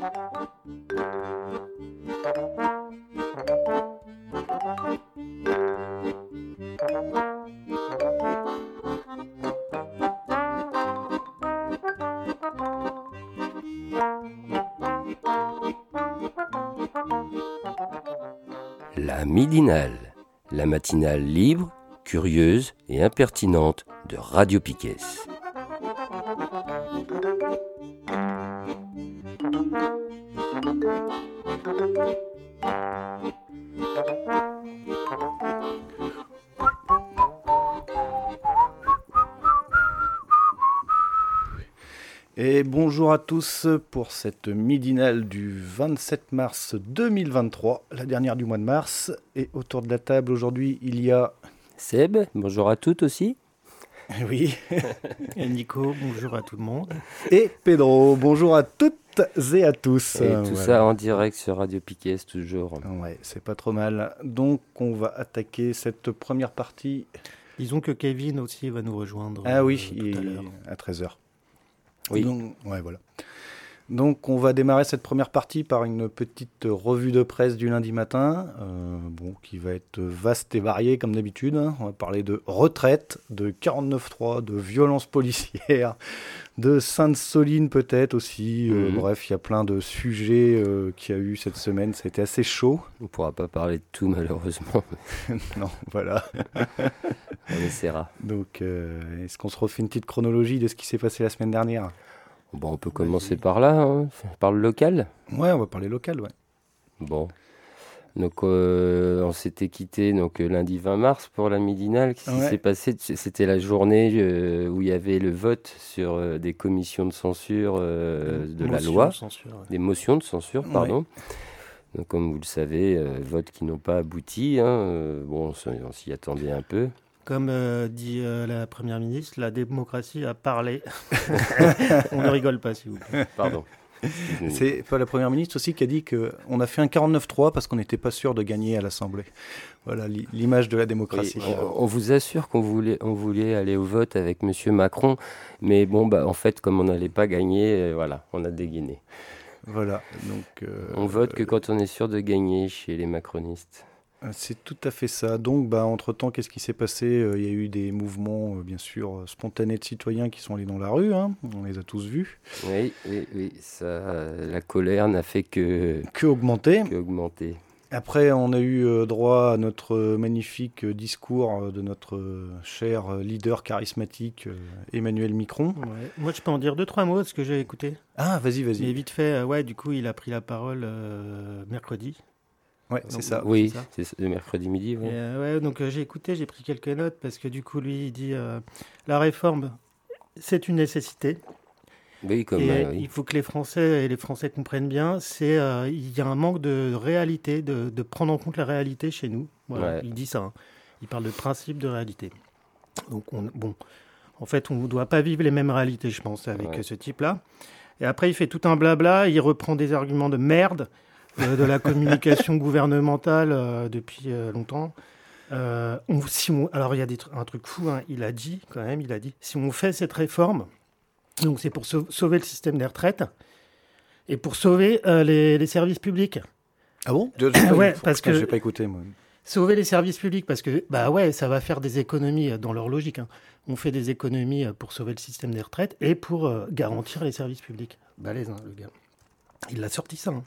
La midinale, la matinale libre, curieuse et impertinente de Radio Piquet. Et bonjour à tous pour cette midinale du 27 mars 2023, la dernière du mois de mars. Et autour de la table aujourd'hui, il y a... Seb, bonjour à toutes aussi. Oui. Et Nico, bonjour à tout le monde. Et Pedro, bonjour à toutes et à tous. Et tout ça en direct sur Radio Piquet toujours. Ouais, c'est pas trop mal. Donc on va attaquer cette première partie. Disons que Kevin aussi va nous rejoindre tout à l'heure. À 13h. Oui. Donc, ouais, voilà. Donc, on va démarrer cette première partie par une petite revue de presse du lundi matin, qui va être vaste et variée comme d'habitude. On va parler de retraite, de 49.3, de violences policières, de Sainte-Soline peut-être aussi. Bref, il y a plein de sujets qu'il y a eu cette semaine. Ça a été assez chaud. On ne pourra pas parler de tout malheureusement. Non, voilà. On essaiera. Donc, est-ce qu'on se refait une petite chronologie de ce qui s'est passé la semaine dernière ? Bon, on peut commencer par là, hein, par le local. Ouais, on va parler local, ouais. Bon, donc on s'était quitté lundi 20 mars pour la midinale. Qu'est-ce qui s'est passé ? C'était la journée où il y avait le vote sur des commissions de censure de la loi, des motions de censure, pardon. Donc, comme vous le savez, votes qui n'ont pas abouti. On s'y attendait un peu. Comme dit la Première ministre, la démocratie a parlé. On ne rigole pas, s'il vous plaît. Pardon. C'est pas la Première ministre aussi qui a dit qu'on a fait un 49-3 parce qu'on n'était pas sûr de gagner à l'Assemblée. Voilà l'image de la démocratie. Oui, on vous assure qu'on voulait aller au vote avec M. Macron, mais en fait, comme on n'allait pas gagner, on a dégainé. Voilà. Donc, on vote que quand on est sûr de gagner chez les macronistes. C'est tout à fait ça. Donc, entre-temps, qu'est-ce qui s'est passé ? Il y a eu des mouvements, bien sûr, spontanés de citoyens qui sont allés dans la rue. Hein. On les a tous vus. Oui. Ça, la colère n'a fait que augmenter. Après, on a eu droit à notre magnifique discours de notre cher leader charismatique, Emmanuel Macron. Ouais. Moi, je peux en dire 2-3 mots, ce que j'ai écouté. Ah, vas-y. Mais vite fait, du coup, il a pris la parole mercredi. Ouais, c'est ça. Oui, c'est le mercredi midi. Ouais. Donc j'ai écouté, j'ai pris quelques notes parce que du coup, lui, il dit la réforme, c'est une nécessité. Oui, il faut que les Français comprennent bien. Il y a un manque de réalité, de prendre en compte la réalité chez nous. Voilà, il dit ça. Hein. Il parle de principe de réalité. Donc, en fait, on ne doit pas vivre les mêmes réalités, je pense, avec ce type-là. Et après, il fait tout un blabla. Il reprend des arguments de merde. De la communication gouvernementale depuis longtemps. Alors, il y a un truc fou, hein, il a dit, si on fait cette réforme, donc c'est pour sauver le système des retraites et pour sauver les services publics. Ah bon ? Parce que je n'ai pas écouté, moi. Sauver les services publics, parce que ça va faire des économies dans leur logique. Hein. On fait des économies pour sauver le système des retraites et pour garantir les services publics. Balèze, hein, le gars. Il a sorti ça, hein.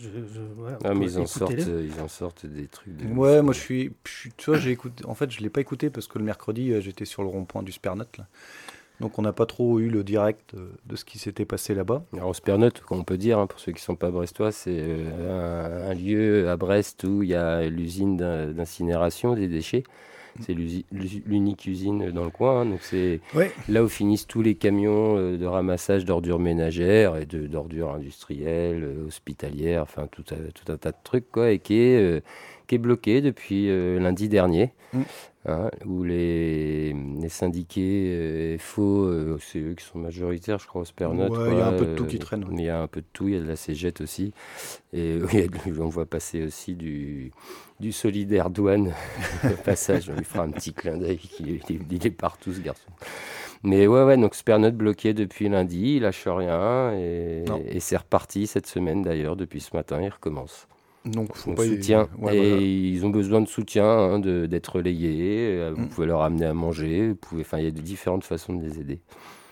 Mais ils en sortent des trucs. Ouais, moi tu vois, j'ai écouté. En fait, je l'ai pas écouté parce que le mercredi, j'étais sur le rond-point du Spernot là. Donc on n'a pas trop eu le direct de ce qui s'était passé là-bas. Alors au Spernot, on peut dire, pour ceux qui ne sont pas brestois, c'est un lieu à Brest où il y a l'usine d'incinération des déchets. C'est l'unique usine dans le coin, hein. Donc c'est là où finissent tous les camions de ramassage d'ordures ménagères et d'ordures industrielles, hospitalières, enfin tout un tas de trucs, quoi, et qui est bloqué depuis lundi dernier, hein, où les syndiqués FO, c'est eux qui sont majoritaires, je crois, au Spernot. Il y a un peu de tout qui traîne. Il y a un peu de tout, il y a de la CGT aussi, et on voit passer aussi du solidaire douane au passage. On lui fera un petit clin d'œil, il est partout ce garçon. Mais ouais, donc Supernote bloqué depuis lundi, il lâche rien et c'est reparti cette semaine d'ailleurs, depuis ce matin, il recommence. Donc, faut Donc pas soutien, ouais, et voilà. ils ont besoin de soutien, hein, d'être relayés, vous pouvez leur amener à manger, il y a différentes façons de les aider.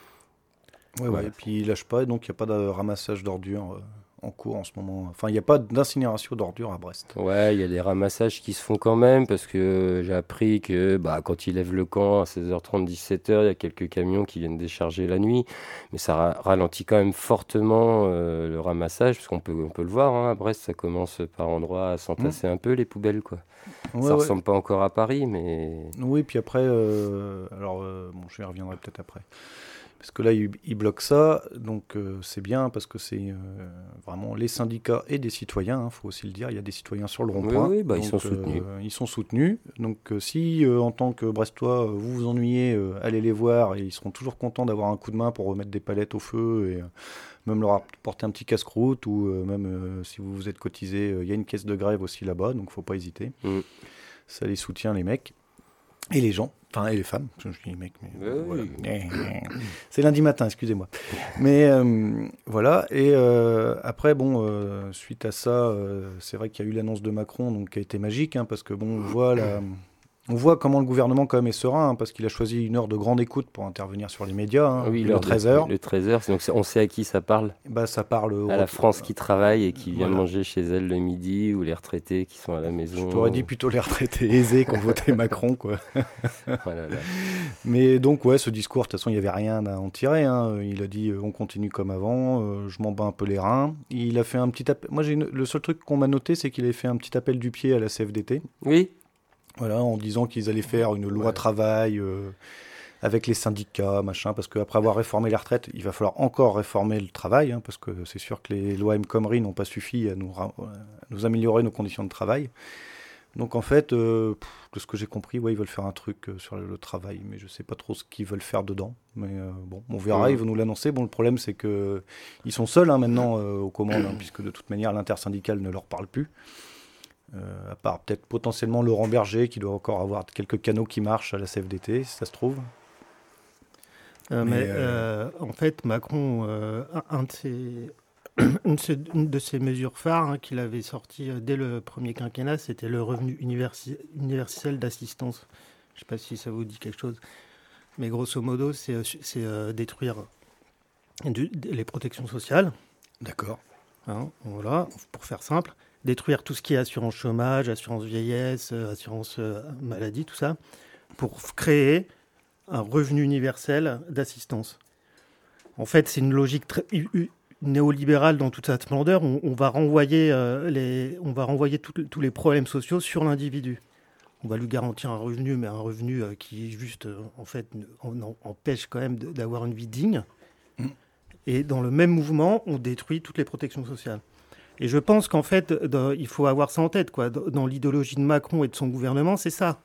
Ouais, Voilà. et puis il lâche pas, donc il n'y a pas de ramassage d'ordures en cours en ce moment. Enfin, il n'y a pas d'incinération d'ordures à Brest. Ouais, il y a des ramassages qui se font quand même parce que j'ai appris que quand ils lèvent le camp à 16h30, 17h, il y a quelques camions qui viennent décharger la nuit. Mais ça ralentit quand même fortement le ramassage parce on peut le voir, hein, à Brest, ça commence par endroits à s'entasser un peu les poubelles, quoi. Ouais, Ça ouais. ressemble pas encore à Paris, mais... Oui, puis après, bon, je y reviendrai peut-être après. Parce que là, ils bloquent ça, donc c'est bien parce que c'est vraiment les syndicats et des citoyens, faut aussi le dire. Il y a des citoyens sur le rond-point. Oui, donc, ils sont soutenus. Ils sont soutenus. Donc si en tant que Brestois, vous vous ennuyez, allez les voir et ils seront toujours contents d'avoir un coup de main pour remettre des palettes au feu et même leur apporter un petit casse-croûte ou même si vous vous êtes cotisé, il y a une caisse de grève aussi là-bas, donc faut pas hésiter. Ça les soutient les mecs et les gens. Enfin, et les femmes, je dis les mecs, mais voilà. C'est lundi matin, excusez-moi. Mais voilà, et après, bon, suite à ça, c'est vrai qu'il y a eu l'annonce de Macron, donc qui a été magique, hein, parce que bon, on voit comment le gouvernement quand même est serein, hein, parce qu'il a choisi une heure de grande écoute pour intervenir sur les médias, hein, oui, le 13h. Le 13h, donc on sait à qui ça parle. Ça parle à la France qui travaille et qui vient voilà. manger chez elle le midi, ou les retraités qui sont à la maison. Je t'aurais dit plutôt les retraités aisés qui ont voté Macron, quoi. Voilà. Mais donc, ouais, ce discours, de toute façon, il n'y avait rien à en tirer. Hein. Il a dit on continue comme avant, je m'en bats un peu les reins. Il a fait un petit appel. Moi, le seul truc qu'on m'a noté, c'est qu'il avait fait un petit appel du pied à la CFDT. Oui. Voilà, en disant qu'ils allaient faire une loi travail avec les syndicats, machin, parce qu'après avoir réformé les retraites, il va falloir encore réformer le travail, hein, parce que c'est sûr que les lois El Khomri n'ont pas suffi à nous améliorer nos conditions de travail. Donc en fait, de ce que j'ai compris, ouais, ils veulent faire un truc sur le travail, mais je sais pas trop ce qu'ils veulent faire dedans. Mais bon, on verra, ils vont nous l'annoncer. Bon, le problème, c'est que ils sont seuls maintenant aux commandes, hein, puisque de toute manière, l'intersyndicale ne leur parle plus. À part peut-être potentiellement Laurent Berger, qui doit encore avoir quelques canaux qui marchent à la CFDT, si ça se trouve. En fait, Macron, une de ses mesures phares, hein, qu'il avait sorti dès le premier quinquennat, c'était le revenu universel d'assistance. Je ne sais pas si ça vous dit quelque chose. Mais grosso modo, c'est détruire les protections sociales. D'accord. Hein, voilà, pour faire simple. Détruire tout ce qui est assurance chômage, assurance vieillesse, assurance maladie, tout ça, pour créer un revenu universel d'assistance. En fait, c'est une logique très néolibérale dans toute sa splendeur. On va renvoyer tous les problèmes sociaux sur l'individu. On va lui garantir un revenu, mais un revenu qui juste, en fait, empêche quand même d'avoir une vie digne. Et dans le même mouvement, on détruit toutes les protections sociales. Et je pense qu'en fait, il faut avoir ça en tête, quoi. Dans l'idéologie de Macron et de son gouvernement, c'est ça.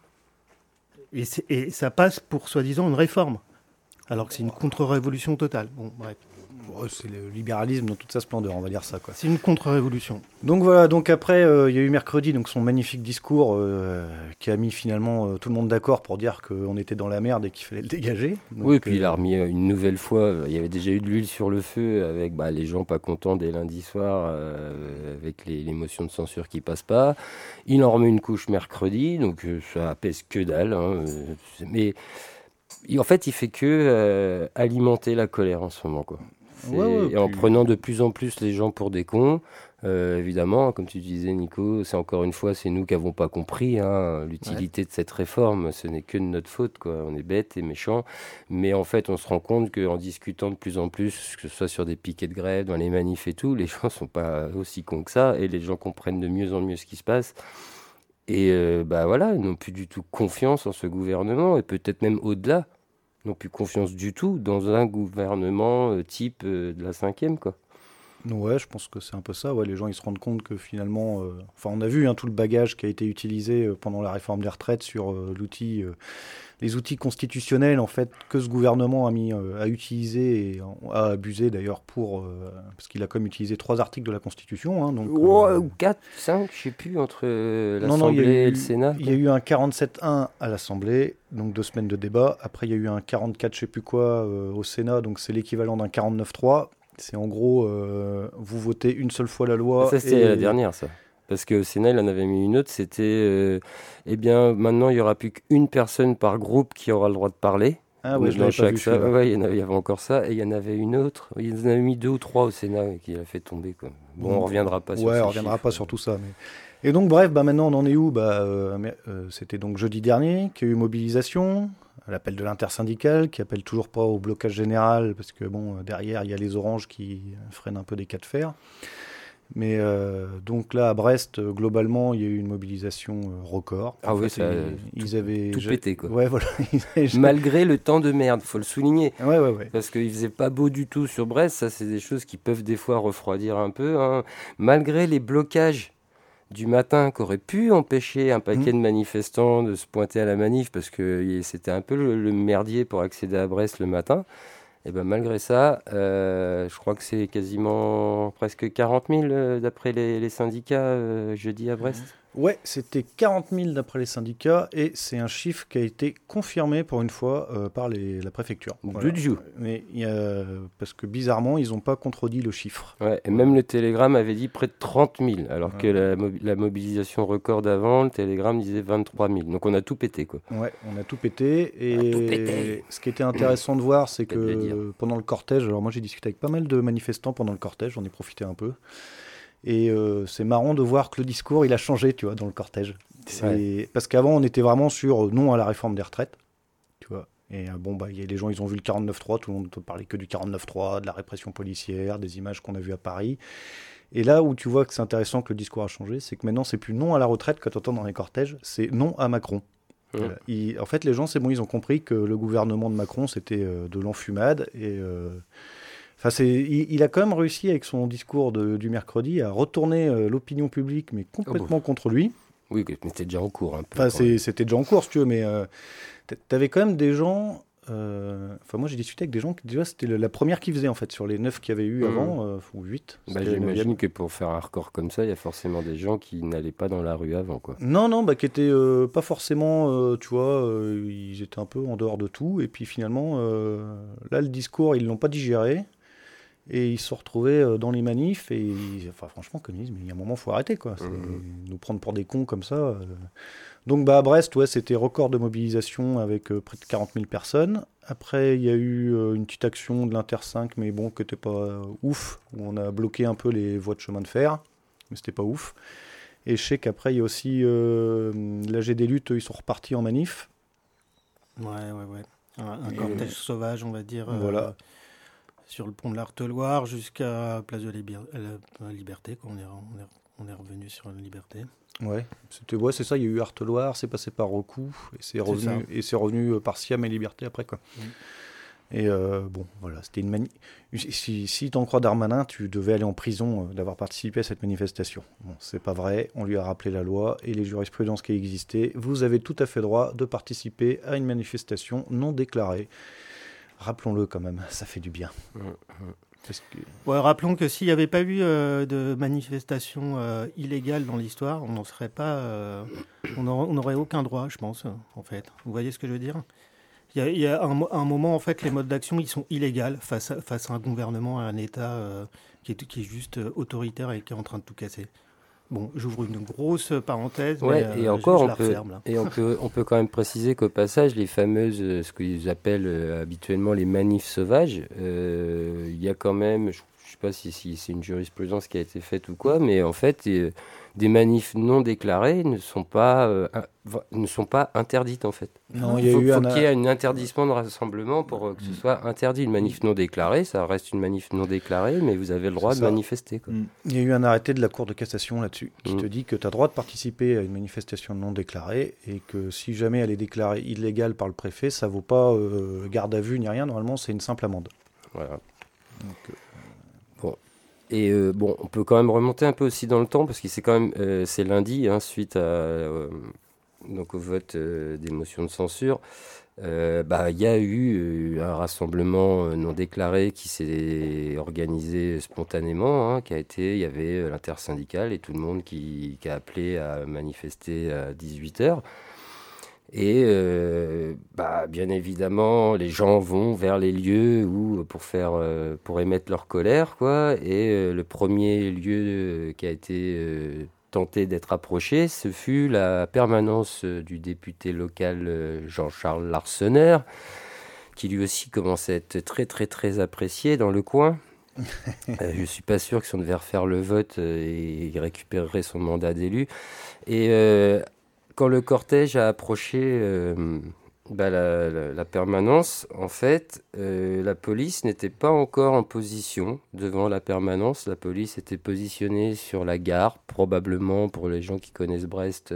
Et ça passe pour, soi-disant, une réforme. Alors que c'est une contre-révolution totale. Bon, bref. C'est le libéralisme dans toute sa splendeur, on va dire ça, quoi. C'est une contre-révolution. Donc voilà, donc après, il y a eu mercredi donc son magnifique discours qui a mis finalement tout le monde d'accord pour dire qu'on était dans la merde et qu'il fallait le dégager. Donc, oui, puis il a remis une nouvelle fois, il y avait déjà eu de l'huile sur le feu avec les gens pas contents dès lundi soir, avec les motions de censure qui passent pas. Il en remet une couche mercredi, donc ça apaise que dalle. Hein, mais en fait, il fait que alimenter la colère en ce moment, quoi. Et en prenant de plus en plus les gens pour des cons, évidemment, comme tu disais Nico, c'est encore une fois, c'est nous qui n'avons pas compris l'utilité de cette réforme, ce n'est que de notre faute, quoi. On est bêtes et méchants, mais en fait on se rend compte qu'en discutant de plus en plus, que ce soit sur des piquets de grève, dans les manifs et tout, les gens ne sont pas aussi cons que ça, et les gens comprennent de mieux en mieux ce qui se passe. Et voilà, ils n'ont plus du tout confiance en ce gouvernement, et peut-être même au-delà. N'ont plus confiance du tout dans un gouvernement type de la 5e, quoi. Ouais, je pense que c'est un peu ça. Ouais, les gens ils se rendent compte que finalement, on a vu tout le bagage qui a été utilisé pendant la réforme des retraites sur les outils constitutionnels en fait que ce gouvernement a mis à utiliser et a abusé d'ailleurs parce qu'il a quand même utilisé 3 articles de la Constitution. Donc, ou 4, 5, je sais plus, entre l'Assemblée et le Sénat. Il y a eu un 47.1 à l'Assemblée, donc 2 semaines de débat. Après, il y a eu un 44, je sais plus quoi, au Sénat, donc c'est l'équivalent d'un 49.3. C'est en gros, vous votez une seule fois la loi. Ça, c'était la dernière, ça. Parce qu'au Sénat, il en avait mis une autre. C'était, maintenant, il n'y aura plus qu'une personne par groupe qui aura le droit de parler. Ah ouais, je l'avais pas vu. Ouais, il y avait encore ça. Et il y en avait une autre. Il en avait mis 2 ou 3 au Sénat qui a fait tomber, quoi. Bon, on ne reviendra pas sur ça. Ouais, on reviendra pas sur tout ça. Mais... Et donc, bref, maintenant, on en est où c'était donc jeudi dernier qu'il y a eu mobilisation. L'appel de l'intersyndicale qui appelle toujours pas au blocage général parce que derrière il y a les oranges qui freinent un peu des cas de fer. Mais donc là à Brest globalement il y a eu une mobilisation record. Ils avaient tout pété quoi. Ouais voilà. Malgré le temps de merde, faut le souligner. Ouais. Parce qu'il faisait pas beau du tout sur Brest, ça c'est des choses qui peuvent des fois refroidir un peu. Malgré les blocages du matin qui aurait pu empêcher un paquet de manifestants de se pointer à la manif parce que c'était un peu le merdier pour accéder à Brest le matin. Et malgré ça, je crois que c'est quasiment presque 40 000 d'après les syndicats jeudi à Brest. Ouais, c'était 40 000 d'après les syndicats et c'est un chiffre qui a été confirmé pour une fois par la préfecture. Voilà. Mais parce que bizarrement, ils n'ont pas contredit le chiffre. Ouais, et même le Télégramme avait dit près de 30 000, alors que la mobilisation record d'avant, le Télégramme disait 23 000. Donc on a tout pété, quoi. Ouais, on a tout pété. Et ce qui était intéressant de voir, c'est que pendant le cortège, alors moi j'ai discuté avec pas mal de manifestants pendant le cortège, j'en ai profité un peu. Et c'est marrant de voir que le discours il a changé, tu vois, dans le cortège. Parce qu'avant on était vraiment sur non à la réforme des retraites, tu vois. Et les gens ils ont vu le 49.3, tout le monde ne parlait que du 49.3, de la répression policière, des images qu'on a vues à Paris. Et là où tu vois que c'est intéressant que le discours a changé, c'est que maintenant c'est plus non à la retraite que tu entends dans les cortèges, c'est non à Macron. Voilà. En fait les gens c'est bon, ils ont compris que le gouvernement de Macron c'était de l'enfumade et il a quand même réussi avec son discours du mercredi à retourner l'opinion publique, mais complètement contre lui. Oui, mais c'était déjà en cours un peu. C'était déjà en cours, si tu veux, mais t'avais quand même des gens... moi, j'ai discuté avec des gens qui, déjà, c'était la première qu'ils faisaient, en fait, sur les 9 qu'il y avait eu avant, ou 8. J'imagine que pour faire un record comme ça, il y a forcément des gens qui n'allaient pas dans la rue avant, quoi. Non, qui étaient pas forcément, tu vois, ils étaient un peu en dehors de tout, et puis finalement, là, le discours, ils l'ont pas digéré. Et ils se sont retrouvés dans les manifs et franchement, comme ils disent, mais il y a un moment, il faut arrêter, quoi. Nous prendre pour des cons comme ça. Donc à Brest, c'était record de mobilisation avec près de 40 000 personnes. Après, il y a eu une petite action de l'Inter5, mais qui n'était pas ouf, où on a bloqué un peu les voies de chemin de fer, mais c'était pas ouf. Et je sais qu'après, il y a aussi l'AG des luttes, ils sont repartis en manif. Ouais. Un cortège sauvage, on va dire. Voilà. Sur le pont de l'Arteloire jusqu'à Place de la Liberté, quand on est revenu sur la Liberté. Ouais, c'est ça, il y a eu Arteloire, c'est passé par Recou, et c'est revenu par Siam et Liberté après, quoi. Et voilà, c'était une si t'en crois Darmanin, tu devais aller en prison d'avoir participé à cette manifestation. Bon, c'est pas vrai, on lui a rappelé la loi et les jurisprudences qui existaient. Vous avez tout à fait droit de participer à une manifestation non déclarée. Rappelons-le quand même, ça fait du bien. Rappelons que s'il n'y avait pas eu de manifestation illégale dans l'histoire, on n'en serait pas, on n'aurait aucun droit, je pense, en fait. Vous voyez ce que je veux dire ? Il y a un moment, en fait, les modes d'action, ils sont illégaux face à un gouvernement, à un État qui est juste autoritaire et qui est en train de tout casser. Bon, j'ouvre une grosse parenthèse, ouais, mais et encore, je la referme. Là. Et on peut quand même préciser qu'au passage, les fameuses, ce qu'ils appellent habituellement les manifs sauvages, il y a quand même, je ne sais pas si c'est une jurisprudence qui a été faite ou quoi, mais en fait, des manifs non déclarées ne sont pas interdites en fait. Non, il faut qu'il y ait un interdisement de rassemblement pour que ce soit interdit. Une manif non déclarée, ça reste une manif non déclarée, mais vous avez le droit de manifester. Quoi. Il y a eu un arrêté de la Cour de cassation là-dessus qui te dit que tu as le droit de participer à une manifestation non déclarée et que si jamais elle est déclarée illégale par le préfet, ça ne vaut pas garde à vue ni rien. Normalement, c'est une simple amende. Voilà. Donc, bon. Et bon, on peut quand même remonter un peu aussi dans le temps, parce que c'est quand même, c'est lundi, hein, suite donc au vote des motions de censure. Il y a eu un rassemblement non déclaré qui s'est organisé spontanément, hein, il y avait l'intersyndicale et tout le monde qui a appelé à manifester à 18h. Et bien évidemment, les gens vont vers les lieux pour émettre leur colère, quoi. Et le premier lieu qui a été tenté d'être approché, ce fut la permanence du député local Jean-Charles Larsener, qui lui aussi commençait à être très très très apprécié dans le coin. Je suis pas sûr que si on devait refaire le vote, il récupérerait son mandat d'élu. Et quand le cortège a approché la permanence, en fait, la police n'était pas encore en position devant la permanence. La police était positionnée sur la gare, probablement pour les gens qui connaissent Brest,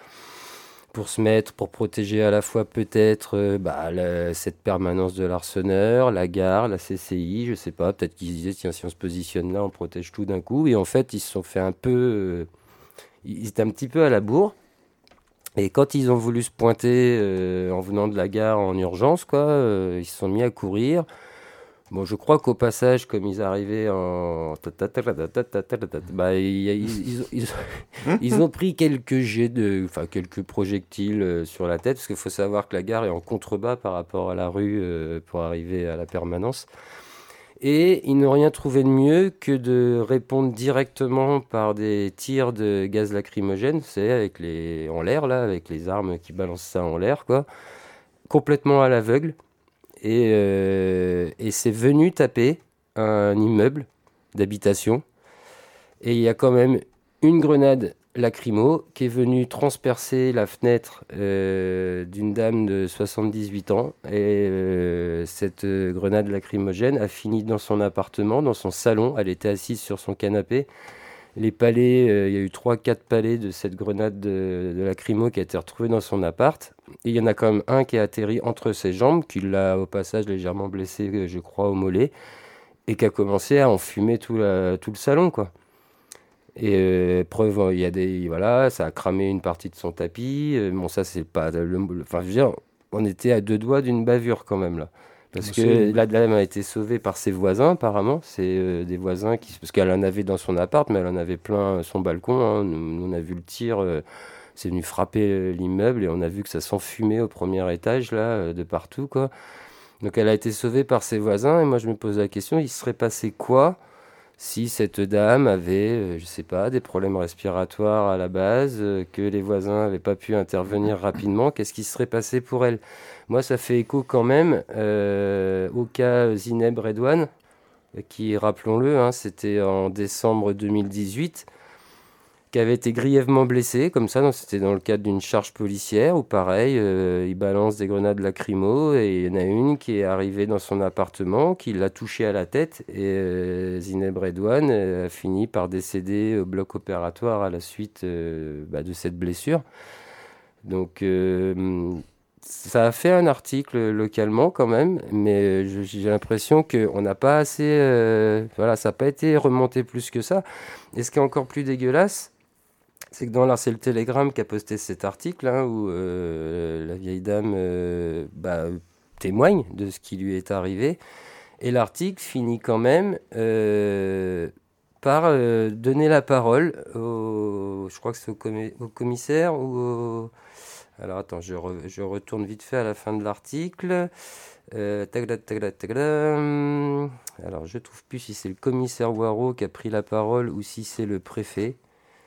pour protéger à la fois peut-être cette permanence de l'Arseneur, la gare, la CCI, je sais pas, peut-être qu'ils disaient tiens, si on se positionne là, on protège tout d'un coup. Et en fait, ils se sont fait un peu... ils étaient un petit peu à la bourre. Et quand ils ont voulu se pointer en venant de la gare en urgence, ils se sont mis à courir. Bon, je crois qu'au passage, comme ils arrivaient en... ils ont pris quelques quelques projectiles sur la tête, parce qu'il faut savoir que la gare est en contrebas par rapport à la rue pour arriver à la permanence. Et ils n'ont rien trouvé de mieux que de répondre directement par des tirs de gaz lacrymogène, c'est en l'air, là, avec les armes qui balancent ça en l'air, quoi, complètement à l'aveugle. Et c'est venu taper un immeuble d'habitation. Et il y a quand même une grenade lacrymo qui est venue transpercer la fenêtre d'une dame de 78 ans. Et cette grenade lacrymogène a fini dans son appartement, dans son salon. Elle était assise sur son canapé. Les palets, il y a eu 3-4 palets de cette grenade de lacrymo qui a été retrouvée dans son appart. Et il y en a quand même un qui a atterri entre ses jambes, qui l'a au passage légèrement blessé, je crois, au mollet, et qui a commencé à enfumer tout le salon, quoi. Et preuve, il y a voilà, ça a cramé une partie de son tapis. Bon, ça, c'est pas enfin, je veux dire, on était à 2 doigts d'une bavure quand même, là. Parce que la dame a été sauvée par ses voisins, apparemment. C'est des voisins parce qu'elle en avait dans son appart, mais elle en avait plein son balcon, hein. Nous, on a vu le tir, c'est venu frapper l'immeuble et on a vu que ça s'enfumait au premier étage, là, de partout, quoi. Donc elle a été sauvée par ses voisins. Et moi, je me pose la question, il serait passé quoi si cette dame avait, je sais pas, des problèmes respiratoires à la base, que les voisins n'avaient pas pu intervenir rapidement, qu'est-ce qui serait passé pour elle? Moi, ça fait écho quand même au cas Zineb Redouane, qui, rappelons-le, hein, c'était en décembre 2018, qui avait été grièvement blessé, comme ça, c'était dans le cadre d'une charge policière, où pareil, il balance des grenades lacrymo, et il y en a une qui est arrivée dans son appartement, qui l'a touché à la tête, et Zineb Redouane a fini par décéder au bloc opératoire à la suite de cette blessure. Donc ça a fait un article localement quand même, mais j'ai l'impression qu'on n'a pas assez... ça n'a pas été remonté plus que ça. Et ce qui est encore plus dégueulasse, c'est que c'est le Télégramme qui a posté cet article, hein, où la vieille dame témoigne de ce qui lui est arrivé. Et l'article finit quand même par donner la parole je crois que c'est au commissaire ou au... Alors attends, je retourne vite fait à la fin de l'article. Alors je trouve plus si c'est le commissaire Waro qui a pris la parole ou si c'est le préfet.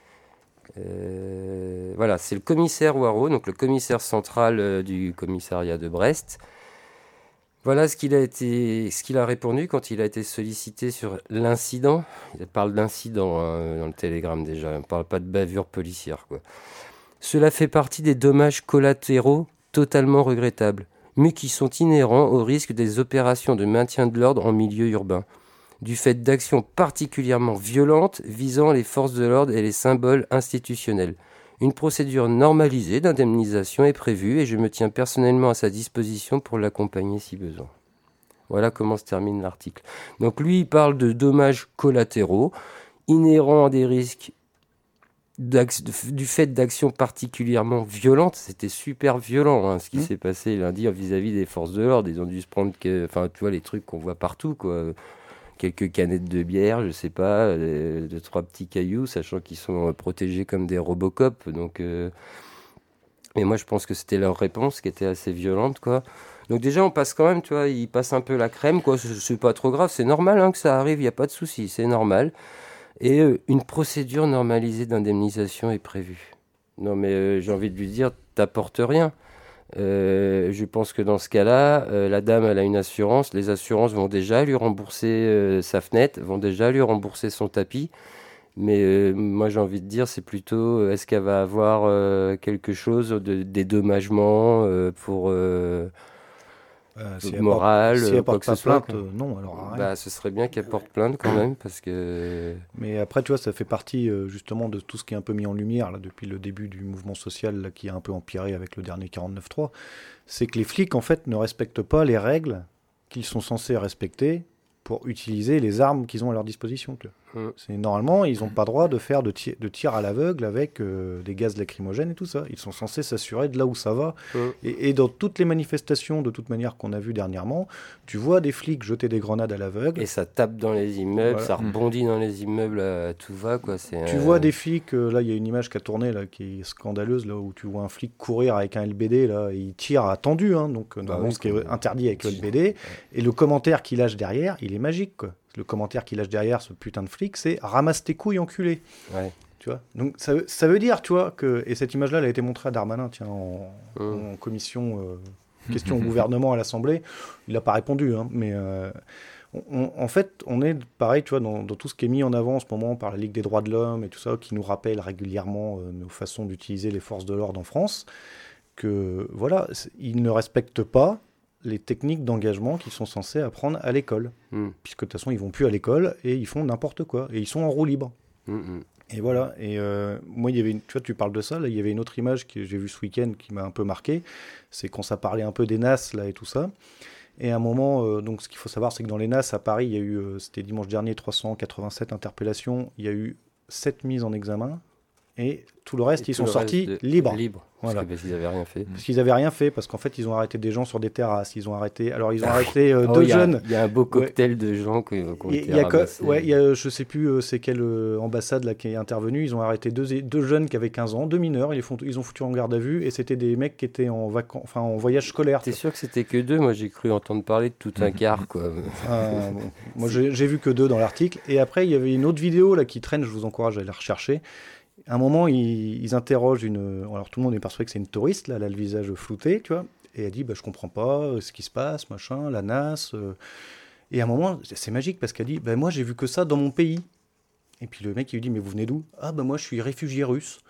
Voilà, c'est le commissaire Waro, donc le commissaire central du commissariat de Brest. Voilà ce qu'il a répondu quand il a été sollicité sur l'incident. Il parle d'incident dans le télégramme déjà, on ne parle pas de bavure policière, quoi. Cela fait partie des dommages collatéraux totalement regrettables, mais qui sont inhérents au risque des opérations de maintien de l'ordre en milieu urbain, du fait d'actions particulièrement violentes visant les forces de l'ordre et les symboles institutionnels. Une procédure normalisée d'indemnisation est prévue et je me tiens personnellement à sa disposition pour l'accompagner si besoin. Voilà comment se termine l'article. Donc lui, il parle de dommages collatéraux inhérents à des risques du fait d'actions particulièrement violentes. C'était super violent ce qui s'est passé lundi vis-à-vis des forces de l'ordre. Ils ont dû se prendre, tu vois, les trucs qu'on voit partout, quoi. Quelques canettes de bière, je sais pas, 2-3 petits cailloux, sachant qu'ils sont protégés comme des Robocop. Donc, mais moi, je pense que c'était leur réponse qui était assez violente, quoi. Donc déjà, on passe quand même, tu vois, ils passent un peu la crème, quoi. C'est pas trop grave, c'est normal que ça arrive, il n'y a pas de souci, c'est normal. Et une procédure normalisée d'indemnisation est prévue. Non, mais j'ai envie de lui dire, t'apportes rien. Je pense que dans ce cas-là, la dame, elle a une assurance. Les assurances vont déjà lui rembourser sa fenêtre, vont déjà lui rembourser son tapis. Mais moi, j'ai envie de dire, c'est plutôt, est-ce qu'elle va avoir quelque chose de dédommagement pour... morale, si elle quoi porte que pas ce soit. plainte, non, alors rien. Ce serait bien qu'elle porte plainte quand même, parce que... Mais après, tu vois, ça fait partie justement de tout ce qui est un peu mis en lumière là, depuis le début du mouvement social là, qui a un peu empiré avec le dernier 49.3. C'est que les flics, en fait, ne respectent pas les règles qu'ils sont censés respecter pour utiliser les armes qu'ils ont à leur disposition. Normalement, ils n'ont pas droit de faire de tir à l'aveugle avec des gaz lacrymogènes et tout ça. Ils sont censés s'assurer de là où ça va. Et dans toutes les manifestations, de toute manière, qu'on a vues dernièrement, tu vois des flics jeter des grenades à l'aveugle. Et ça tape dans les immeubles, ça rebondit dans les immeubles, tout va, quoi. Tu vois des flics, là, il y a une image qui a tourné, là, qui est scandaleuse, là, où tu vois un flic courir avec un LBD, là, et il tire à tendu, donc normalement, ce qui est interdit avec le LBD. Et le commentaire qu'il lâche derrière, il est magique, quoi. Le commentaire qu'il lâche derrière, ce putain de flic, c'est « ramasse tes couilles, enculé ». Tu vois, donc ça veut dire, tu vois, que... Et cette image-là, elle a été montrée à Darmanin, tiens, en commission question au gouvernement à l'Assemblée. Il n'a pas répondu, mais... en fait, on est pareil, tu vois, dans tout ce qui est mis en avant en ce moment par la Ligue des droits de l'homme et tout ça, qui nous rappelle régulièrement nos façons d'utiliser les forces de l'ordre en France, que, voilà, ils ne respectent pas les techniques d'engagement qu'ils sont censés apprendre à l'école. Puisque de toute façon, ils vont plus à l'école et ils font n'importe quoi. Et ils sont en roue libre. Et voilà. Et moi, il y avait tu vois, tu parles de ça. Là, il y avait une autre image que j'ai vue ce week-end qui m'a un peu marqué. C'est quand ça parlait un peu des NAS là, et tout ça. Et à un moment, donc ce qu'il faut savoir, c'est que dans les NAS à Paris, il y a eu, c'était dimanche dernier, 387 interpellations. Il y a eu 7 mises en examen. Et tout le reste, ils sont sortis libres. Voilà. Parce qu'ils n'avaient rien fait. Parce qu'ils n'avaient rien fait, parce qu'en fait, ils ont arrêté des gens sur des terrasses. Ils ont arrêté deux jeunes. Il y a un beau cocktail de gens qui ont été ramassés. Je ne sais plus c'est quelle ambassade là, qui est intervenue. Ils ont arrêté deux jeunes qui avaient 15 ans, 2 mineurs. Ils ont foutu en garde à vue. Et c'était des mecs qui étaient en voyage scolaire. T'es sûr que c'était que 2 ? Moi, j'ai cru entendre parler de tout un quart, quoi. Moi, j'ai vu que 2 dans l'article. Et après, il y avait une autre vidéo là, qui traîne. Je vous encourage à la rechercher. À un moment, ils interrogent alors tout le monde est persuadé que c'est une touriste, là, elle a le visage flouté, tu vois, et elle dit je comprends pas ce qui se passe, machin, la NAS. Et à un moment, c'est magique parce qu'elle dit moi j'ai vu que ça dans mon pays. Et puis le mec il lui dit mais vous venez d'où ? Ah moi je suis réfugié russe.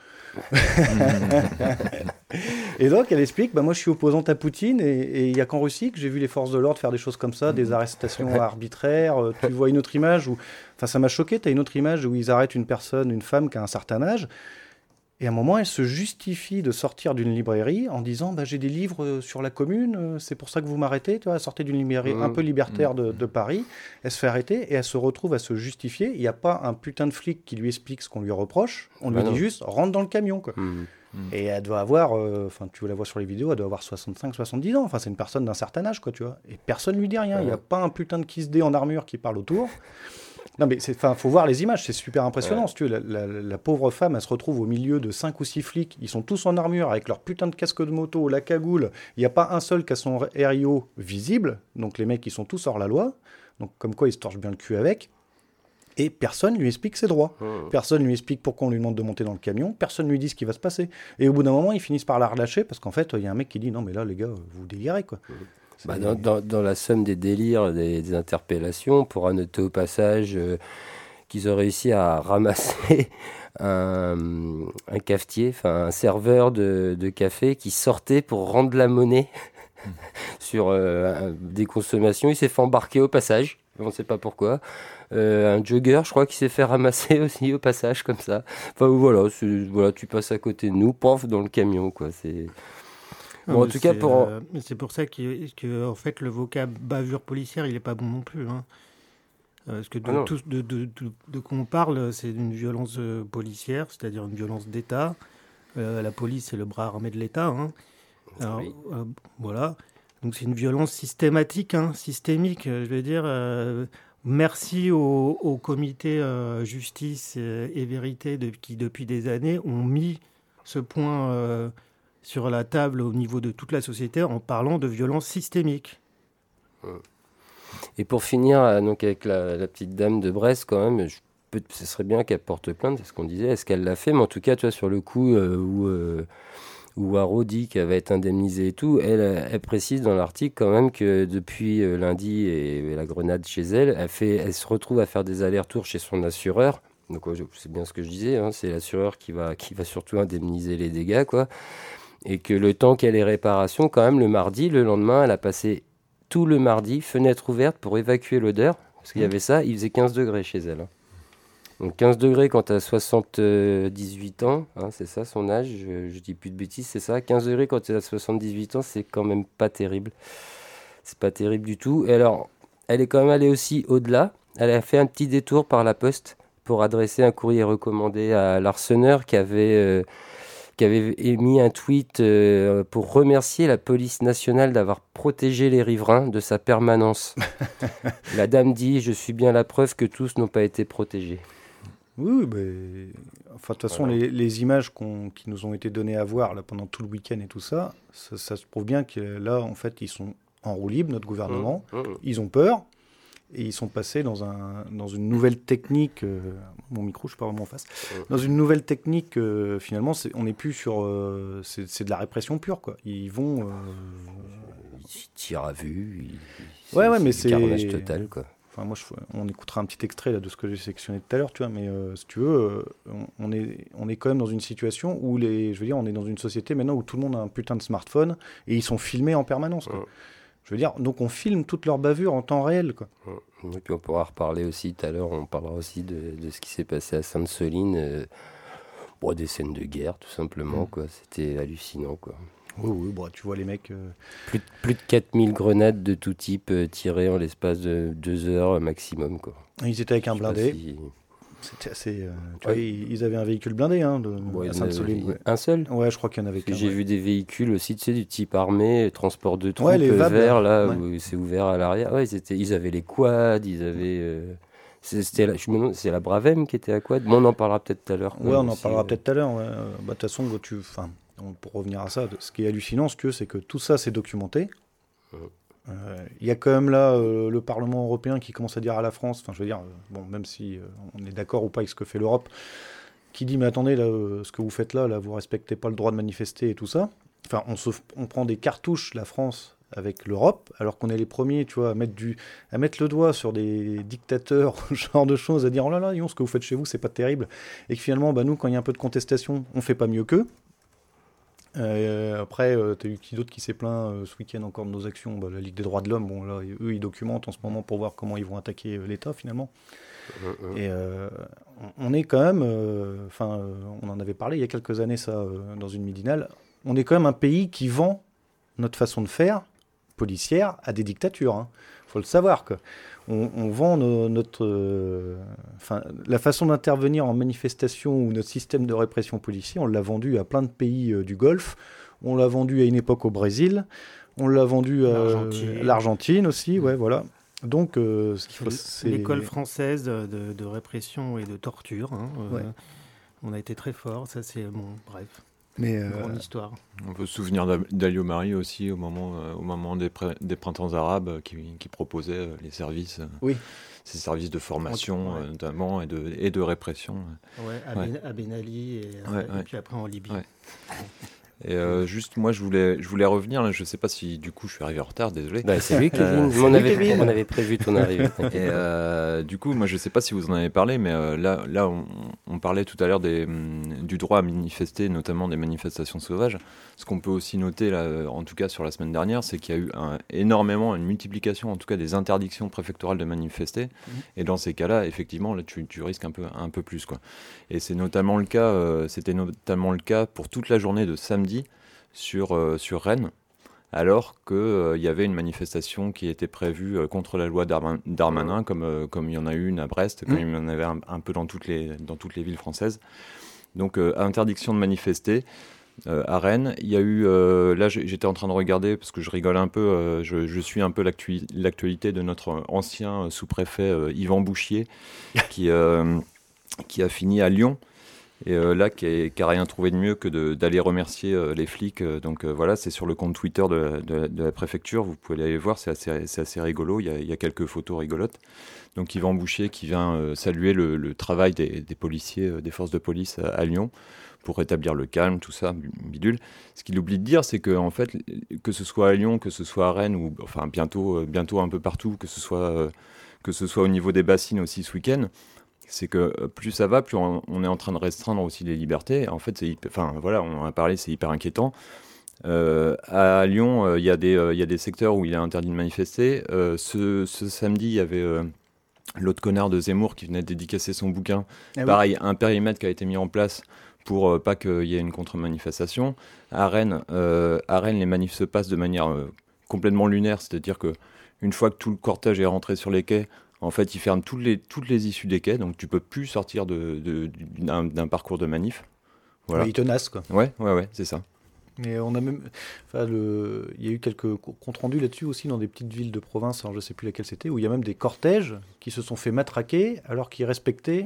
Et donc elle explique moi je suis opposante à Poutine et il n'y a qu'en Russie que j'ai vu les forces de l'ordre faire des choses comme ça, des arrestations arbitraires. Tu vois une autre image où, ça m'a choqué, tu as une autre image où ils arrêtent une femme qui a un certain âge, et à un moment elle se justifie de sortir d'une librairie en disant j'ai des livres sur la commune, c'est pour ça que vous m'arrêtez, tu vois, elle sortait d'une librairie un peu libertaire de Paris, elle se fait arrêter et elle se retrouve à se justifier. Il n'y a pas un putain de flic qui lui explique ce qu'on lui reproche, on lui dit juste rentre dans le camion, quoi. Et elle doit avoir, tu la vois sur les vidéos, elle doit avoir 65-70 ans, c'est une personne d'un certain âge, quoi, tu vois, et personne lui dit rien. Il n'y a pas un putain de Kiss D en armure qui parle autour. Non mais faut voir les images, c'est super impressionnant. Si tu veux, la pauvre femme, elle se retrouve au milieu de 5 ou 6 flics, ils sont tous en armure avec leur putain de casque de moto, la cagoule, il n'y a pas un seul qui a son RIO visible, donc les mecs ils sont tous hors la loi, donc comme quoi ils se torchent bien le cul avec, et personne lui explique ses droits, personne lui explique pourquoi on lui demande de monter dans le camion, personne lui dit ce qui va se passer, et au bout d'un moment ils finissent par la relâcher, parce qu'en fait il y a un mec qui dit non mais là les gars vous délirez, quoi. Dans la somme des délires, des interpellations, pour noter au passage qu'ils ont réussi à ramasser un cafetier, un serveur de café qui sortait pour rendre la monnaie sur des consommations. Il s'est fait embarquer au passage, on ne sait pas pourquoi. Un jogger, je crois, qui s'est fait ramasser aussi au passage, comme ça. Voilà, tu passes à côté de nous, paf, dans le camion, quoi. Bon, en tout cas, c'est pour ça que en fait, le vocable bavure policière, il n'est pas bon non plus. Hein. Parce que de quoi on parle, c'est d'une violence policière, c'est-à-dire une violence d'État. La police, c'est le bras armé de l'État. Hein. Alors, oui. Voilà. Donc c'est une violence systématique, hein, systémique. Je veux dire, merci au comité justice et vérité qui, depuis des années, ont mis ce point sur la table au niveau de toute la société en parlant de violence systémique. Et pour finir, donc avec la petite dame de Brest, quand même, ce serait bien qu'elle porte plainte, c'est ce qu'on disait. Est-ce qu'elle l'a fait? Mais en tout cas, tu vois, sur le coup où Haro dit qu'elle va être indemnisée et tout, elle précise dans l'article quand même que depuis lundi et la grenade chez elle, elle se retrouve à faire des allers-retours chez son assureur. Donc c'est bien ce que je disais, hein, c'est l'assureur qui va surtout indemniser les dégâts, quoi. Et que le temps qu'elle ait réparation, quand même, le mardi, le lendemain, elle a passé tout le mardi, fenêtre ouverte pour évacuer l'odeur, parce qu'il y avait ça, il faisait 15 degrés chez elle. Hein. Donc 15 degrés quand tu as 78 ans, hein, c'est ça son âge, je dis plus de bêtises, c'est ça. 15 degrés quand tu as 78 ans, c'est quand même pas terrible. C'est pas terrible du tout. Et alors, elle est quand même allée aussi au-delà. Elle a fait un petit détour par la poste pour adresser un courrier recommandé à l'arseneur qui avait émis un tweet pour remercier la police nationale d'avoir protégé les riverains de sa permanence. La dame dit « Je suis bien la preuve que tous n'ont pas été protégés ». Oui, mais enfin, de toute façon, voilà. les images qui nous ont été données à voir là, pendant tout le week-end et tout ça, ça se prouve bien que là, en fait, ils sont en roue libre, notre gouvernement. Ils ont peur. Et ils sont passés dans une nouvelle technique. Mon micro, je suis pas vraiment en face. Dans une nouvelle technique, finalement, on n'est plus sur. C'est de la répression pure, quoi. Ils vont. Ils tirent à vue. Mais c'est carnage total, quoi. Enfin, moi, on écoutera un petit extrait là, de ce que j'ai sélectionné tout à l'heure, tu vois. Mais si tu veux, on est quand même dans une situation où on est dans une société maintenant où tout le monde a un putain de smartphone et ils sont filmés en permanence, quoi. Je veux dire, donc on filme toutes leurs bavures en temps réel, quoi. Et puis on pourra reparler aussi tout à l'heure, on parlera aussi de ce qui s'est passé à Sainte-Soline. Des scènes de guerre, tout simplement, quoi. C'était hallucinant, quoi. Oui, tu vois les mecs... Plus de 4000 grenades de tout type tirées en l'espace de 2 heures maximum, quoi. Ils étaient avec un blindé. C'était assez... tu vois, ils avaient un véhicule blindé, hein, à Sainte-Soline. Un seul? Ouais, je crois qu'il y en avait qu'un. J'ai vu des véhicules aussi, tu sais, du type armé, transport de troupes verts, là, où c'est ouvert à l'arrière. Ouais, ils avaient les quads, ils avaient... c'est la Bravem qui était à quad. Bon, on en parlera peut-être tout à l'heure. Ouais, on en parlera peut-être tout à l'heure. Ouais. De toute façon, pour revenir à ça, ce qui est hallucinant, c'est que tout ça, c'est documenté. Il y a quand même là le Parlement européen qui commence à dire à la France, je veux dire, même si on est d'accord ou pas avec ce que fait l'Europe, qui dit mais attendez, là, ce que vous faites là, vous respectez pas le droit de manifester et tout ça. Enfin, on prend des cartouches, la France, avec l'Europe, alors qu'on est les premiers, tu vois, à mettre le doigt sur des dictateurs, ce genre de choses, à dire oh là là, ce que vous faites chez vous, c'est pas terrible, et que finalement, nous, quand il y a un peu de contestation, on fait pas mieux qu'eux. Après, t'as eu qui d'autre qui s'est plaint ce week-end encore de nos actions, la Ligue des droits de l'homme, là, eux, ils documentent en ce moment pour voir comment ils vont attaquer l'État, finalement. Et on est quand même, on en avait parlé il y a quelques années, ça, dans une midinale, on est quand même un pays qui vend notre façon de faire policière à des dictatures, hein. Faut le savoir, quoi. On vend la façon d'intervenir en manifestation ou notre système de répression policier, on l'a vendu à plein de pays du Golfe, on l'a vendu à une époque au Brésil, on l'a vendu à l'Argentine aussi, voilà. Donc, c'est l'école française de répression et de torture. Hein, on a été très fort, ça c'est bref. Mais grande histoire. On peut se souvenir d'Alio Marie aussi au moment des printemps arabes qui proposait les services, ces services de formation notamment et de répression. À Ben Ali et puis après en Libye. Ouais. Et juste, moi, je voulais revenir. Là, je ne sais pas si, du coup, je suis arrivé en retard, désolé. C'est lui, Kevin. On avait prévu ton arrivée. Et du coup, moi, je ne sais pas si vous en avez parlé, mais là on parlait tout à l'heure du droit à manifester, notamment des manifestations sauvages. Ce qu'on peut aussi noter, là, en tout cas sur la semaine dernière, c'est qu'il y a eu énormément, une multiplication, en tout cas, des interdictions préfectorales de manifester. Et dans ces cas-là, effectivement, là, tu risques un peu plus, quoi. Et c'était notamment le cas pour toute la journée de samedi sur Rennes, alors qu'il y avait une manifestation qui était prévue contre la loi Darmanin, comme il y en a eu une à Brest, comme il y en avait un peu dans toutes les villes françaises. Donc interdiction de manifester. À Rennes, il y a eu, là j'étais en train de regarder parce que je rigole un peu, je suis un peu l'actualité de notre ancien sous-préfet Yvan Bouchier qui a fini à Lyon et là qui a rien trouvé de mieux que d'aller remercier les flics. Donc voilà, c'est sur le compte Twitter de la préfecture, vous pouvez aller voir, c'est assez rigolo, il y a quelques photos rigolotes. Donc Yvan Bouchier qui vient saluer le travail des policiers, des forces de police à Lyon, pour rétablir le calme, tout ça, bidule. Ce qu'il oublie de dire, c'est que en fait, que ce soit à Lyon, que ce soit à Rennes, ou enfin bientôt un peu partout, que ce soit au niveau des bassines aussi ce week-end, c'est que plus ça va, plus on est en train de restreindre aussi les libertés. En fait, voilà, on en a parlé, c'est hyper inquiétant. À Lyon, il y a des secteurs où il est interdit de manifester. Ce samedi, il y avait l'autre connard de Zemmour qui venait de dédicacer son bouquin. Pareil, un périmètre qui a été mis en place pour pas qu'il y ait une contre-manifestation. À Rennes, les manifs se passent de manière complètement lunaire, c'est-à-dire qu'une fois que tout le cortège est rentré sur les quais, en fait, ils ferment toutes les issues des quais, donc tu peux plus sortir d'un parcours de manif. Voilà. Ils tenacent, quoi. Ouais, c'est ça. Et on a même, il y a eu quelques comptes rendus là-dessus aussi dans des petites villes de province, alors je ne sais plus laquelle c'était, où il y a même des cortèges qui se sont fait matraquer alors qu'ils respectaient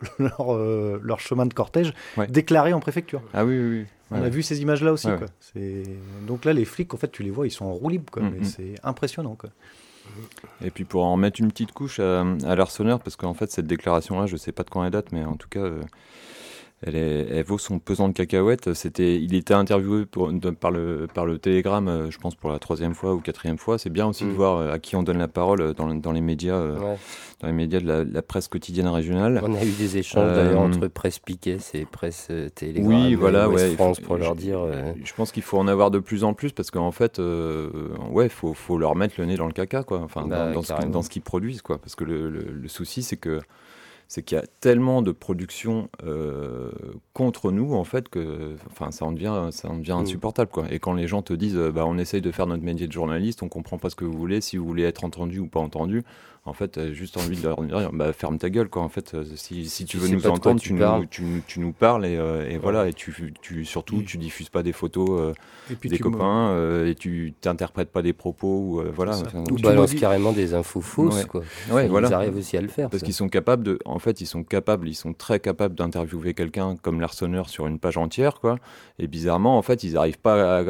leur chemin de cortège déclaré en préfecture. Ah oui. On a vu ces images-là aussi. Quoi. Donc là, les flics, en fait, tu les vois, ils sont en roue libre. Quoi, mais c'est impressionnant. Quoi. Et puis pour en mettre une petite couche à l'Arseneur, parce qu'en fait, cette déclaration-là, je ne sais pas de quand elle date, mais en tout cas... Elle vaut son pesant de cacahuètes. Il était interviewé par le Télégramme, je pense pour la 3e fois ou 4e fois. C'est bien aussi de voir à qui on donne la parole dans les médias, dans les médias de la presse quotidienne régionale. On a eu des échanges d'ailleurs entre presse Piquet et presse Télégramme, Ouest France pour leur dire. Je pense qu'il faut en avoir de plus en plus parce qu'en fait, faut leur mettre le nez dans le caca, quoi. Enfin, dans ce qu'ils produisent, quoi. Parce que le souci, c'est qu'il y a tellement de production contre nous, en fait, que ça en devient insupportable, quoi. Et quand les gens te disent on essaye de faire notre métier de journaliste, on comprend pas ce que vous voulez, si vous voulez être entendu ou pas entendu, en fait, t'as juste envie de leur dire ferme ta gueule, quoi. En fait, si tu veux nous entendre, tu nous parles et voilà. Et surtout, tu diffuses pas des photos des copains et tu t'interprètes pas des propos voilà. Ou balances carrément des infos fausses, quoi. Ils arrivent aussi à le faire. Parce qu'ils sont capables ils sont très capables d'interviewer quelqu'un comme l'Arseneur sur une page entière, quoi. Et bizarrement, en fait, ils arriveraient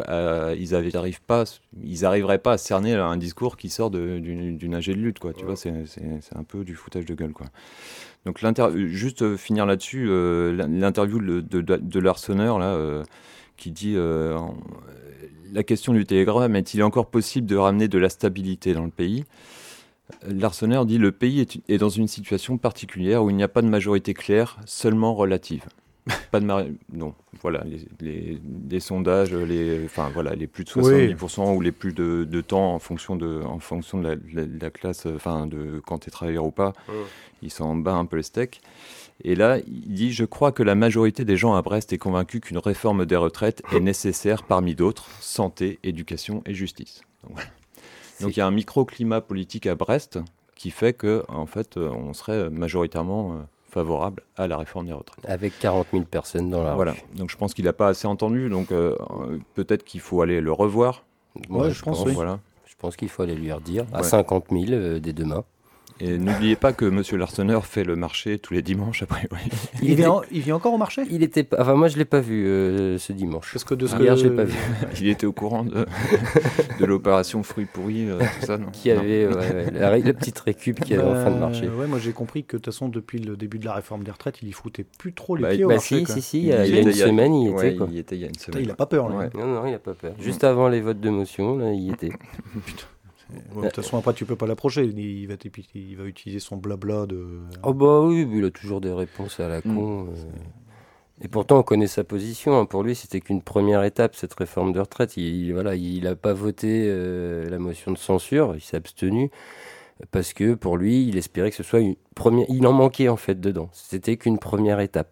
pas à cerner un discours qui sort d'une AG de lutte, quoi. Tu vois, c'est un peu du foutage de gueule, quoi. Donc juste finir là-dessus, l'interview de l'Arseneur là, qui dit la question du Télégramme, est-il encore possible de ramener de la stabilité dans le pays ? L'Arseneur dit le pays est dans une situation particulière où il n'y a pas de majorité claire, seulement relative. Pas de non, voilà, les sondages, les plus de 70% ou les plus de temps en fonction de la classe, de quand tu es travailleur ou pas, ils s'en battent un peu les steaks. Et là, il dit « Je crois que la majorité des gens à Brest est convaincue qu'une réforme des retraites est nécessaire parmi d'autres, santé, éducation et justice. » Donc il y a un microclimat politique à Brest qui fait que en fait, on serait majoritairement favorable à la réforme des retraites. Avec 40 000 personnes dans la rue. Donc je pense qu'il n'a pas assez entendu, donc peut-être qu'il faut aller le revoir. Moi, je pense, oui. Voilà. Je pense qu'il faut aller lui redire à 50 000 dès demain. Et n'oubliez pas que Monsieur Larseneur fait le marché tous les dimanches, a priori. Il vient encore au marché ? Moi, je ne l'ai pas vu ce dimanche. Parce que hier, je l'ai pas vu. Il était au courant de l'opération fruits pourris, tout ça, non ? Qui avait la petite récup qui avait en fin de marché. Moi, j'ai compris que de toute façon, depuis le début de la réforme des retraites, il y foutait plus trop les pieds au marché. Si, il y a une semaine, il était. Il y était il y a une semaine. Il n'a pas peur, là. Non, il n'a pas peur. Juste avant les votes de motion, là, il y était. Putain. De toute façon, après, tu peux pas l'approcher. Il va utiliser son blabla de. Oh bah oui, il a toujours des réponses à la con. Et pourtant, on connaît sa position. Pour lui, c'était qu'une première étape, cette réforme de retraite. Il n'a pas voté la motion de censure. Il s'est abstenu parce que pour lui, il espérait que ce soit une première. Il en manquait en fait dedans. C'était qu'une première étape.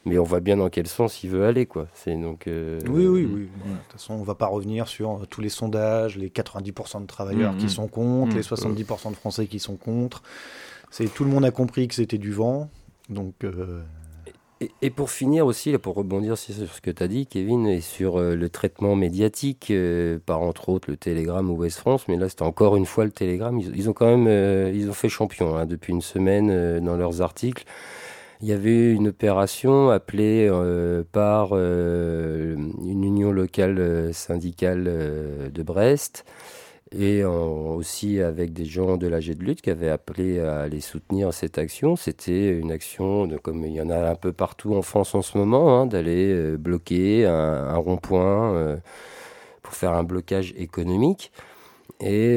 Mais on voit bien dans quel sens il veut aller, quoi. C'est donc. Oui. Bon, de toute façon, on ne va pas revenir sur tous les sondages, les 90% de travailleurs qui sont contre, les 70% de Français qui sont contre. Tout le monde a compris que c'était du vent. Donc. Et pour finir aussi, là, pour rebondir sur ce que tu as dit, Kevin, et sur le traitement médiatique par entre autres le Télégramme ou Ouest France, mais là c'était encore une fois le Télégramme, ils ont quand même ils ont fait champion hein, depuis une semaine dans leurs articles. Il y avait une opération appelée par une union locale syndicale de Brest, et aussi avec des gens de l'AG de lutte qui avaient appelé à aller soutenir cette action. C'était une action, comme il y en a un peu partout en France en ce moment, hein, d'aller bloquer un rond-point pour faire un blocage économique. Et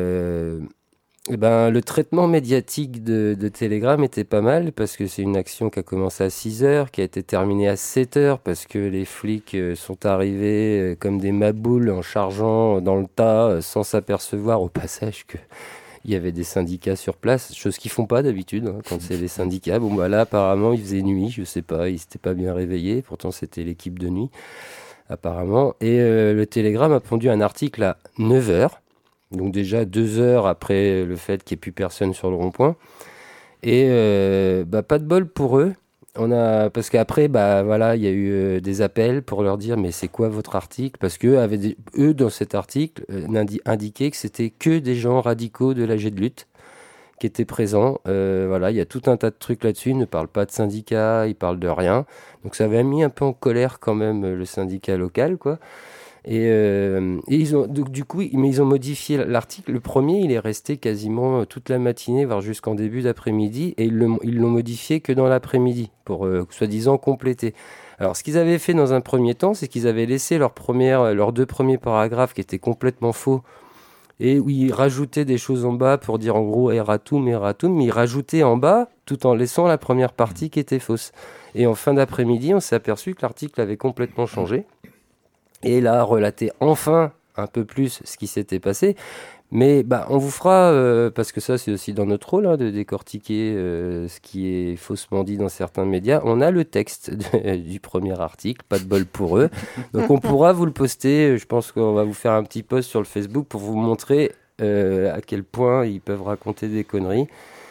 le traitement médiatique de Telegram était pas mal parce que c'est une action qui a commencé à 6h, qui a été terminée à 7h parce que les flics sont arrivés comme des maboules en chargeant dans le tas sans s'apercevoir au passage qu'il y avait des syndicats sur place, chose qu'ils font pas d'habitude hein, quand c'est les syndicats. Bon bah là apparemment il faisait nuit, je sais pas, ils s'étaient pas bien réveillés, pourtant c'était l'équipe de nuit apparemment. Et le Telegram a pondu un article à 9h. Donc déjà 2 heures après le fait qu'il n'y ait plus personne sur le rond-point. Et pas de bol pour eux. Parce qu'après, il y a eu des appels pour leur dire « Mais c'est quoi votre article ?» Parce eux, dans cet article, indiquaient que c'était que des gens radicaux de l'AG de lutte qui étaient présents. Il y a tout un tas de trucs là-dessus. Ils ne parlent pas de syndicats, ils ne parlent de rien. Donc ça avait mis un peu en colère quand même le syndicat local, quoi. Et ils ont modifié l'article. Le premier, il est resté quasiment toute la matinée, voire jusqu'en début d'après-midi, et ils l'ont modifié que dans l'après-midi pour soi-disant compléter. Alors, ce qu'ils avaient fait dans un premier temps, c'est qu'ils avaient laissé leurs 2 premiers paragraphes qui étaient complètement faux, et où ils rajoutaient des choses en bas pour dire en gros erratum, mais ils rajoutaient en bas tout en laissant la première partie qui était fausse. Et en fin d'après-midi, on s'est aperçu que l'article avait complètement changé. Et là, relater enfin un peu plus ce qui s'était passé. Mais on vous fera, parce que ça c'est aussi dans notre rôle, hein, de décortiquer ce qui est faussement dit dans certains médias. On a le texte du premier article, pas de bol pour eux. Donc on pourra vous le poster, je pense qu'on va vous faire un petit post sur le Facebook pour vous montrer à quel point ils peuvent raconter des conneries.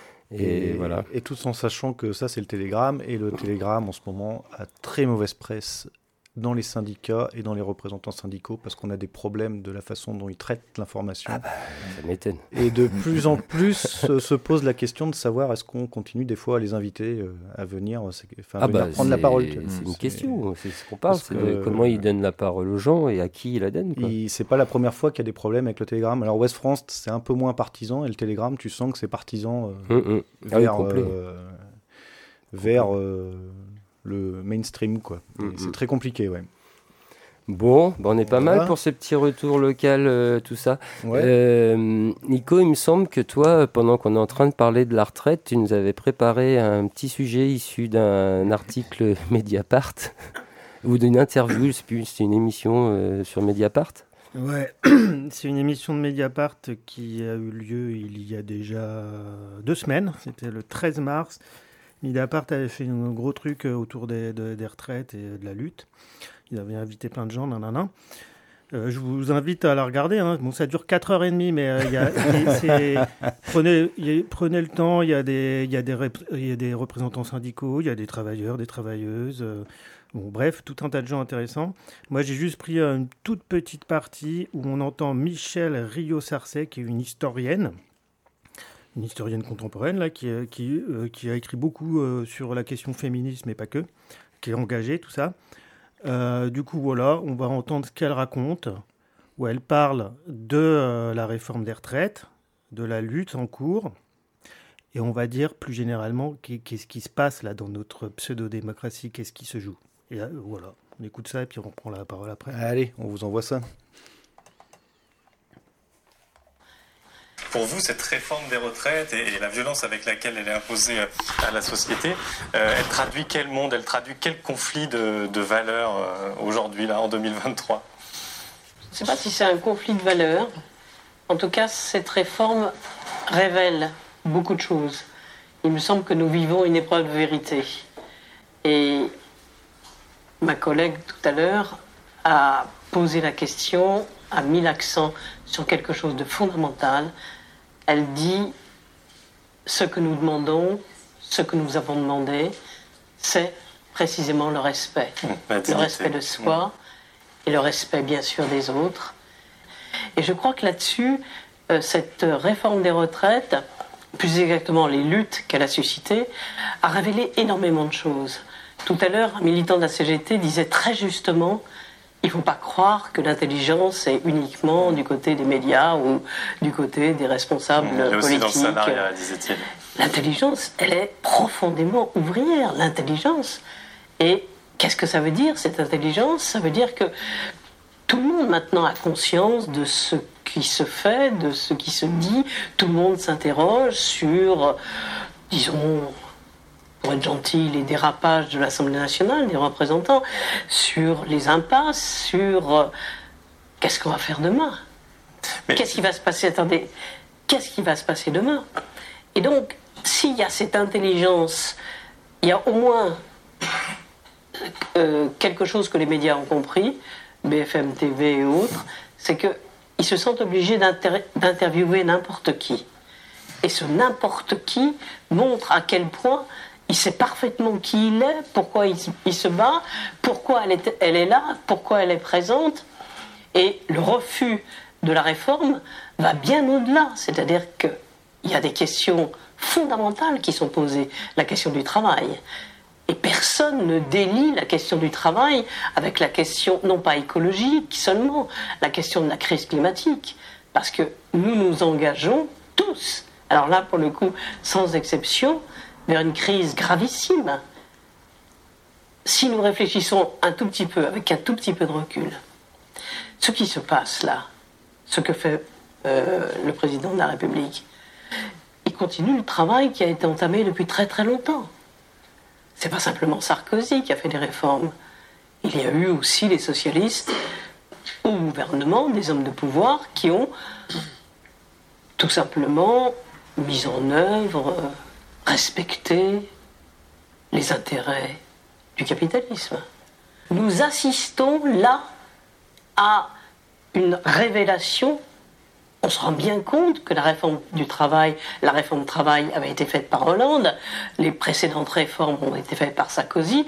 Et voilà. Et tout en sachant que ça c'est le Télégramme, et le Télégramme en ce moment a très mauvaise presse dans les syndicats et dans les représentants syndicaux parce qu'on a des problèmes de la façon dont ils traitent l'information. Ça m'étonne. Et de plus en plus se pose la question de savoir est-ce qu'on continue des fois à les inviter à venir, prendre la parole. C'est une question, c'est ce qu'on parle, comment ils donnent la parole aux gens et à qui ils la donnent. C'est pas la première fois qu'il y a des problèmes avec le Télégramme. Alors Ouest France, c'est un peu moins partisan, et le Télégramme, tu sens que c'est partisan vers le mainstream, quoi. C'est très compliqué, ouais. Bon, on est pas mal pour ces petits retours locaux, tout ça. Ouais. Nico, il me semble que toi, pendant qu'on est en train de parler de la retraite, tu nous avais préparé un petit sujet issu d'un article Mediapart ou d'une interview, je sais plus, c'est une émission sur Mediapart. Ouais, c'est une émission de Mediapart qui a eu lieu il y a déjà 2 semaines, c'était le 13 mars. Mediapart avait fait un gros truc autour des retraites et de la lutte. Ils avaient invité plein de gens, je vous invite à la regarder. Hein. Bon, ça dure 4h30, mais prenez le temps. Il y a des représentants syndicaux, il y a des travailleurs, des travailleuses. Bref, tout un tas de gens intéressants. Moi, j'ai juste pris une toute petite partie où on entend Michèle Rio-Sarcey, qui est une historienne contemporaine là, qui a écrit beaucoup sur la question féminisme et pas que, qui est engagée, tout ça. Du coup, voilà, on va entendre ce qu'elle raconte, où elle parle de la réforme des retraites, de la lutte en cours, et on va dire plus généralement qu'est-ce qui se passe là dans notre pseudo-démocratie, qu'est-ce qui se joue. Et voilà, on écoute ça et puis on reprend la parole après. Allez, on vous envoie ça. Pour vous, cette réforme des retraites et la violence avec laquelle elle est imposée à la société, elle traduit quel monde, elle traduit quel conflit de valeurs aujourd'hui, là, en 2023 ? Je ne sais pas si c'est un conflit de valeurs. En tout cas, cette réforme révèle beaucoup de choses. Il me semble que nous vivons une épreuve de vérité. Et ma collègue tout à l'heure a posé la question, a mis l'accent sur quelque chose de fondamental. Elle dit ce que nous demandons, ce que nous avons demandé, c'est précisément le respect. Le respect de soi et le respect bien sûr des autres. Et je crois que là-dessus, cette réforme des retraites, plus exactement les luttes qu'elle a suscitées, a révélé énormément de choses. Tout à l'heure, un militant de la CGT disait très justement: il ne faut pas croire que l'intelligence est uniquement du côté des médias ou du côté des responsables politiques. Aussi dans le salariat, disait-il. L'intelligence, elle est profondément ouvrière, l'intelligence. Et qu'est-ce que ça veut dire, cette intelligence? Ça veut dire que tout le monde maintenant a conscience de ce qui se fait, de ce qui se dit. Tout le monde s'interroge sur, disons, pour être gentil, les dérapages de l'Assemblée nationale, des représentants, sur les impasses, sur qu'est-ce qu'on va faire demain. Qu'est-ce qui va se passer? Attendez, qu'est-ce qui va se passer demain? Et donc, s'il y a cette intelligence, il y a au moins quelque chose que les médias ont compris, BFM TV et autres, c'est qu'ils se sentent obligés d'interviewer n'importe qui. Et ce n'importe qui montre à quel point il sait parfaitement qui il est, pourquoi il se bat, pourquoi elle est là, pourquoi elle est présente. Et le refus de la réforme va bien au-delà. C'est-à-dire qu'il y a des questions fondamentales qui sont posées. La question du travail. Et personne ne délie la question du travail avec la question, non pas écologique seulement, la question de la crise climatique. Parce que nous nous engageons tous, alors là pour le coup sans exception, vers une crise gravissime. Si nous réfléchissons un tout petit peu, avec un tout petit peu de recul, ce qui se passe là, ce que fait le président de la République, il continue le travail qui a été entamé depuis très très longtemps. C'est pas simplement Sarkozy qui a fait des réformes. Il y a eu aussi les socialistes au gouvernement, des hommes de pouvoir qui ont tout simplement mis en œuvre, respecté les intérêts du capitalisme. Nous assistons là à une révélation. On se rend bien compte que la réforme du travail avait été faite par Hollande, les précédentes réformes ont été faites par Sarkozy.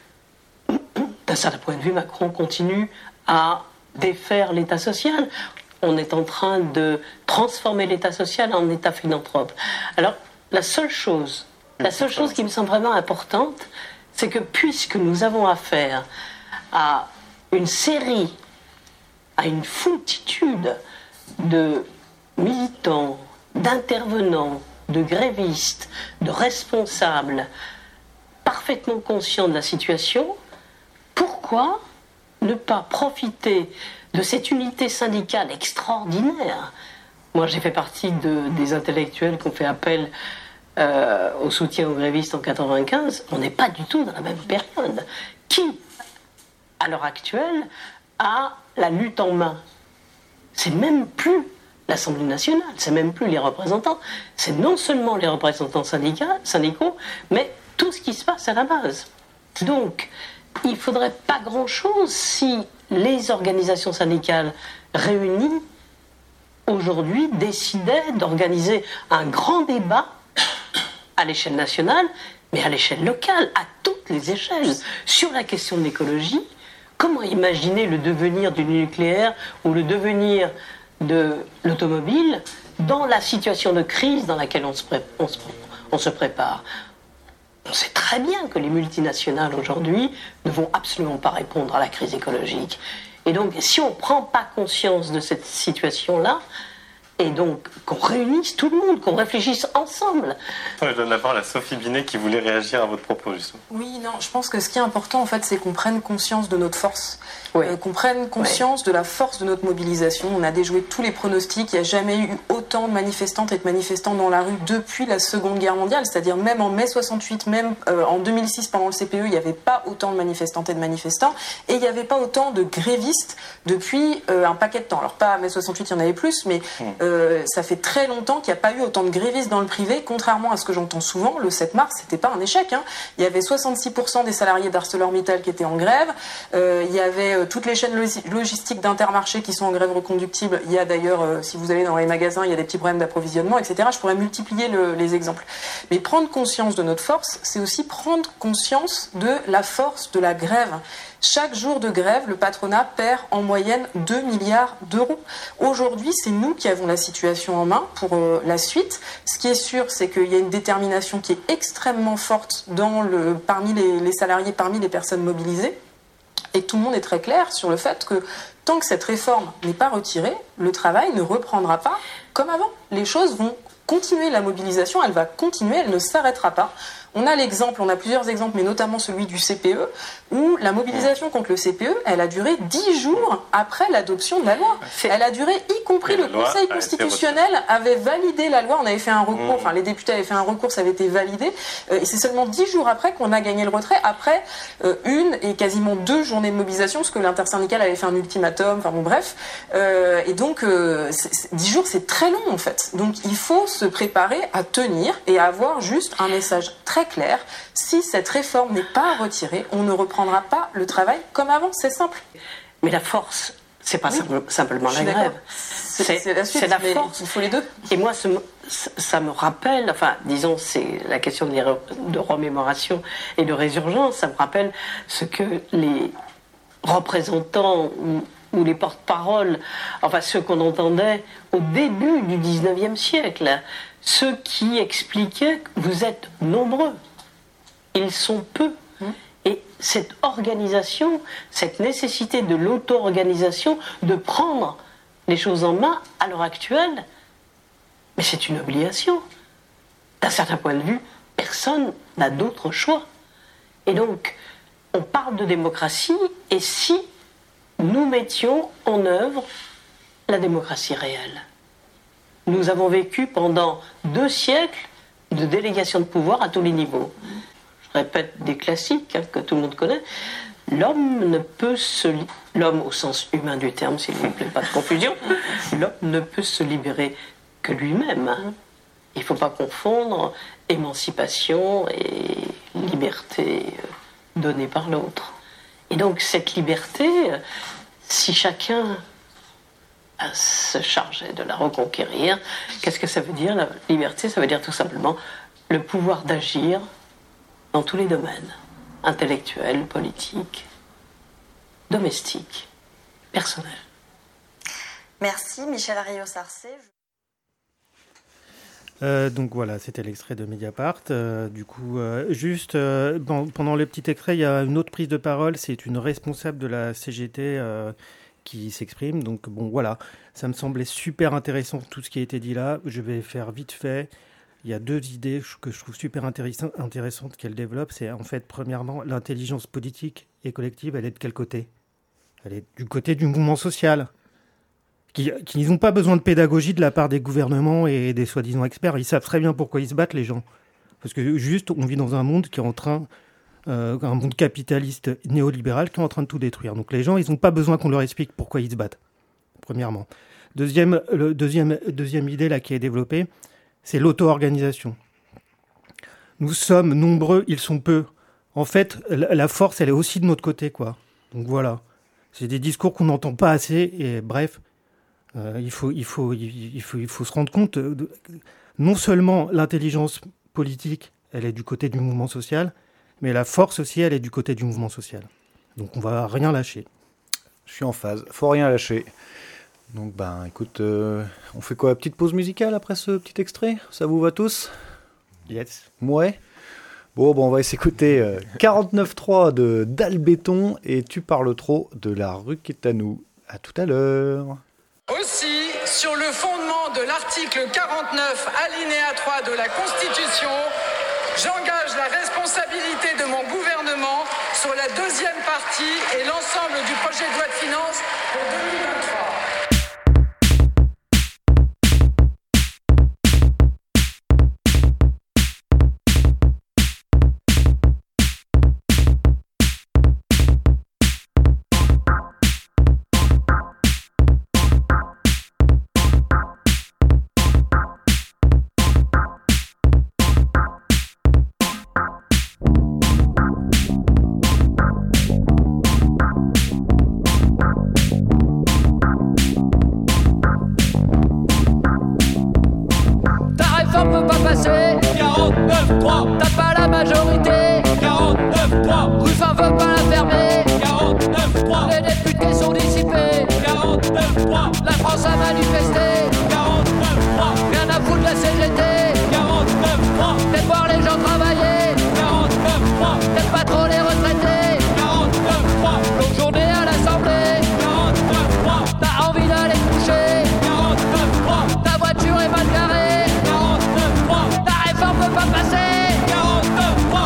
D'un certain point de vue, Macron continue à défaire l'État social. On est en train de transformer l'État social en État philanthrope. Alors, la seule chose qui me semble vraiment importante, c'est que puisque nous avons affaire à une série, à une foultitude de militants, d'intervenants, de grévistes, de responsables parfaitement conscients de la situation, pourquoi ne pas profiter de cette unité syndicale extraordinaire? Moi, j'ai fait partie des intellectuels qui ont fait appel au soutien aux grévistes en 1995. On n'est pas du tout dans la même période. Qui, à l'heure actuelle, a la lutte en main? C'est même plus l'Assemblée nationale, c'est même plus les représentants, c'est non seulement les représentants syndicaux, mais tout ce qui se passe à la base. Donc, il ne faudrait pas grand-chose si les organisations syndicales réunies, aujourd'hui, décidaient d'organiser un grand débat à l'échelle nationale, mais à l'échelle locale, à toutes les échelles, sur la question de l'écologie. Comment imaginer le devenir du nucléaire ou le devenir de l'automobile dans la situation de crise dans laquelle on se prépare? On sait très bien que les multinationales aujourd'hui ne vont absolument pas répondre à la crise écologique. Et donc, si on ne prend pas conscience de cette situation-là, et donc qu'on réunisse tout le monde, qu'on réfléchisse ensemble. Je donne la parole à Sophie Binet qui voulait réagir à votre propos, justement. Oui, non, je pense que ce qui est important, en fait, c'est qu'on prenne conscience de notre force, oui. Qu'on prenne conscience de la force de notre mobilisation. On a déjoué tous les pronostics, il n'y a jamais eu autant autant de manifestantes et de manifestants dans la rue depuis la Seconde Guerre mondiale, c'est-à-dire même en mai 68, même en 2006 pendant le CPE, il n'y avait pas autant de manifestantes et de manifestants, et il n'y avait pas autant de grévistes depuis un paquet de temps. Alors pas à mai 68, il y en avait plus, mais ça fait très longtemps qu'il n'y a pas eu autant de grévistes dans le privé, contrairement à ce que j'entends souvent. Le 7 mars, c'était pas un échec, hein. Il y avait 66% des salariés d'ArcelorMittal qui étaient en grève, il y avait toutes les chaînes logistiques d'Intermarché qui sont en grève reconductible. Il y a d'ailleurs, si vous allez dans les magasins, il y a des petits problèmes d'approvisionnement, etc. Je pourrais multiplier les exemples. Mais prendre conscience de notre force, c'est aussi prendre conscience de la force de la grève. Chaque jour de grève, le patronat perd en moyenne 2 milliards d'euros. Aujourd'hui, c'est nous qui avons la situation en main pour la suite. Ce qui est sûr, c'est qu'il y a une détermination qui est extrêmement forte parmi les salariés, parmi les personnes mobilisées. Et tout le monde est très clair sur le fait que tant que cette réforme n'est pas retirée, le travail ne reprendra pas comme avant. Les choses vont continuer, la mobilisation, elle va continuer, elle ne s'arrêtera pas. On a plusieurs exemples, mais notamment celui du CPE, où la mobilisation contre le CPE, elle a duré 10 jours après l'adoption de la loi. Elle a duré, y compris le Conseil constitutionnel avait validé la loi, on avait fait un recours, enfin les députés avaient fait un recours, ça avait été validé, et c'est seulement 10 jours après qu'on a gagné le retrait, après une et quasiment 2 journées de mobilisation, parce que l'intersyndicale avait fait un ultimatum, enfin bon bref, et donc 10 jours c'est très long en fait. Donc il faut se préparer à tenir et à avoir juste un message très clair. Si cette réforme n'est pas retirée, on ne reprendra pas le travail comme avant. C'est simple. Mais la force, c'est pas simplement la grève. C'est la force. Il faut les deux. Et moi, ça me rappelle, enfin, disons, c'est la question de remémoration et de résurgence. Ça me rappelle ce que les représentants ou les porte-paroles, enfin ceux qu'on entendait au début du 19e siècle, ceux qui expliquaient que vous êtes nombreux, ils sont peu. Et cette organisation, cette nécessité de l'auto-organisation, de prendre les choses en main à l'heure actuelle, mais c'est une obligation. D'un certain point de vue, personne n'a d'autre choix. Et donc, on parle de démocratie, et si nous mettions en œuvre la démocratie réelle. Nous avons vécu pendant 2 siècles de délégation de pouvoir à tous les niveaux. Je répète des classiques que tout le monde connaît. L'homme au sens humain du terme, s'il vous plaît, pas de confusion, l'homme ne peut se libérer que lui-même. Il ne faut pas confondre émancipation et liberté donnée par l'autre. Et donc cette liberté, si chacun se chargeait de la reconquérir, qu'est-ce que ça veut dire la liberté? Ça veut dire tout simplement le pouvoir d'agir dans tous les domaines, intellectuels, politiques, domestiques, personnels. Merci Michel Ariot-Sarcé. Donc voilà, c'était l'extrait de Mediapart. Juste pendant le petit extrait, il y a une autre prise de parole. C'est une responsable de la CGT qui s'exprime. Donc bon, voilà, ça me semblait super intéressant tout ce qui a été dit là. Je vais faire vite fait. Il y a 2 idées que je trouve super intéressantes qu'elle développe. C'est en fait, premièrement, l'intelligence politique et collective, elle est de quel côté? Elle est du côté du mouvement social. Qui n'ont pas besoin de pédagogie de la part des gouvernements et des soi-disant experts. Ils savent très bien pourquoi ils se battent, les gens. Parce que juste, on vit dans un monde qui est en train, un monde capitaliste néolibéral qui est en train de tout détruire. Donc les gens, ils n'ont pas besoin qu'on leur explique pourquoi ils se battent, premièrement. Deuxième idée là qui est développée, c'est l'auto-organisation. Nous sommes nombreux, ils sont peu. En fait, la force, elle est aussi de notre côté, quoi. Donc voilà. C'est des discours qu'on n'entend pas assez, et bref... Il faut se rendre compte, non seulement l'intelligence politique, elle est du côté du mouvement social, mais la force aussi, elle est du côté du mouvement social. Donc on va rien lâcher. Je suis en phase, faut rien lâcher. Donc écoute, on fait quoi, petite pause musicale après ce petit extrait? Ça vous va tous? Yes. Ouais. Bon, on va s'écouter 49.3 de Dalbéton et Tu parles trop de La rue qui est à nous. À tout à l'heure. Aussi, sur le fondement de l'article 49, alinéa 3 de la Constitution, j'engage la responsabilité de mon gouvernement sur la 2e partie et l'ensemble du projet de loi de finances pour 2023. T'aimes pas trop les retraités. 49.3. Longue journée à l'Assemblée. 49.3. T'as envie d'aller te coucher. 49.3. Ta voiture est mal garée. 49.3. Ta réforme peut pas passer. 49.3.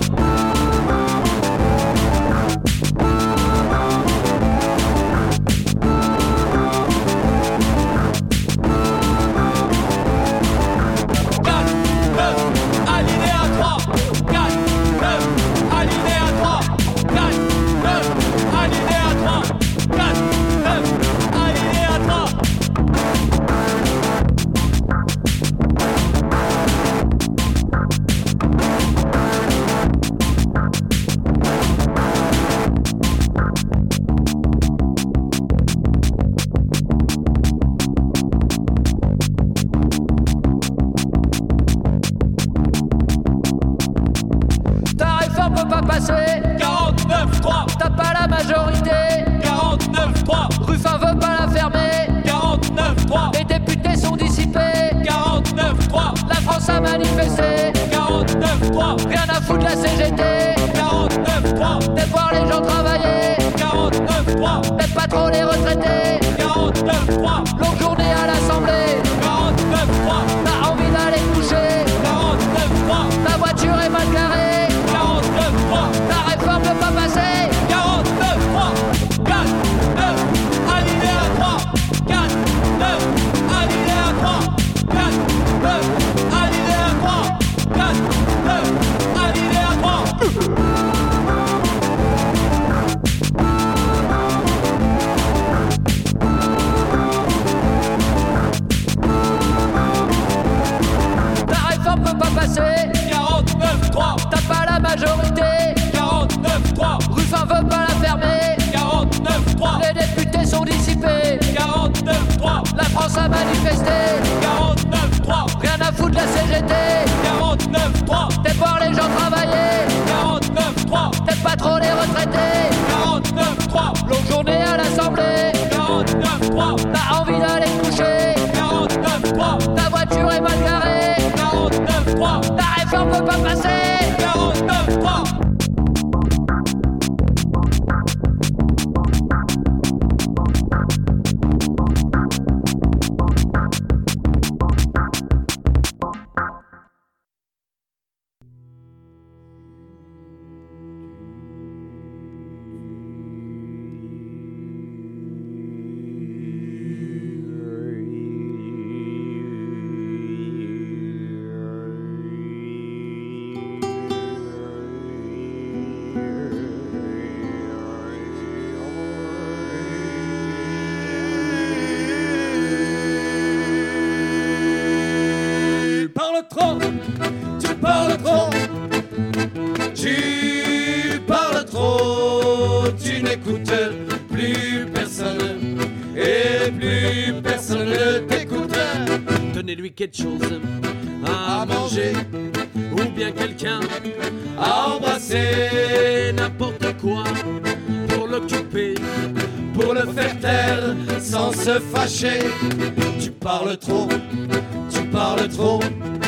Ta réforme peut pas passer. 49.3. T'as pas la majorité. 49.3. Ruffin veut pas la fermer. 49.3. Les députés sont dissipés. 49.3. La France a manifesté. 49.3. Rien à foutre de la CGT. 49.3. T'aimes voir les gens travailler. 49.3. T'aimes pas trop les retraités. 49.3. Longue journée à l'Assemblée. 49.3. T'as envie d'aller te coucher. 49.3. Ta voiture est mal garée. 49.3. Ta réforme peut pas passer. 49.3. 4, 9, alinéa 3. 4, 9, alinéa 3. 4, 9, alinéa 3. 4, 9, alinéa 3. Ta réforme peut pas passer. 49.3. T'as pas la majorité. 49.3. Ruffin veut pas la fermer. 49.3. Les députés sont dissipés. 49.3. La France a manifesté. 49.3. Rien à foutre de la CGT. 49.3. T'aimes voir les gens travailler. 49.3. T'aimes pas trop les retraités. 49.3. Longue journée à l'Assemblée. 49.3. T'as envie d'aller te coucher. 49.3. Ta voiture est mal garée. 49.3. Ta réforme peut pas passer. 49.3. Tu parles trop, tu parles trop, tu n'écoutes plus personne et plus personne ne t'écoute. Donnez-lui quelque chose à manger ou bien quelqu'un à embrasser, n'importe quoi pour l'occuper, pour le faire taire sans se fâcher. Tu parles trop, tu parles trop.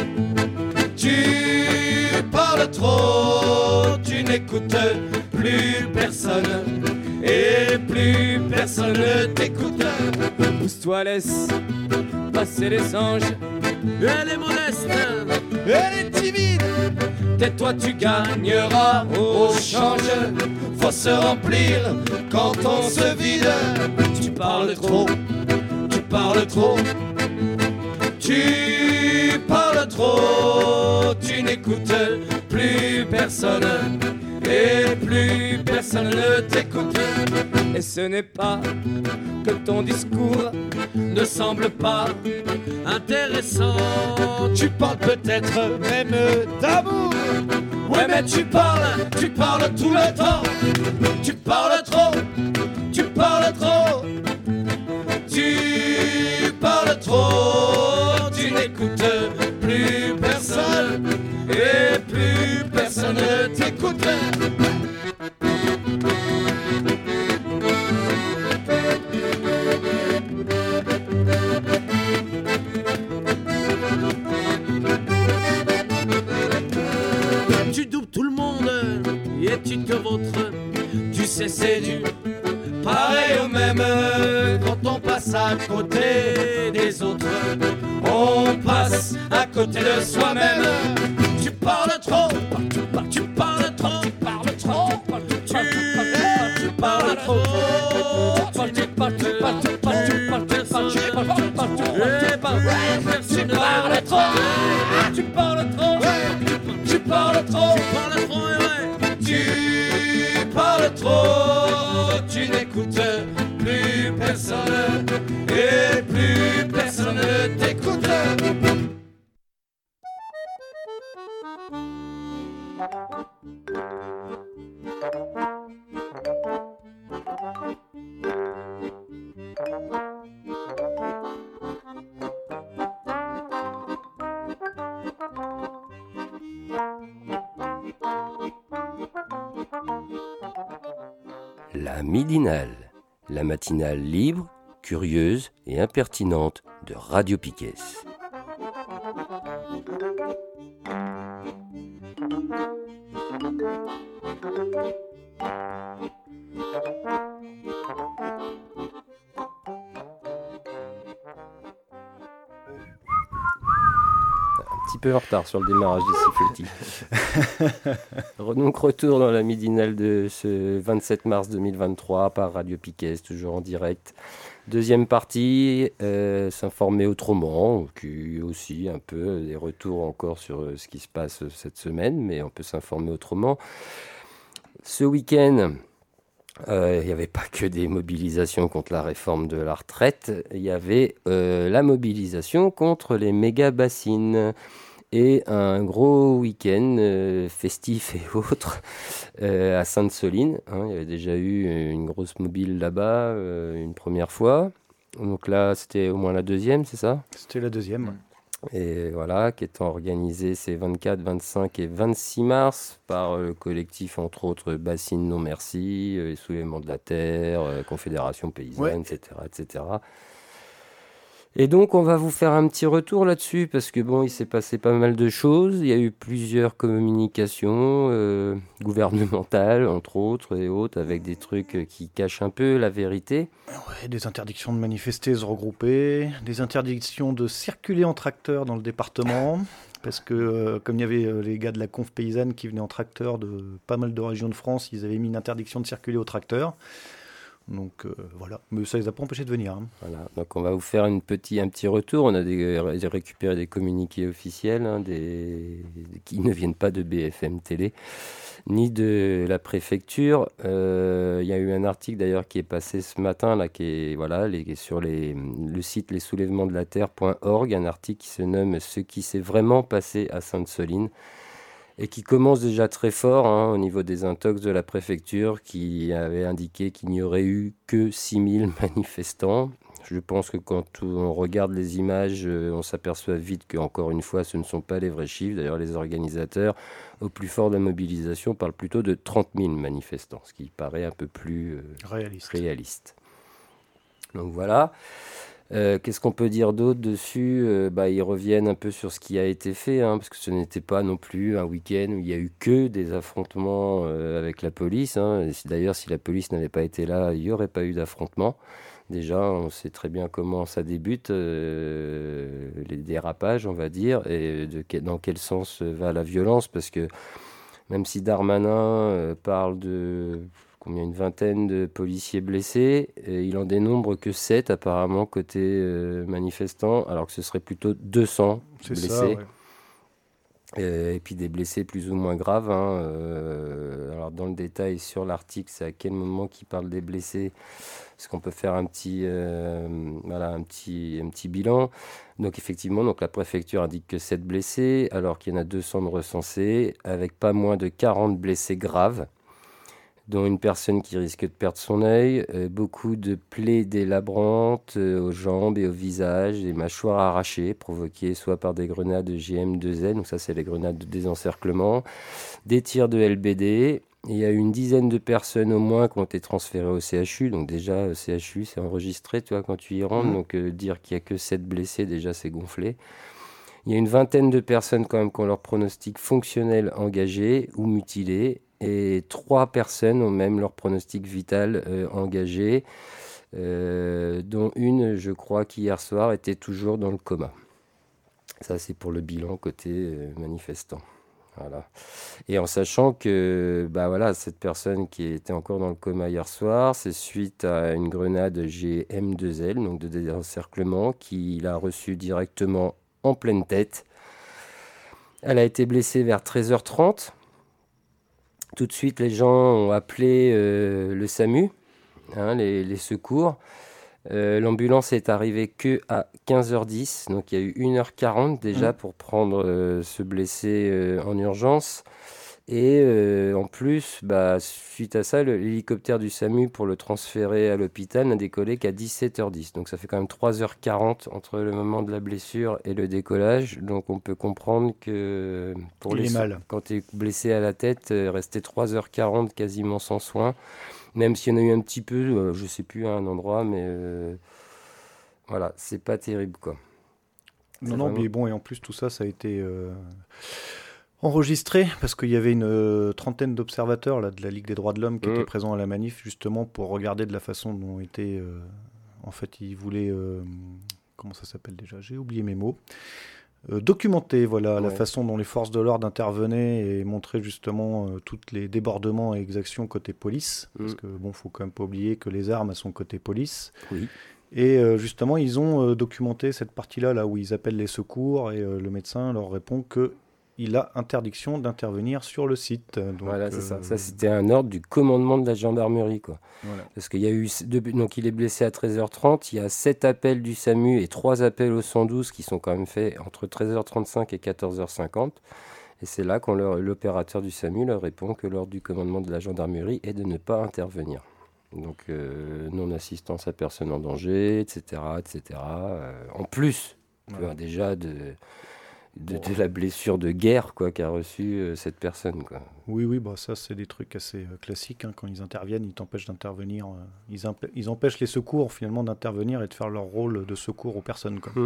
Tu parles trop, tu n'écoutes plus personne et plus personne ne t'écoute. Pousse-toi, laisse passer les anges. Elle est modeste, elle est timide. Tais-toi, tu gagneras au change. Faut se remplir quand on se vide. Tu parles trop, tu parles trop. Tu parles trop, tu n'écoutes plus personne et plus personne ne t'écoute. Et ce n'est pas que ton discours ne semble pas intéressant. Tu parles peut-être même d'amour. Ouais, mais tu parles tout le temps. Tu parles trop, tu parles trop. Tu parles trop, tu n'écoutes plus personne et plus personne ne t'écoute. Tu doubles tout le monde et et tu te vautres. Tu sais, c'est du pareil au même. Quand on passe à côté des autres, on passe à côté de soi-même. Tu parles trop, tu parles trop, tu parles trop, tu parles trop, tu parles trop, tu n'écoutes plus personne et plus personne ne t'écoute. La midinale, la matinale libre, curieuse et impertinente de Radio Piquet. Un petit peu en retard sur le démarrage des siffletis. Donc retour dans la midinale de ce 27 mars 2023 par Radio Piquet, toujours en direct. Deuxième partie, s'informer autrement, qui aussi un peu des retours encore sur ce qui se passe cette semaine, mais on peut s'informer autrement. Ce week-end, il n'y avait pas que des mobilisations contre la réforme de la retraite, il y avait la mobilisation contre les méga-bassines et un gros week-end festif et autres à Sainte-Soline. Il y avait déjà eu une grosse mobile là-bas une première fois. Donc là, c'était au moins la deuxième, c'est ça ? C'était la deuxième. Et voilà, qui est organisée ces 24, 25 et 26 mars par le collectif, entre autres, Bassines Non Merci, les Soulèvements de la Terre, Confédération Paysanne, etc., etc. Et donc, on va vous faire un petit retour là-dessus, parce que bon, il s'est passé pas mal de choses. Il y a eu plusieurs communications gouvernementales, entre autres, et autres, avec des trucs qui cachent un peu la vérité. Ouais, des interdictions de manifester, se regrouper, des interdictions de circuler en tracteur dans le département, parce que comme il y avait les gars de la Conf Paysanne qui venaient en tracteur de pas mal de régions de France, ils avaient mis une interdiction de circuler au tracteur. Donc voilà, mais ça les a pas empêchés de venir. Voilà, donc on va vous faire un petit retour. On a récupéré des communiqués officiels qui ne viennent pas de BFM Télé ni de la préfecture. Il y a eu un article d'ailleurs qui est passé ce matin là, qui est sur le site lessoulèvementsdelaterre.org, un article qui se nomme « Ce qui s'est vraiment passé à Sainte-Soline ». Et qui commence déjà très fort au niveau des intox de la préfecture, qui avait indiqué qu'il n'y aurait eu que 6000 manifestants. Je pense que quand on regarde les images, on s'aperçoit vite qu'encore une fois, ce ne sont pas les vrais chiffres. D'ailleurs, les organisateurs, au plus fort de la mobilisation, parlent plutôt de 30 000 manifestants, ce qui paraît un peu plus réaliste. Donc voilà. Qu'est-ce qu'on peut dire d'autre dessus ? Ils reviennent un peu sur ce qui a été fait, parce que ce n'était pas non plus un week-end où il n'y a eu que des affrontements avec la police. D'ailleurs, si la police n'avait pas été là, il n'y aurait pas eu d'affrontement. Déjà, on sait très bien comment ça débute, les dérapages, on va dire, et dans quel sens va la violence, parce que même si Darmanin parle de... une vingtaine de policiers blessés, et il en dénombre que 7 apparemment côté manifestants, alors que ce serait plutôt 200 blessés. Ça, ouais. Et puis des blessés plus ou moins graves. Alors dans le détail sur l'article, c'est à quel moment qu'il parle des blessés, parce qu'on peut faire un petit bilan. Donc effectivement, la préfecture indique que 7 blessés, alors qu'il y en a 200 de recensés, avec pas moins de 40 blessés graves, dont une personne qui risque de perdre son œil, beaucoup de plaies délabrantes aux jambes et au visage, des mâchoires arrachées, provoquées soit par des grenades GM2N, donc ça c'est les grenades de désencerclement, des tirs de LBD. Il y a eu une dizaine de personnes au moins qui ont été transférées au CHU, donc déjà CHU c'est enregistré, tu vois, quand tu y rentres, donc dire qu'il n'y a que 7 blessés, déjà c'est gonflé. Il y a une vingtaine de personnes quand même qui ont leur pronostic fonctionnel engagé ou mutilé, Et 3 personnes ont même leur pronostic vital engagé, dont une, je crois, qui hier soir était toujours dans le coma. Ça, c'est pour le bilan côté manifestant. Voilà. Et en sachant que cette personne qui était encore dans le coma hier soir, c'est suite à une grenade GM2L, donc de désencerclement, qu'il a reçue directement en pleine tête. Elle a été blessée vers 13h30. Tout de suite, les gens ont appelé le SAMU, les secours. L'ambulance est arrivée qu'à 15h10, donc il y a eu 1h40 déjà pour prendre ce blessé en urgence. Et en plus, suite à ça, l'hélicoptère du SAMU pour le transférer à l'hôpital n'a décollé qu'à 17h10. Donc ça fait quand même 3h40 entre le moment de la blessure et le décollage. Donc on peut comprendre que quand tu es blessé à la tête, rester 3h40 quasiment sans soin. Même s'il y en a eu un petit peu, je ne sais plus à un endroit, mais voilà, c'est pas terrible, quoi. Non, mais bon, et en plus, tout ça, ça a été enregistré, parce qu'il y avait une trentaine d'observateurs là, de la Ligue des droits de l'homme qui étaient présents à la manif, justement, pour regarder de la façon dont était... en fait, ils voulaient... comment ça s'appelle déjà ? J'ai oublié mes mots. Documenter la façon dont les forces de l'ordre intervenaient et montrer justement tous les débordements et exactions côté police, parce que faut quand même pas oublier que les armes sont côté police. Oui. Et justement, ils ont documenté cette partie-là, là où ils appellent les secours, et le médecin leur répond qu'il a interdiction d'intervenir sur le site. Donc, voilà, c'est ça. Ça, c'était un ordre du commandement de la gendarmerie, quoi. Voilà. Parce qu'il y a eu... Donc, il est blessé à 13h30. Il y a 7 appels du SAMU et 3 appels au 112 qui sont quand même faits entre 13h35 et 14h50. Et c'est là quand l'opérateur du SAMU leur répond que l'ordre du commandement de la gendarmerie est de ne pas intervenir. Donc, non-assistance à personne en danger, etc. etc. En plus, déjà de la blessure de guerre qu'a reçue cette personne. Quoi. Oui, ça c'est des trucs assez classiques. Quand ils interviennent, ils t'empêchent d'intervenir. Ils empêchent les secours finalement d'intervenir et de faire leur rôle de secours aux personnes. Quoi.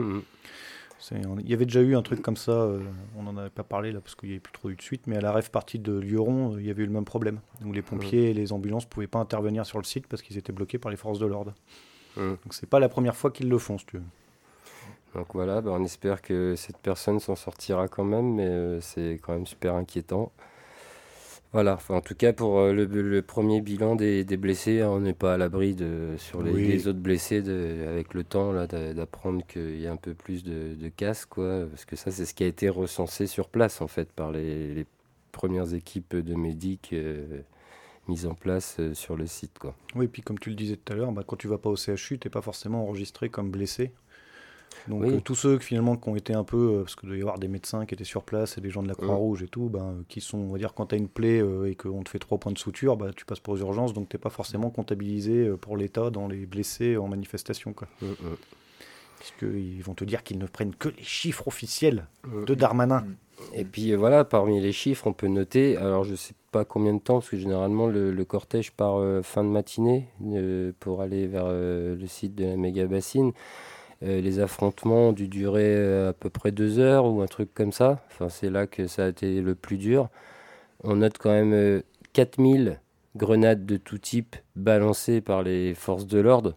Il y avait déjà eu un truc comme ça, on n'en avait pas parlé là parce qu'il n'y avait plus trop eu de suite, mais à la rêve partie de Lioron, il y avait eu le même problème, où les pompiers et les ambulances ne pouvaient pas intervenir sur le site parce qu'ils étaient bloqués par les forces de l'ordre. Donc c'est pas la première fois qu'ils le font, si tu veux. Donc voilà, on espère que cette personne s'en sortira quand même, mais c'est quand même super inquiétant. Voilà, en tout cas pour le premier bilan des blessés, on n'est pas à l'abri sur les autres blessés avec le temps là, d'apprendre qu'il y a un peu plus de casse, quoi, parce que ça c'est ce qui a été recensé sur place en fait par les premières équipes de médics mises en place sur le site, quoi. Oui, et puis comme tu le disais tout à l'heure, quand tu vas pas au CHU, tu n'es pas forcément enregistré comme blessé. Donc tous ceux qui ont été un peu, parce qu'il doit y avoir des médecins qui étaient sur place et des gens de la Croix-Rouge et tout, qui sont, on va dire, quand tu as une plaie et qu'on te fait 3 points de suture, tu passes pour les urgences, donc tu n'es pas forcément comptabilisé pour l'État dans les blessés en manifestation. Puisqu'ils vont te dire qu'ils ne prennent que les chiffres officiels de Darmanin. Et puis voilà, parmi les chiffres, on peut noter, alors je ne sais pas combien de temps, parce que généralement le cortège part fin de matinée pour aller vers le site de la méga bassine. Les affrontements ont dû durer à peu près 2 heures ou un truc comme ça. Enfin, c'est là que ça a été le plus dur. On note quand même 4000 grenades de tout type balancées par les forces de l'ordre.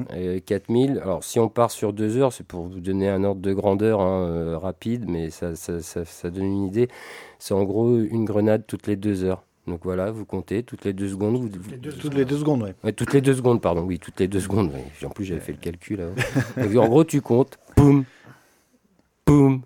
4000. Alors, si on part sur 2 heures, c'est pour vous donner un ordre de grandeur rapide, mais ça donne une idée. C'est en gros une grenade toutes les 2 heures. Donc voilà, vous comptez toutes les 2 secondes. Toutes les 2 secondes, oui. Ouais, toutes les 2 secondes, pardon. Oui, toutes les 2 secondes. Ouais. En plus, j'avais fait le calcul. Là. Donc, en gros, tu comptes. Boum, boum,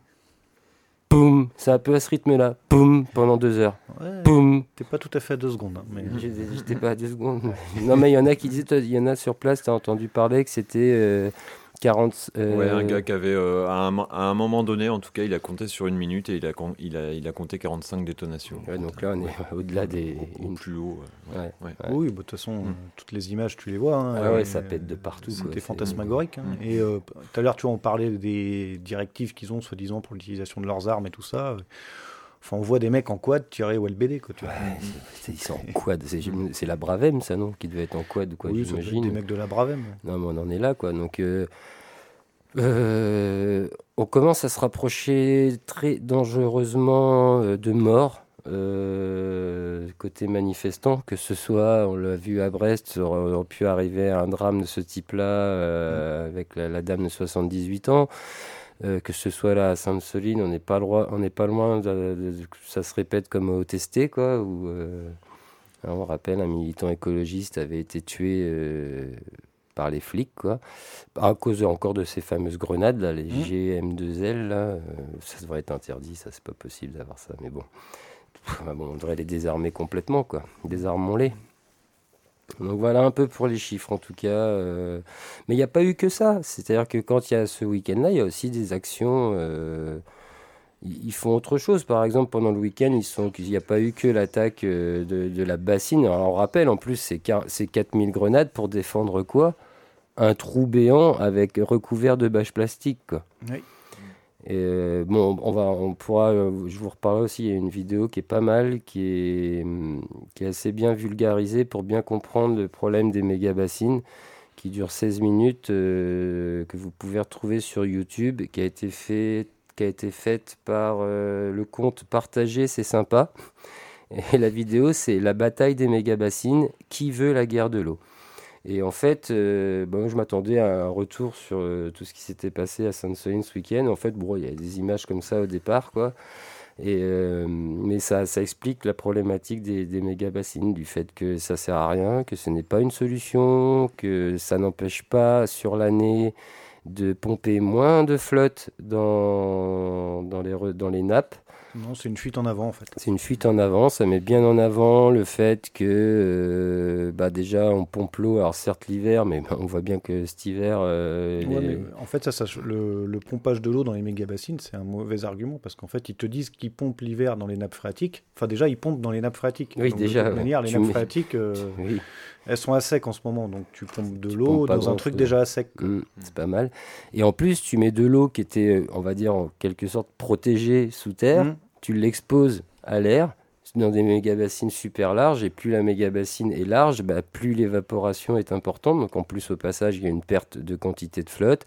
boum. C'est un peu à ce rythme-là. Boum, pendant 2 heures. Ouais, boum. T'es pas tout à fait à 2 secondes. Mais... J'étais pas à 2 secondes. Non, mais il y en a qui disaient, il y en a sur place, tu as entendu parler que c'était 40... un gars qui avait, à un moment donné, en tout cas, il a compté sur 1 minute et il a compté 45 détonations. Ouais, donc là, on est au-delà des... plus haut. Oui, de toute façon, toutes les images, tu les vois. Ça pète de partout. C'était fantasmagorique. Et tout à l'heure, tu vois, on parlait des directives qu'ils ont, soi-disant, pour l'utilisation de leurs armes et tout ça. Enfin, on voit des mecs en quad tirer au LBD, quoi. Tu vois. Ils sont en quad. C'est la Bravem, ça, non, qui devait être en quad, quoi, oui, j'imagine. Des mecs de la Bravem. Non, mais on en est là, quoi. Donc, on commence à se rapprocher très dangereusement de mort. côté manifestant, que ce soit, on l'a vu à Brest, ça aurait pu arriver à un drame de ce type-là avec la dame de 78 ans. Que ce soit là à Sainte-Soline, on n'est pas loin que ça se répète comme au Testé, quoi, où on rappelle un militant écologiste avait été tué par les flics, quoi, à cause encore de ces fameuses grenades, là, les GM2L, là, ça devrait être interdit, ça c'est pas possible d'avoir ça, mais bon, on devrait les désarmer complètement, quoi, désarmons-les. Donc voilà un peu pour les chiffres en tout cas. Mais il n'y a pas eu que ça. C'est-à-dire que quand il y a ce week-end-là, il y a aussi des actions. Ils font autre chose. Par exemple, pendant le week-end, il n'y a pas eu que l'attaque de la bassine. Alors, on rappelle, en plus, c'est 4000 grenades pour défendre quoi ? Un trou béant avec recouvert de bâches plastiques, quoi. Oui. Et bon, je vous reparlerai aussi, il y a une vidéo qui est pas mal, qui est assez bien vulgarisée pour bien comprendre le problème des méga-bassines, qui dure 16 minutes, que vous pouvez retrouver sur YouTube, qui a été faite par le compte Partager, c'est sympa. Et la vidéo, c'est la bataille des méga-bassines, qui veut la guerre de l'eau. Et en fait, je m'attendais à un retour sur tout ce qui s'était passé à Sainte-Soline ce week-end. En fait, il y a des images comme ça au départ, quoi. Mais ça explique la problématique des méga-bassines, du fait que ça ne sert à rien, que ce n'est pas une solution, que ça n'empêche pas sur l'année de pomper moins de flotte dans les nappes. Non, c'est une fuite en avant en fait. C'est une fuite en avant, ça met bien en avant le fait que déjà on pompe l'eau, alors certes l'hiver, mais on voit bien que cet hiver... En fait, le pompage de l'eau dans les méga-bassines, c'est un mauvais argument, parce qu'en fait, ils te disent qu'ils pompent l'hiver dans les nappes phréatiques. Enfin déjà, ils pompent dans les nappes phréatiques. Oui, donc, déjà. De toute manière, les nappes phréatiques, oui. Elles sont à sec en ce moment, donc tu pompes de l'eau dans un truc déjà à sec. C'est pas mal. Et en plus, tu mets de l'eau qui était, on va dire, en quelque sorte protégée sous terre, tu l'exposes à l'air dans des méga-bassines super larges, et plus la méga-bassine est large, plus l'évaporation est importante. Donc en plus, au passage, il y a une perte de quantité de flotte.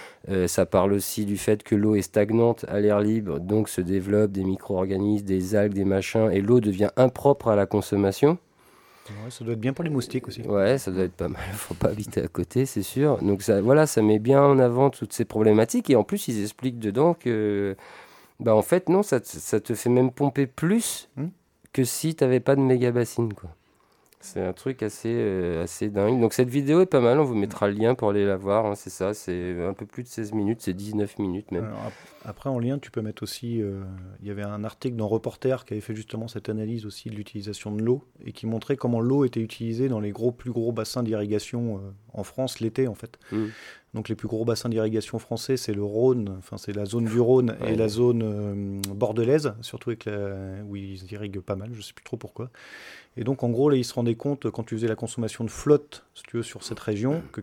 Ça parle aussi du fait que l'eau est stagnante à l'air libre, donc se développent des micro-organismes, des algues, des machins, et l'eau devient impropre à la consommation. Ouais, ça doit être bien pour les moustiques aussi. Ouais, ça doit être pas mal. Il ne faut pas habiter à côté, c'est sûr. Donc ça met bien en avant toutes ces problématiques. Et en plus, ils expliquent dedans que, en fait, non, ça te fait même pomper plus que si tu n'avais pas de méga bassine, quoi. C'est un truc assez dingue. Donc cette vidéo est pas mal, on vous mettra le lien pour aller la voir, hein, c'est ça, c'est un peu plus de 16 minutes, c'est 19 minutes même. Alors, après en lien, tu peux mettre aussi, il y avait un article dans Reporter qui avait fait justement cette analyse aussi de l'utilisation de l'eau, et qui montrait comment l'eau était utilisée dans les plus gros bassins d'irrigation en France l'été en fait. Donc les plus gros bassins d'irrigation français, c'est le Rhône, enfin c'est la zone du Rhône et la zone bordelaise, surtout où ils irriguent pas mal, je sais plus trop pourquoi. Et donc en gros là ils se rendaient compte, quand tu faisais la consommation de flotte, si tu veux, sur cette région, que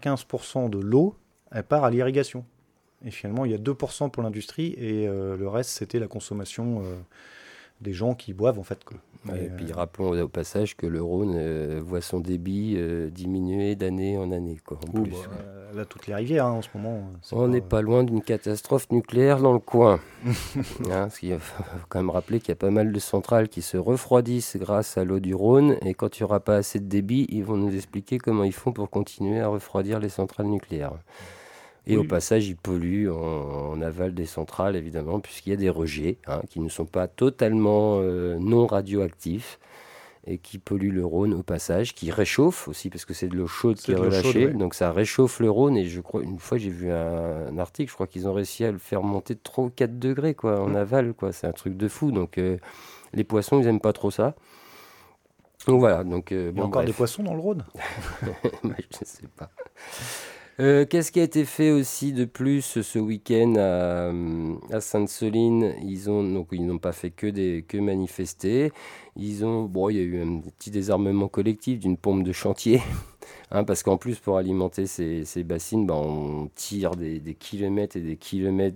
95% de l'eau elle part à l'irrigation. Et finalement il y a 2% pour l'industrie, et le reste c'était la consommation des gens qui boivent en fait, quoi. Et puis rappelons au passage que le Rhône voit son débit diminuer d'année en année, quoi. Là, toutes les rivières en ce moment. On n'est pas loin d'une catastrophe nucléaire dans le coin. Parce qu'il faut quand même rappeler qu'il y a pas mal de centrales qui se refroidissent grâce à l'eau du Rhône, et quand il n'y aura pas assez de débit, ils vont nous expliquer comment ils font pour continuer à refroidir les centrales nucléaires. Et au passage, ils polluent en aval des centrales, évidemment, puisqu'il y a des rejets qui ne sont pas totalement non radioactifs, et qui polluent le Rhône au passage, qui réchauffent aussi, parce que c'est de l'eau chaude qui est relâchée, donc ça réchauffe le Rhône. Et je crois, une fois, j'ai vu un article, je crois qu'ils ont réussi à le faire monter de 3 ou 4 degrés en aval, quoi. C'est un truc de fou. Donc les poissons, ils n'aiment pas trop ça. Donc voilà. Donc, il y a encore des poissons dans le Rhône? Je ne sais pas. Qu'est-ce qui a été fait aussi de plus ce week-end à Sainte-Soline? Ils n'ont pas fait que manifester. Il y a eu un petit désarmement collectif d'une pompe de chantier, parce qu'en plus pour alimenter ces bassines, on tire des kilomètres et des kilomètres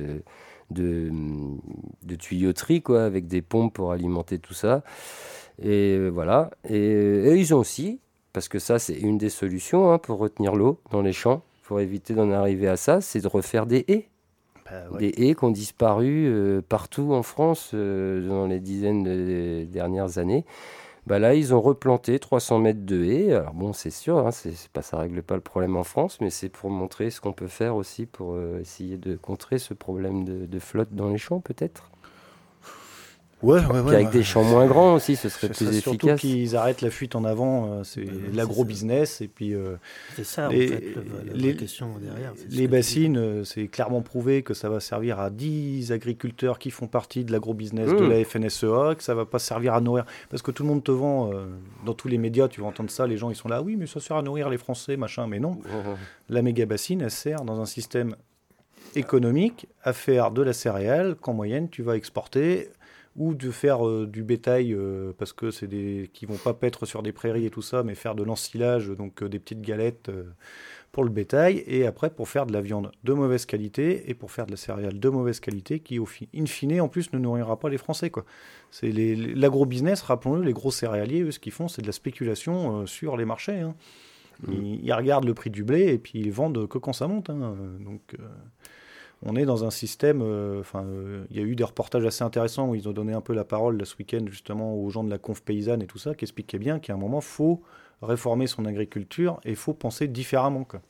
de tuyauterie, quoi, avec des pompes pour alimenter tout ça. Et voilà. Et ils ont aussi, parce que ça, c'est une des solutions pour retenir l'eau dans les champs, pour éviter d'en arriver à ça, c'est de refaire des haies. Des haies qui ont disparu partout en France dans les dizaines de dernières années. Là, ils ont replanté 300 mètres de haies. Alors bon, c'est sûr, hein, ça ne règle pas le problème en France, mais c'est pour montrer ce qu'on peut faire aussi pour essayer de contrer ce problème de flotte dans les champs, peut-être. Ouais. Avec des champs moins grands aussi, ce serait plus efficace. Surtout qu'ils arrêtent la fuite en avant, c'est l'agro-business. Et puis, c'est ça, en fait, la question derrière. Les bassines, c'est clairement prouvé que ça va servir à 10 agriculteurs qui font partie de l'agro-business de la FNSEA, que ça ne va pas servir à nourrir. Parce que tout le monde te vend, dans tous les médias, tu vas entendre ça, les gens ils sont là, oui, mais ça sert à nourrir les Français, machin. Mais non, la méga-bassine, elle sert dans un système économique à faire de la céréale qu'en moyenne, tu vas exporter ou de faire du bétail, parce que c'est qui vont pas paître sur des prairies et tout ça, mais faire de l'ensilage, donc des petites galettes pour le bétail, et après pour faire de la viande de mauvaise qualité, et pour faire de la céréale de mauvaise qualité, qui in fine, en plus, ne nourrira pas les Français, quoi. C'est l'agro-business, rappelons-le, les gros céréaliers, eux, ce qu'ils font, c'est de la spéculation sur les marchés, hein. Ils regardent le prix du blé, et puis ils vendent que quand ça monte, hein. Donc... on est dans un système, il y a eu des reportages assez intéressants où ils ont donné un peu la parole là, ce week-end justement aux gens de la conf paysanne et tout ça, qui expliquaient bien qu'à un moment, il faut réformer son agriculture et il faut penser différemment, quoi.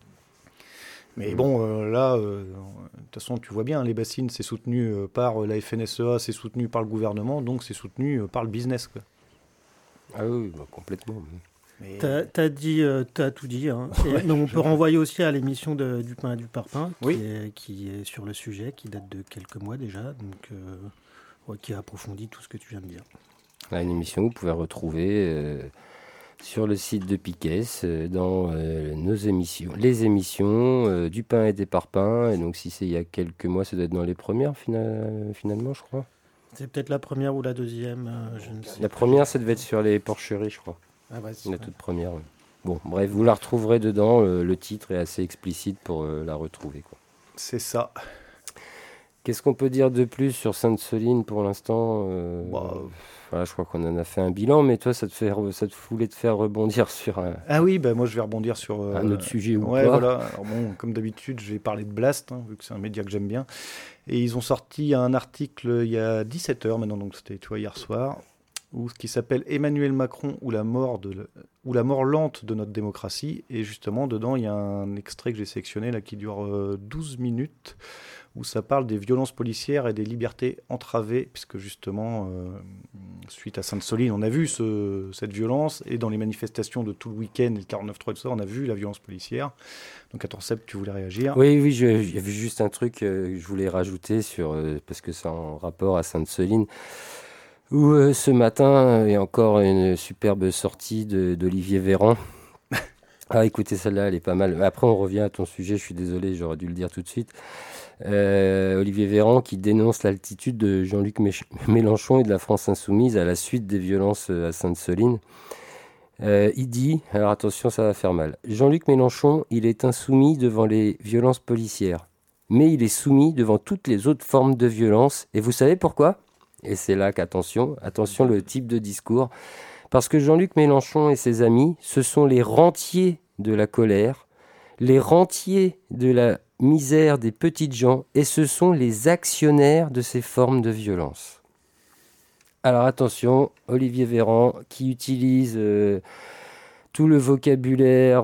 Mais bon, là, de toute façon, tu vois bien, les bassines, c'est soutenu par la FNSEA, c'est soutenu par le gouvernement, donc c'est soutenu par le business, quoi. Ah oui, complètement. T'as tout dit. Hein. Donc on peut renvoyer aussi à l'émission du Pain et du Parpaing, qui est sur le sujet, qui date de quelques mois déjà, donc qui approfondit tout ce que tu viens de dire. Une émission que vous pouvez retrouver sur le site de Piquet, dans nos émissions, les émissions du Pain et des Parpaings. Et donc si c'est il y a quelques mois, ça doit être dans les premières finalement, je crois. C'est peut-être la première ou la deuxième, je ne sais. La première, ça devait être sur les porcheries, je crois. Ah ouais, la toute première. Ouais. Bon, bref, vous la retrouverez dedans. Le titre est assez explicite pour la retrouver, quoi. C'est ça. Qu'est-ce qu'on peut dire de plus sur Sainte-Soline pour l'instant Voilà, je crois qu'on en a fait un bilan, mais toi, ça te voulait te faire rebondir sur un... Ah oui, moi je vais rebondir sur... un autre sujet ou pas. Voilà. Alors bon, comme d'habitude, je vais parler de Blast, hein, vu que c'est un média que j'aime bien. Et ils ont sorti un article il y a 17h maintenant, donc c'était hier soir, qui s'appelle Emmanuel Macron ou la mort lente de notre démocratie. Et justement, dedans, il y a un extrait que j'ai sélectionné là, qui dure 12 minutes, où ça parle des violences policières et des libertés entravées, puisque justement, suite à Sainte-Soline, on a vu cette violence, et dans les manifestations de tout le week-end, le 49.3 et tout ça, on a vu la violence policière. Donc, attends, Seb, tu voulais réagir ? Oui, il y avait juste un truc que je voulais rajouter, parce que c'est en rapport à Sainte-Soline, où ce matin, il y a encore une superbe sortie d'Olivier Véran. Ah, écoutez, celle-là, elle est pas mal. Après, on revient à ton sujet, je suis désolé, j'aurais dû le dire tout de suite. Olivier Véran qui dénonce l'altitude de Jean-Luc Mélenchon et de la France Insoumise à la suite des violences à Sainte-Soline. Il dit, alors attention, ça va faire mal. Jean-Luc Mélenchon, il est insoumis devant les violences policières, mais il est soumis devant toutes les autres formes de violence. Et vous savez pourquoi ? Et c'est là qu'attention, le type de discours. Parce que Jean-Luc Mélenchon et ses amis, ce sont les rentiers de la colère, les rentiers de la misère des petites gens, et ce sont les actionnaires de ces formes de violence. Alors attention, Olivier Véran qui utilise tout le vocabulaire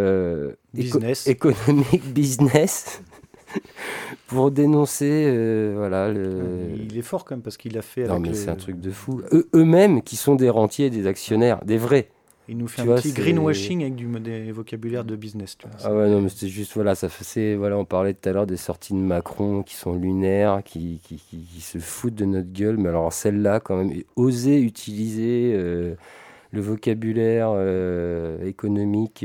économique, business, pour dénoncer, voilà. Il est fort quand même parce qu'il a fait. Non mais c'est un truc de fou. Eux-mêmes qui sont des rentiers, des actionnaires, des vrais. Il nous fait un petit greenwashing avec des vocabulaires de business. Tu vois, ah ouais, non, mais c'était juste, voilà, on parlait tout à l'heure des sorties de Macron qui sont lunaires, qui se foutent de notre gueule, mais alors celle-là, quand même, oser utiliser le vocabulaire économique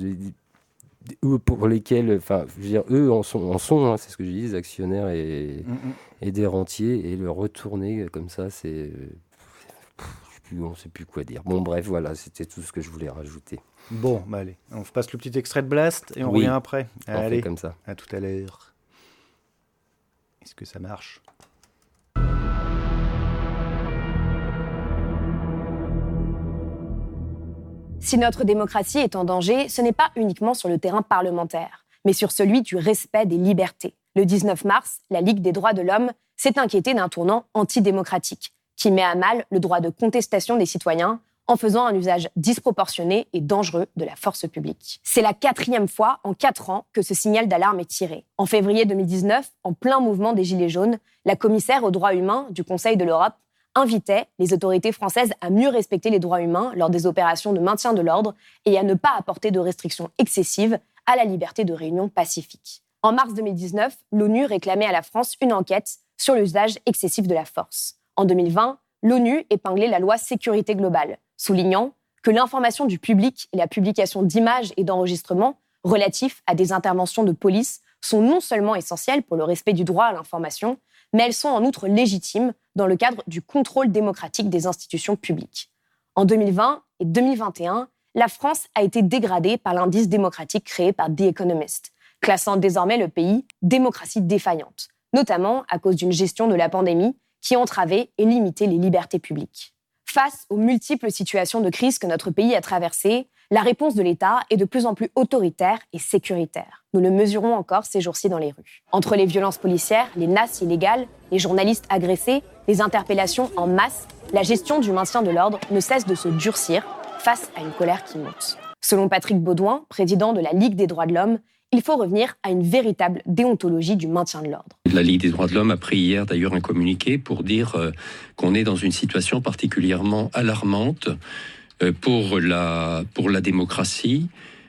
pour lesquels, enfin, je veux dire, eux en sont hein, c'est ce que je dis, des actionnaires et des rentiers, et le retourner comme ça, c'est... on ne sait plus quoi dire. Bon, bref, voilà, c'était tout ce que je voulais rajouter. Bon, bah allez, on passe le petit extrait de Blast et on revient après. Allez, comme ça. À tout à l'heure. Est-ce que ça marche ? Si notre démocratie est en danger, ce n'est pas uniquement sur le terrain parlementaire, mais sur celui du respect des libertés. Le 19 mars, la Ligue des droits de l'homme s'est inquiétée d'un tournant antidémocratique qui met à mal le droit de contestation des citoyens en faisant un usage disproportionné et dangereux de la force publique. C'est la 4e fois en 4 ans que ce signal d'alarme est tiré. En février 2019, en plein mouvement des Gilets jaunes, la commissaire aux droits humains du Conseil de l'Europe invitait les autorités françaises à mieux respecter les droits humains lors des opérations de maintien de l'ordre et à ne pas apporter de restrictions excessives à la liberté de réunion pacifique. En mars 2019, l'ONU réclamait à la France une enquête sur l'usage excessif de la force. En 2020, l'ONU épinglait la loi Sécurité globale, soulignant que l'information du public et la publication d'images et d'enregistrements relatifs à des interventions de police sont non seulement essentielles pour le respect du droit à l'information, mais elles sont en outre légitimes dans le cadre du contrôle démocratique des institutions publiques. En 2020 et 2021, la France a été dégradée par l'indice démocratique créé par The Economist, classant désormais le pays démocratie défaillante, notamment à cause d'une gestion de la pandémie qui entravait et limitait les libertés publiques. Face aux multiples situations de crise que notre pays a traversées, la réponse de l'État est de plus en plus autoritaire et sécuritaire. Nous le mesurons encore ces jours-ci dans les rues. Entre les violences policières, les nasses illégales, les journalistes agressés, les interpellations en masse, la gestion du maintien de l'ordre ne cesse de se durcir face à une colère qui monte. Selon Patrick Baudouin, président de la Ligue des droits de l'homme, il faut revenir à une véritable déontologie du maintien de l'ordre. La Ligue des droits de l'homme a pris hier d'ailleurs un communiqué pour dire qu'on est dans une situation particulièrement alarmante pour la démocratie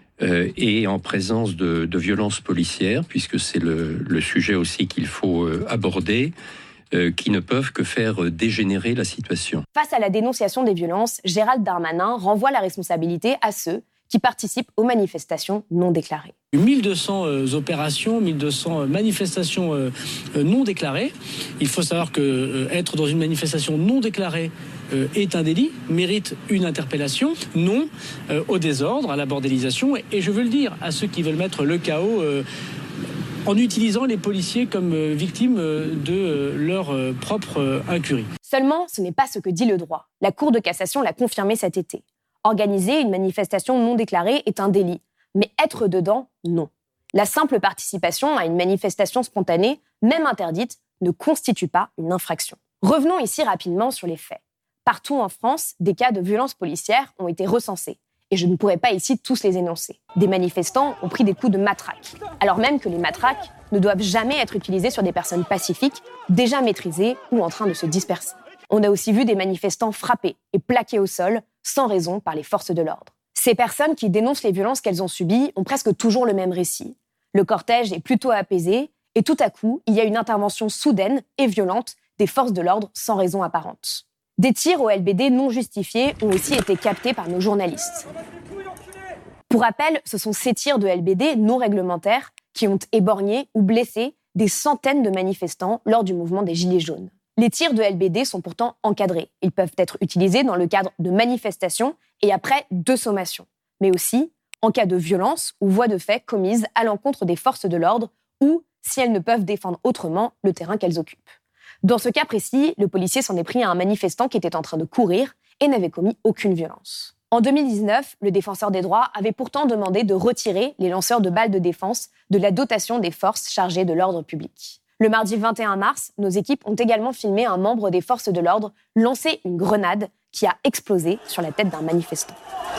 et en présence de violences policières, puisque c'est le sujet aussi qu'il faut aborder, qui ne peuvent que faire dégénérer la situation. Face à la dénonciation des violences, Gérald Darmanin renvoie la responsabilité à ceux qui participent aux manifestations non déclarées. 1200 opérations, 1200 manifestations non déclarées. Il faut savoir que être dans une manifestation non déclarée est un délit, mérite une interpellation, non au désordre, à la bordélisation. Et je veux le dire à ceux qui veulent mettre le chaos en utilisant les policiers comme victimes de leur propre incurie. Seulement, ce n'est pas ce que dit le droit. La Cour de cassation l'a confirmé cet été. Organiser une manifestation non déclarée est un délit, mais être dedans, non. La simple participation à une manifestation spontanée, même interdite, ne constitue pas une infraction. Revenons ici rapidement sur les faits. Partout en France, des cas de violences policières ont été recensés, et je ne pourrais pas ici tous les énoncer. Des manifestants ont pris des coups de matraque, alors même que les matraques ne doivent jamais être utilisées sur des personnes pacifiques, déjà maîtrisées ou en train de se disperser. On a aussi vu des manifestants frappés et plaqués au sol, sans raison, par les forces de l'ordre. Ces personnes qui dénoncent les violences qu'elles ont subies ont presque toujours le même récit. Le cortège est plutôt apaisé, et tout à coup, il y a une intervention soudaine et violente des forces de l'ordre sans raison apparente. Des tirs au LBD non justifiés ont aussi été captés par nos journalistes. Pour rappel, ce sont ces tirs de LBD non réglementaires qui ont éborgné ou blessé des centaines de manifestants lors du mouvement des Gilets jaunes. Les tirs de LBD sont pourtant encadrés. Ils peuvent être utilisés dans le cadre de manifestations et après de sommations, mais aussi en cas de violence ou voies de fait commises à l'encontre des forces de l'ordre ou si elles ne peuvent défendre autrement le terrain qu'elles occupent. Dans ce cas précis, le policier s'en est pris à un manifestant qui était en train de courir et n'avait commis aucune violence. En 2019, le défenseur des droits avait pourtant demandé de retirer les lanceurs de balles de défense de la dotation des forces chargées de l'ordre public. Le mardi 21 mars, nos équipes ont également filmé un membre des forces de l'ordre lancer une grenade qui a explosé sur la tête d'un manifestant.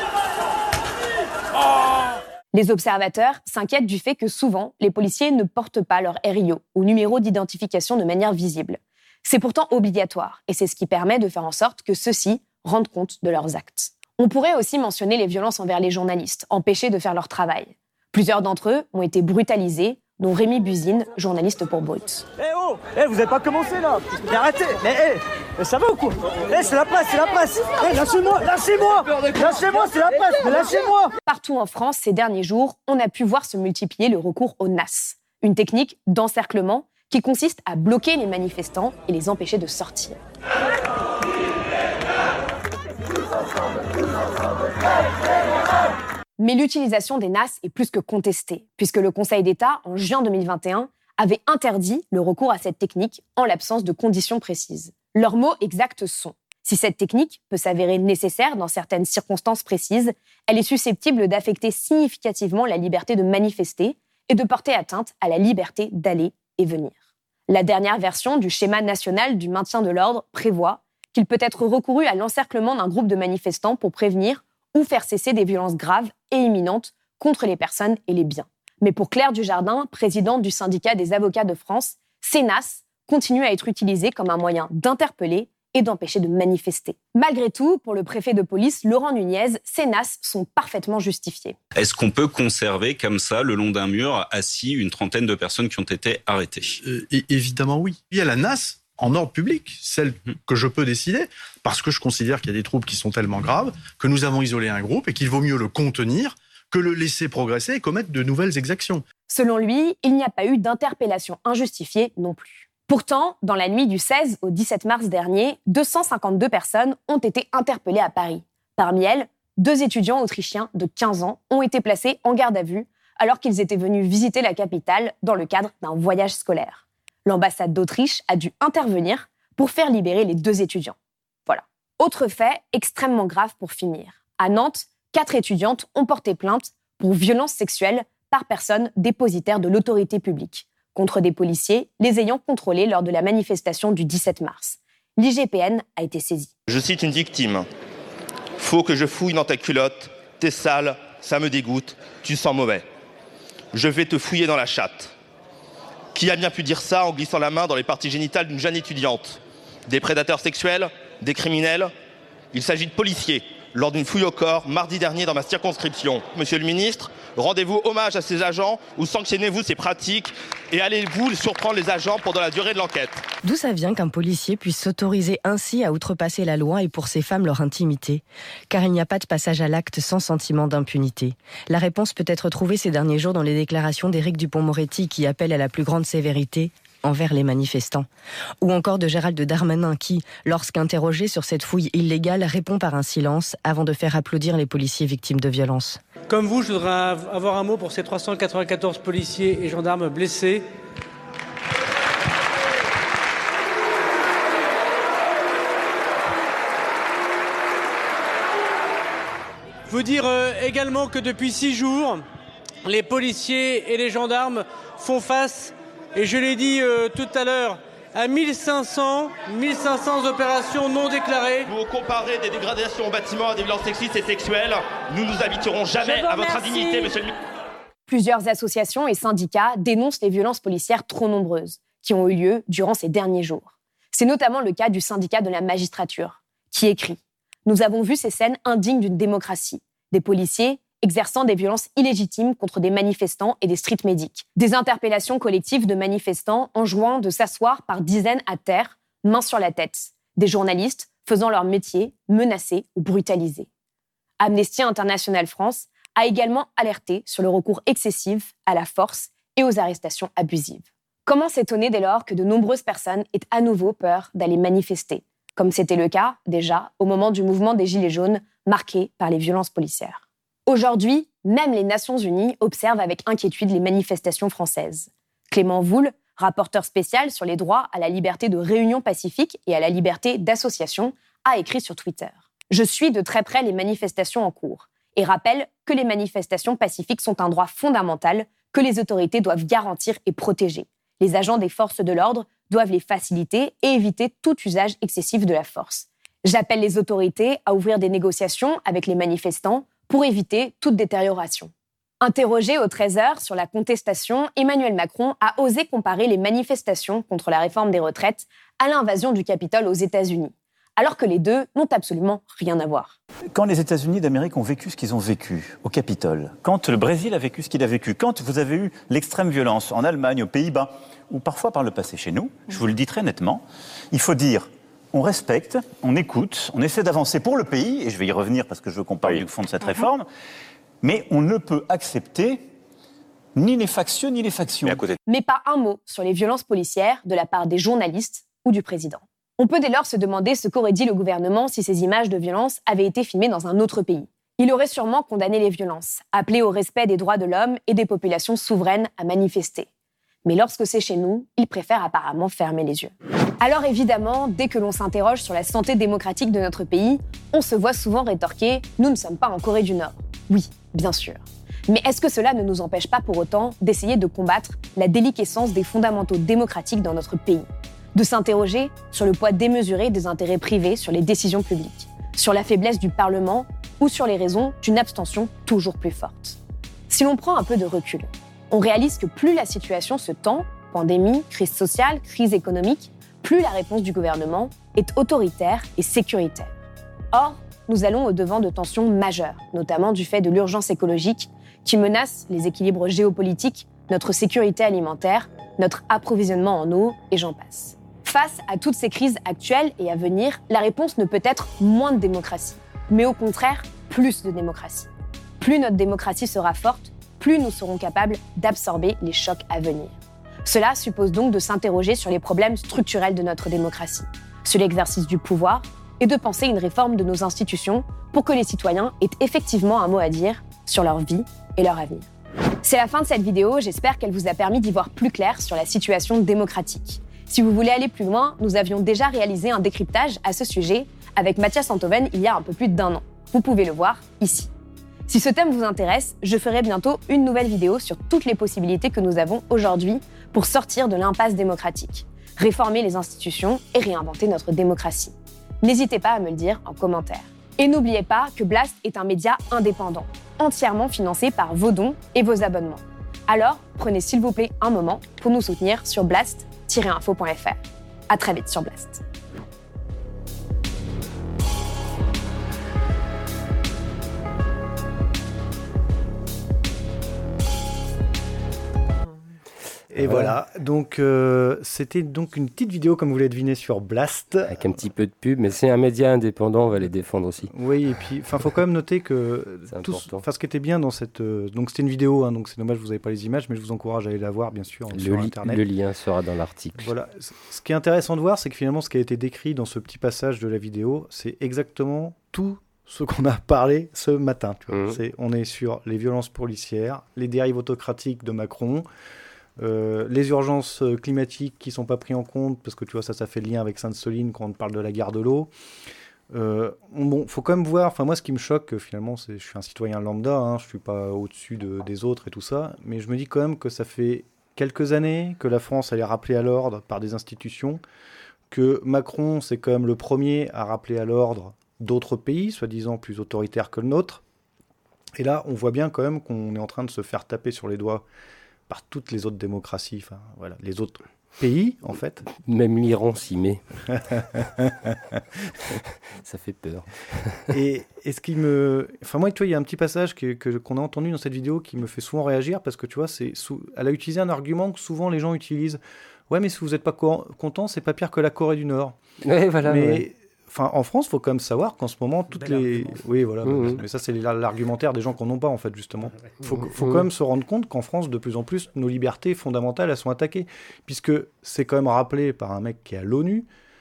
Les observateurs s'inquiètent du fait que souvent, les policiers ne portent pas leur RIO ou numéro d'identification de manière visible. C'est pourtant obligatoire et c'est ce qui permet de faire en sorte que ceux-ci rendent compte de leurs actes. On pourrait aussi mentionner les violences envers les journalistes, empêchés de faire leur travail. Plusieurs d'entre eux ont été brutalisés, dont Rémi Buzine, journaliste pour Brut. Vous n'avez pas commencé là. Mais arrêtez. Mais ça va ou quoi? C'est la presse, c'est la presse. Lâchez-moi, c'est la presse, mais lâchez-moi. Partout en France, ces derniers jours, on a pu voir se multiplier le recours au NAS, une technique d'encerclement qui consiste à bloquer les manifestants et les empêcher de sortir. Mais l'utilisation des NAS est plus que contestée, puisque le Conseil d'État, en juin 2021, avait interdit le recours à cette technique en l'absence de conditions précises. Leurs mots exacts sont « Si cette technique peut s'avérer nécessaire dans certaines circonstances précises, elle est susceptible d'affecter significativement la liberté de manifester et de porter atteinte à la liberté d'aller et venir. La dernière version du schéma national du maintien de l'ordre prévoit qu'il peut être recouru à l'encerclement d'un groupe de manifestants pour prévenir ou faire cesser des violences graves et imminentes contre les personnes et les biens. Mais pour Claire Dujardin, présidente du syndicat des avocats de France, ces NAS continuent à être utilisés comme un moyen d'interpeller et d'empêcher de manifester. Malgré tout, pour le préfet de police, Laurent Nunez, ces NAS sont parfaitement justifiés. Est-ce qu'on peut conserver comme ça, le long d'un mur, assis, une trentaine de personnes qui ont été arrêtées ? Évidemment oui. Il y a la NAS en ordre public, celle que je peux décider, parce que je considère qu'il y a des troubles qui sont tellement graves que nous avons isolé un groupe et qu'il vaut mieux le contenir que le laisser progresser et commettre de nouvelles exactions. Selon lui, il n'y a pas eu d'interpellation injustifiée non plus. Pourtant, dans la nuit du 16 au 17 mars dernier, 252 personnes ont été interpellées à Paris. Parmi elles, 2 étudiants autrichiens de 15 ans ont été placés en garde à vue alors qu'ils étaient venus visiter la capitale dans le cadre d'un voyage scolaire. L'ambassade d'Autriche a dû intervenir pour faire libérer les 2 étudiants. Voilà. Autre fait extrêmement grave pour finir. À Nantes, 4 étudiantes ont porté plainte pour violences sexuelles par personne dépositaire de l'autorité publique, contre des policiers les ayant contrôlés lors de la manifestation du 17 mars. L'IGPN a été saisie. Je cite une victime. « Faut que je fouille dans ta culotte, t'es sale, ça me dégoûte, tu sens mauvais. Je vais te fouiller dans la chatte. » Qui a bien pu dire ça en glissant la main dans les parties génitales d'une jeune étudiante ? Des prédateurs sexuels ? Des criminels ? Il s'agit de policiers, lors d'une fouille au corps mardi dernier dans ma circonscription. Monsieur le ministre, rendez-vous hommage à ces agents ou sanctionnez-vous ces pratiques et allez-vous surprendre les agents pendant la durée de l'enquête. D'où ça vient qu'un policier puisse s'autoriser ainsi à outrepasser la loi et pour ces femmes leur intimité ? Car il n'y a pas de passage à l'acte sans sentiment d'impunité. La réponse peut être trouvée ces derniers jours dans les déclarations d'Éric Dupond-Moretti qui appelle à la plus grande sévérité envers les manifestants. Ou encore de Gérald Darmanin qui, lorsqu'interrogé sur cette fouille illégale, répond par un silence avant de faire applaudir les policiers victimes de violences. Comme vous, je voudrais avoir un mot pour ces 394 policiers et gendarmes blessés. Vous dire également que depuis 6 jours, les policiers et les gendarmes font face, et je l'ai dit tout à l'heure, à 1500 opérations non déclarées. Vous comparez des dégradations aux bâtiments à des violences sexistes et sexuelles. Nous nous habituerons jamais à votre indignité, monsieur le ministre. Plusieurs associations et syndicats dénoncent les violences policières trop nombreuses qui ont eu lieu durant ces derniers jours. C'est notamment le cas du syndicat de la magistrature, qui écrit « Nous avons vu ces scènes indignes d'une démocratie. Des policiers exerçant des violences illégitimes contre des manifestants et des street medics. Des interpellations collectives de manifestants enjoignant de s'asseoir par dizaines à terre, main sur la tête. Des journalistes faisant leur métier, menacés ou brutalisés. » Amnesty International France a également alerté sur le recours excessif à la force et aux arrestations abusives. Comment s'étonner dès lors que de nombreuses personnes aient à nouveau peur d'aller manifester, comme c'était le cas, déjà, au moment du mouvement des Gilets jaunes, marqué par les violences policières. Aujourd'hui, même les Nations Unies observent avec inquiétude les manifestations françaises. Clément Voul, rapporteur spécial sur les droits à la liberté de réunion pacifique et à la liberté d'association, a écrit sur Twitter « Je suis de très près les manifestations en cours et rappelle que les manifestations pacifiques sont un droit fondamental que les autorités doivent garantir et protéger. Les agents des forces de l'ordre doivent les faciliter et éviter tout usage excessif de la force. J'appelle les autorités à ouvrir des négociations avec les manifestants pour éviter toute détérioration. » Interrogé au 13h sur la contestation, Emmanuel Macron a osé comparer les manifestations contre la réforme des retraites à l'invasion du Capitole aux États-Unis, alors que les deux n'ont absolument rien à voir. Quand les États-Unis d'Amérique ont vécu ce qu'ils ont vécu au Capitole, quand le Brésil a vécu ce qu'il a vécu, quand vous avez eu l'extrême violence en Allemagne, aux Pays-Bas, ou parfois par le passé chez nous, je vous le dis très nettement, il faut dire on respecte, on écoute, on essaie d'avancer pour le pays, et je vais y revenir parce que je veux qu'on parle du fond de cette réforme, mais on ne peut accepter ni les factieux ni les factions. Mais pas un mot sur les violences policières de la part des journalistes ou du président. On peut dès lors se demander ce qu'aurait dit le gouvernement si ces images de violence avaient été filmées dans un autre pays. Il aurait sûrement condamné les violences, appelé au respect des droits de l'homme et des populations souveraines à manifester. Mais lorsque c'est chez nous, il préfère apparemment fermer les yeux. Alors évidemment, dès que l'on s'interroge sur la santé démocratique de notre pays, on se voit souvent rétorquer « Nous ne sommes pas en Corée du Nord ». Oui, bien sûr. Mais est-ce que cela ne nous empêche pas pour autant d'essayer de combattre la déliquescence des fondamentaux démocratiques dans notre pays ? De s'interroger sur le poids démesuré des intérêts privés sur les décisions publiques, sur la faiblesse du Parlement ou sur les raisons d'une abstention toujours plus forte. Si l'on prend un peu de recul, on réalise que plus la situation se tend, pandémie, crise sociale, crise économique, plus la réponse du gouvernement est autoritaire et sécuritaire. Or, nous allons au-devant de tensions majeures, notamment du fait de l'urgence écologique qui menace les équilibres géopolitiques, notre sécurité alimentaire, notre approvisionnement en eau et j'en passe. Face à toutes ces crises actuelles et à venir, la réponse ne peut être moins de démocratie, mais au contraire, plus de démocratie. Plus notre démocratie sera forte, plus nous serons capables d'absorber les chocs à venir. Cela suppose donc de s'interroger sur les problèmes structurels de notre démocratie, sur l'exercice du pouvoir et de penser une réforme de nos institutions pour que les citoyens aient effectivement un mot à dire sur leur vie et leur avenir. C'est la fin de cette vidéo, j'espère qu'elle vous a permis d'y voir plus clair sur la situation démocratique. Si vous voulez aller plus loin, nous avions déjà réalisé un décryptage à ce sujet avec Mathias Antoven il y a un peu plus d'1 an. Vous pouvez le voir ici. Si ce thème vous intéresse, je ferai bientôt une nouvelle vidéo sur toutes les possibilités que nous avons aujourd'hui pour sortir de l'impasse démocratique, réformer les institutions et réinventer notre démocratie. N'hésitez pas à me le dire en commentaire. Et n'oubliez pas que Blast est un média indépendant, entièrement financé par vos dons et vos abonnements. Alors, prenez s'il vous plaît un moment pour nous soutenir sur blast-info.fr. À très vite sur Blast. Et voilà, donc c'était donc une petite vidéo comme vous l'avez deviné sur Blast. Avec un petit peu de pub, mais c'est un média indépendant, on va les défendre aussi. Oui, et puis il faut quand même noter que ce qui était bien dans cette... donc c'était une vidéo, hein, donc c'est dommage que vous n'avez pas les images, mais je vous encourage à aller la voir bien sûr sur Internet. Le lien sera dans l'article. Voilà, ce qui est intéressant de voir, c'est que finalement ce qui a été décrit dans ce petit passage de la vidéo, c'est exactement tout ce qu'on a parlé ce matin. Tu vois. On est sur les violences policières, les dérives autocratiques de Macron, les urgences climatiques qui ne sont pas prises en compte, parce que tu vois, ça fait le lien avec Sainte-Soline quand on parle de la guerre de l'eau. Faut quand même voir, moi ce qui me choque finalement, je suis un citoyen lambda, hein, je ne suis pas au-dessus des autres et tout ça, mais je me dis quand même que ça fait quelques années que la France elle est rappelée à l'ordre par des institutions, que Macron c'est quand même le premier à rappeler à l'ordre d'autres pays, soi-disant plus autoritaires que le nôtre. Et là, on voit bien quand même qu'on est en train de se faire taper sur les doigts par toutes les autres démocraties, les autres pays, en fait. Même l'Iran s'y met. Ça fait peur. Et ce qui me... moi, tu vois, il y a un petit passage qu'on a entendu dans cette vidéo qui me fait souvent réagir, parce que, tu vois, elle a utilisé un argument que souvent les gens utilisent. Ouais, mais si vous n'êtes pas content, c'est pas pire que la Corée du Nord. Ouais, voilà. Mais... en France, il faut quand même savoir qu'en ce moment, toutes les... Oui, voilà. Mais ça, c'est l'argumentaire des gens qui n'en ont pas, en fait, justement. Il faut quand même se rendre compte qu'en France, de plus en plus, nos libertés fondamentales, elles sont attaquées. Puisque c'est quand même rappelé par un mec qui est à l'ONU,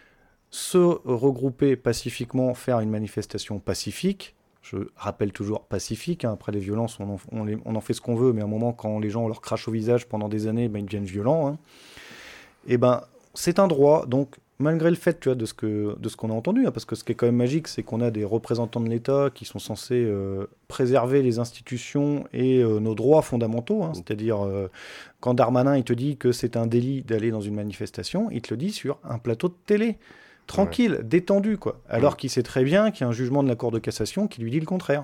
se regrouper pacifiquement, faire une manifestation pacifique. Je rappelle toujours pacifique. Hein. Après les violences, on en fait ce qu'on veut, mais à un moment, quand les gens on leur crache au visage pendant des années, ils deviennent violents. Hein. Et c'est un droit, donc... Malgré le fait, tu vois, de ce qu'on a entendu, hein, parce que ce qui est quand même magique, c'est qu'on a des représentants de l'État qui sont censés préserver les institutions et nos droits fondamentaux. Hein, c'est-à-dire, quand Darmanin il te dit que c'est un délit d'aller dans une manifestation, il te le dit sur un plateau de télé, tranquille, détendu, quoi. Alors qu'il sait très bien qu'il y a un jugement de la Cour de cassation qui lui dit le contraire.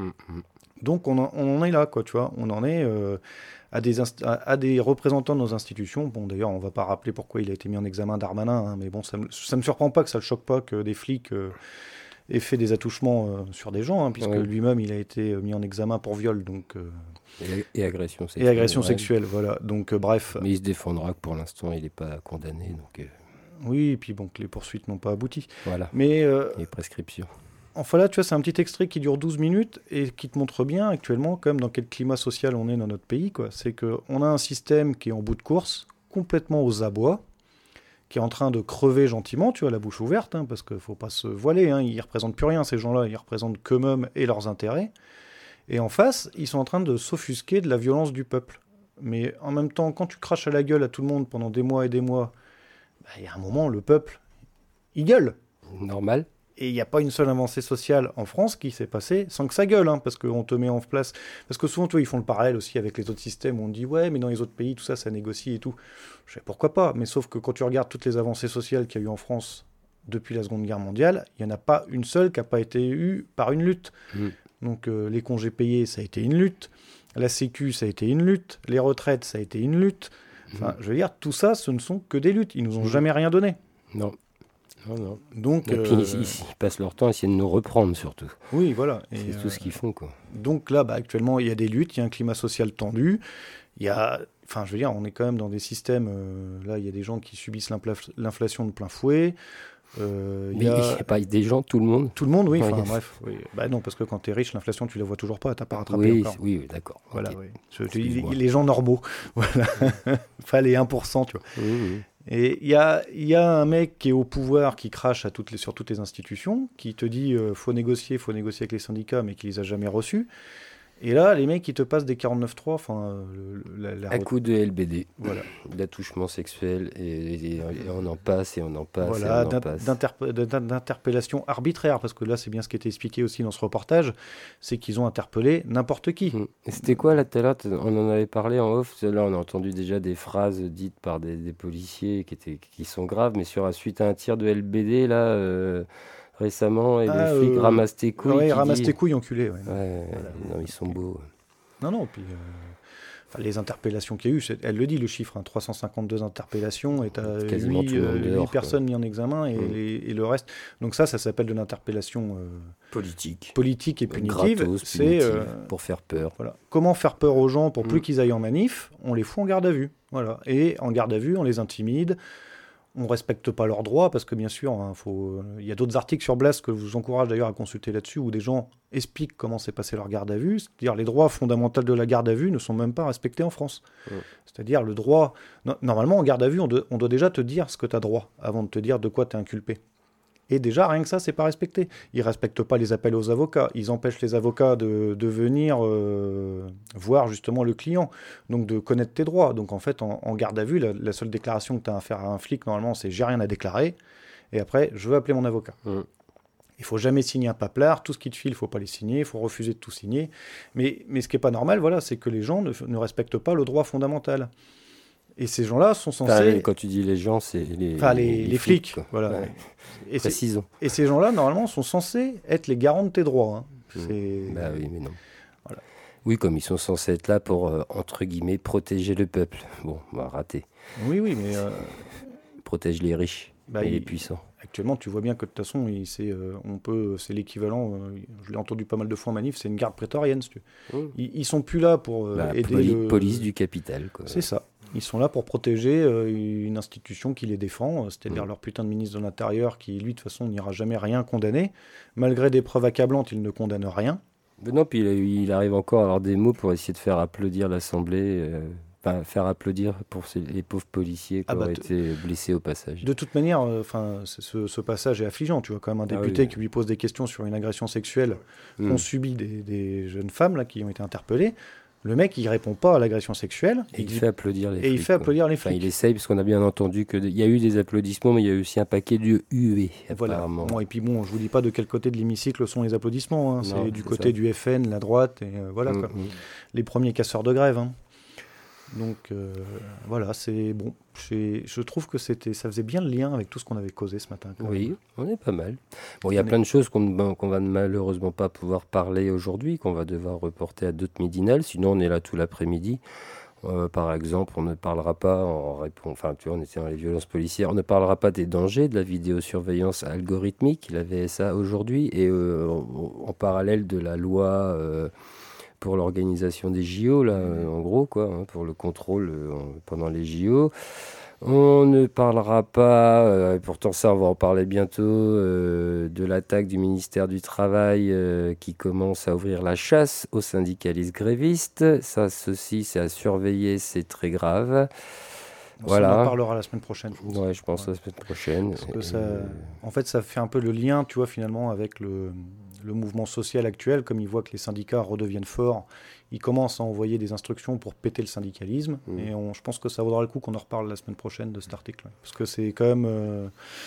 Donc on en est là, quoi, tu vois. On en est à des représentants de nos institutions. Bon, d'ailleurs, on ne va pas rappeler pourquoi il a été mis en examen Darmanin, hein, mais bon, ça me surprend pas, que ça le choque pas que des flics aient fait des attouchements sur des gens, hein, puisque lui-même, il a été mis en examen pour viol, donc... Et agression sexuelle. Et agression sexuelle, voilà. Donc, bref... Mais il se défendra que pour l'instant, il n'est pas condamné, donc... Oui, et puis bon, que les poursuites n'ont pas abouti. Voilà. Mais... Les prescriptions. Enfin là, tu vois, c'est un petit extrait qui dure 12 minutes et qui te montre bien actuellement quand même dans quel climat social on est dans notre pays, quoi. C'est qu'on a un système qui est en bout de course, complètement aux abois, qui est en train de crever gentiment, tu vois, la bouche ouverte, hein, parce qu'il ne faut pas se voiler, hein, ils ne représentent plus rien, ces gens-là, ils représentent qu'eux-mêmes et leurs intérêts. Et en face, ils sont en train de s'offusquer de la violence du peuple. Mais en même temps, quand tu craches à la gueule à tout le monde pendant des mois et des mois, il y a un moment, le peuple, il gueule. Normal. Et il n'y a pas une seule avancée sociale en France qui s'est passée sans que ça gueule, hein, parce qu'on te met en place... Parce que souvent, tu vois, ils font le parallèle aussi avec les autres systèmes où on dit « Ouais, mais dans les autres pays, tout ça, ça négocie et tout. » Je sais pourquoi pas, mais sauf que quand tu regardes toutes les avancées sociales qu'il y a eu en France depuis la Seconde Guerre mondiale, il n'y en a pas une seule qui n'a pas été eue par une lutte. Donc les congés payés, ça a été une lutte. La Sécu, ça a été une lutte. Les retraites, ça a été une lutte. Enfin, je veux dire, tout ça, ce ne sont que des luttes. Ils nous ont jamais rien donné. Non. Non. Donc, et puis ils passent leur temps à essayer de nous reprendre, surtout. Oui, voilà. C'est tout ce qu'ils font, quoi. Donc là, actuellement, il y a des luttes, il y a un climat social tendu. Il y a... Enfin, je veux dire, on est quand même dans des systèmes... là, il y a des gens qui subissent l'inflation de plein fouet. Mais il n'y a pas des gens, tout le monde. Tout le monde, oui. Enfin, bref. Oui. Non, parce que quand tu es riche, l'inflation, tu la vois toujours pas. Tu n'as pas rattrapé encore. Oui, d'accord. Voilà, okay. Les gens normaux. Voilà. Enfin, les 1%, tu vois. Oui. Et il y a un mec qui est au pouvoir, qui crache sur toutes les institutions, qui te dit faut négocier avec les syndicats, mais qui les a jamais reçus. Et là, les mecs, ils te passent des 49.3, enfin... à coup de LBD, voilà. D'attouchement sexuel, et on en passe, et on en passe, voilà, et on en passe. D'interpellation arbitraire, parce que là, c'est bien ce qui était expliqué aussi dans ce reportage, c'est qu'ils ont interpellé n'importe qui. Et c'était quoi, là, tout à l'heure, on en avait parlé en off, là, on a entendu déjà des phrases dites par des policiers qui sont graves, mais suite à un tir de LBD, là... récemment, et les flics ramassent tes couilles. Oui, ramassent tes couilles, enculé. Ouais. Voilà. Non, ils sont beaux. Non, puis les interpellations qu'il y a eu, elle le dit, le chiffre, 352 interpellations, et tu as 8 personnes mises en examen, et le reste. Donc ça s'appelle de l'interpellation politique et punitive. Gratos, c'est pour faire peur. Voilà. Comment faire peur aux gens pour plus qu'ils aillent en manif? On les fout en garde à vue. Voilà. Et en garde à vue, on les intimide. On ne respecte pas leurs droits, parce que bien sûr, il y a d'autres articles sur Blast que je vous encourage d'ailleurs à consulter là-dessus, où des gens expliquent comment s'est passé leur garde à vue. C'est-à-dire les droits fondamentaux de la garde à vue ne sont même pas respectés en France. C'est-à-dire le droit... Normalement, en garde à vue, on doit déjà te dire ce que tu as droit, avant de te dire de quoi tu es inculpé. Et déjà, rien que ça, c'est pas respecté. Ils respectent pas les appels aux avocats. Ils empêchent les avocats de venir voir justement le client, donc de connaître tes droits. Donc en fait, en garde à vue, la seule déclaration que tu as à faire à un flic, normalement, c'est « j'ai rien à déclarer ». Et après, je veux appeler mon avocat. Il faut jamais signer un paplard. Tout ce qui te file, il faut pas les signer. Il faut refuser de tout signer. Mais ce qui est pas normal, voilà, c'est que les gens ne respectent pas le droit fondamental. Et ces gens-là sont censés... quand tu dis les gens, c'est les flics. Voilà. Ouais. Précisons. Et ces gens-là, normalement, sont censés être les garants de tes droits. Oui, mais non. Voilà. Oui, comme ils sont censés être là pour, entre guillemets, protéger le peuple. Bon, raté. Oui, mais... Protège les riches et les puissants. Actuellement, tu vois bien que de toute façon, c'est l'équivalent, je l'ai entendu pas mal de fois en manif, c'est une garde prétorienne. Si tu veux. Ils sont plus là pour aider police du capital. Quoi. C'est ça. Ils sont là pour protéger une institution qui les défend, c'est-à-dire leur putain de ministre de l'Intérieur qui, lui, de toute façon, n'ira jamais rien condamner. Malgré des preuves accablantes, il ne condamne rien. Mais non, puis il arrive encore à avoir des mots pour essayer de faire applaudir l'Assemblée, faire applaudir pour les pauvres policiers qui ont été blessés au passage. De toute manière, ce passage est affligeant. Tu vois quand même un député qui lui pose des questions sur une agression sexuelle qu'ont subi des jeunes femmes là, qui ont été interpellées. Le mec, il répond pas à l'agression sexuelle. Et il fait applaudir les flics. Et il fait applaudir les flics. Il essaye, parce qu'on a bien entendu qu'il y a eu des applaudissements, mais il y a eu aussi un paquet de huées, apparemment. Bon, et puis bon, je vous dis pas de quel côté de l'hémicycle sont les applaudissements. Hein. C'est du côté du FN, la droite, et voilà quoi. Les premiers casseurs de grève. Hein. Donc voilà, c'est bon. Je trouve que ça faisait bien le lien avec tout ce qu'on avait causé ce matin. Oui, on est pas mal. Bon, il y a plein de choses qu'on va malheureusement pas pouvoir parler aujourd'hui, qu'on va devoir reporter à d'autres midinales. Sinon, on est là tout l'après-midi. Par exemple, on ne parlera pas on était dans les violences policières, on ne parlera pas des dangers de la vidéosurveillance algorithmique, la VSA aujourd'hui, et en parallèle de la loi pour l'organisation des JO, là, en gros, quoi, pour le contrôle pendant les JO. On ne parlera pas, pourtant ça on va en parler bientôt, de l'attaque du ministère du Travail qui commence à ouvrir la chasse aux syndicalistes grévistes. Ça, ceci, c'est à surveiller, c'est très grave. Voilà. On en parlera la semaine prochaine. Ouais, je pense la semaine prochaine. Parce que en fait, ça fait un peu le lien, tu vois, finalement, avec le mouvement social actuel. Comme ils voient que les syndicats redeviennent forts, ils commencent à envoyer des instructions pour péter le syndicalisme. Et je pense que ça vaudra le coup qu'on en reparle la semaine prochaine de cet article. Parce que c'est quand même...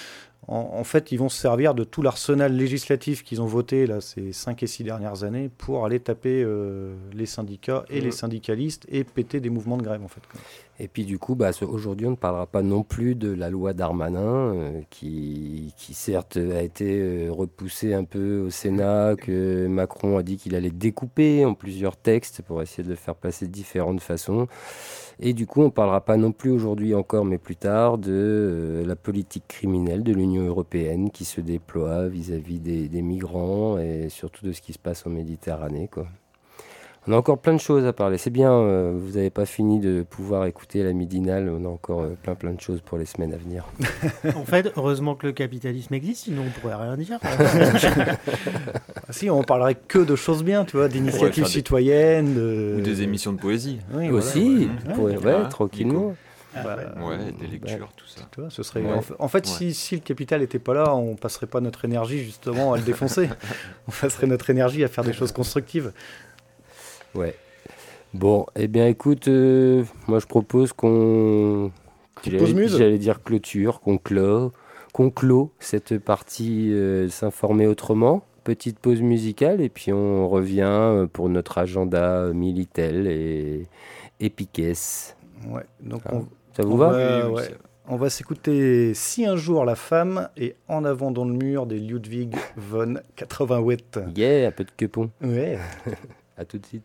En fait, ils vont se servir de tout l'arsenal législatif qu'ils ont voté là, ces 5 et 6 dernières années pour aller taper les syndicats et les syndicalistes et péter des mouvements de grève, en fait. Et puis du coup, aujourd'hui, on ne parlera pas non plus de la loi Darmanin, qui certes a été repoussée un peu au Sénat, que Macron a dit qu'il allait découper en plusieurs textes pour essayer de le faire passer de différentes façons. Et du coup, on ne parlera pas non plus aujourd'hui encore, mais plus tard, de la politique criminelle de l'Union européenne qui se déploie vis-à-vis des migrants et surtout de ce qui se passe en Méditerranée, quoi. On a encore plein de choses à parler. C'est bien, vous n'avez pas fini de pouvoir écouter la midinale. On a encore plein de choses pour les semaines à venir. En fait, heureusement que le capitalisme existe, sinon on ne pourrait rien dire. Si, on parlerait que de choses bien, tu vois, d'initiatives citoyennes. Ou des émissions de poésie. Oui, aussi, tranquillement. Des lectures, tout ça. Tu vois, ce serait, en fait, si le capital n'était pas là, on ne passerait pas notre énergie justement à le défoncer. On passerait notre énergie à faire des choses constructives. Ouais. Bon, eh bien écoute, moi je propose qu'on... J'allais dire clôture, qu'on clôt cette partie s'informer autrement. Petite pause musicale et puis on revient pour notre agenda Militel et Piquet. Ouais, donc ça vous va? On va s'écouter Si un jour la femme et En avant dans le mur des Ludwig von 88. Yeah, un peu de quepon. Ouais. À tout de suite.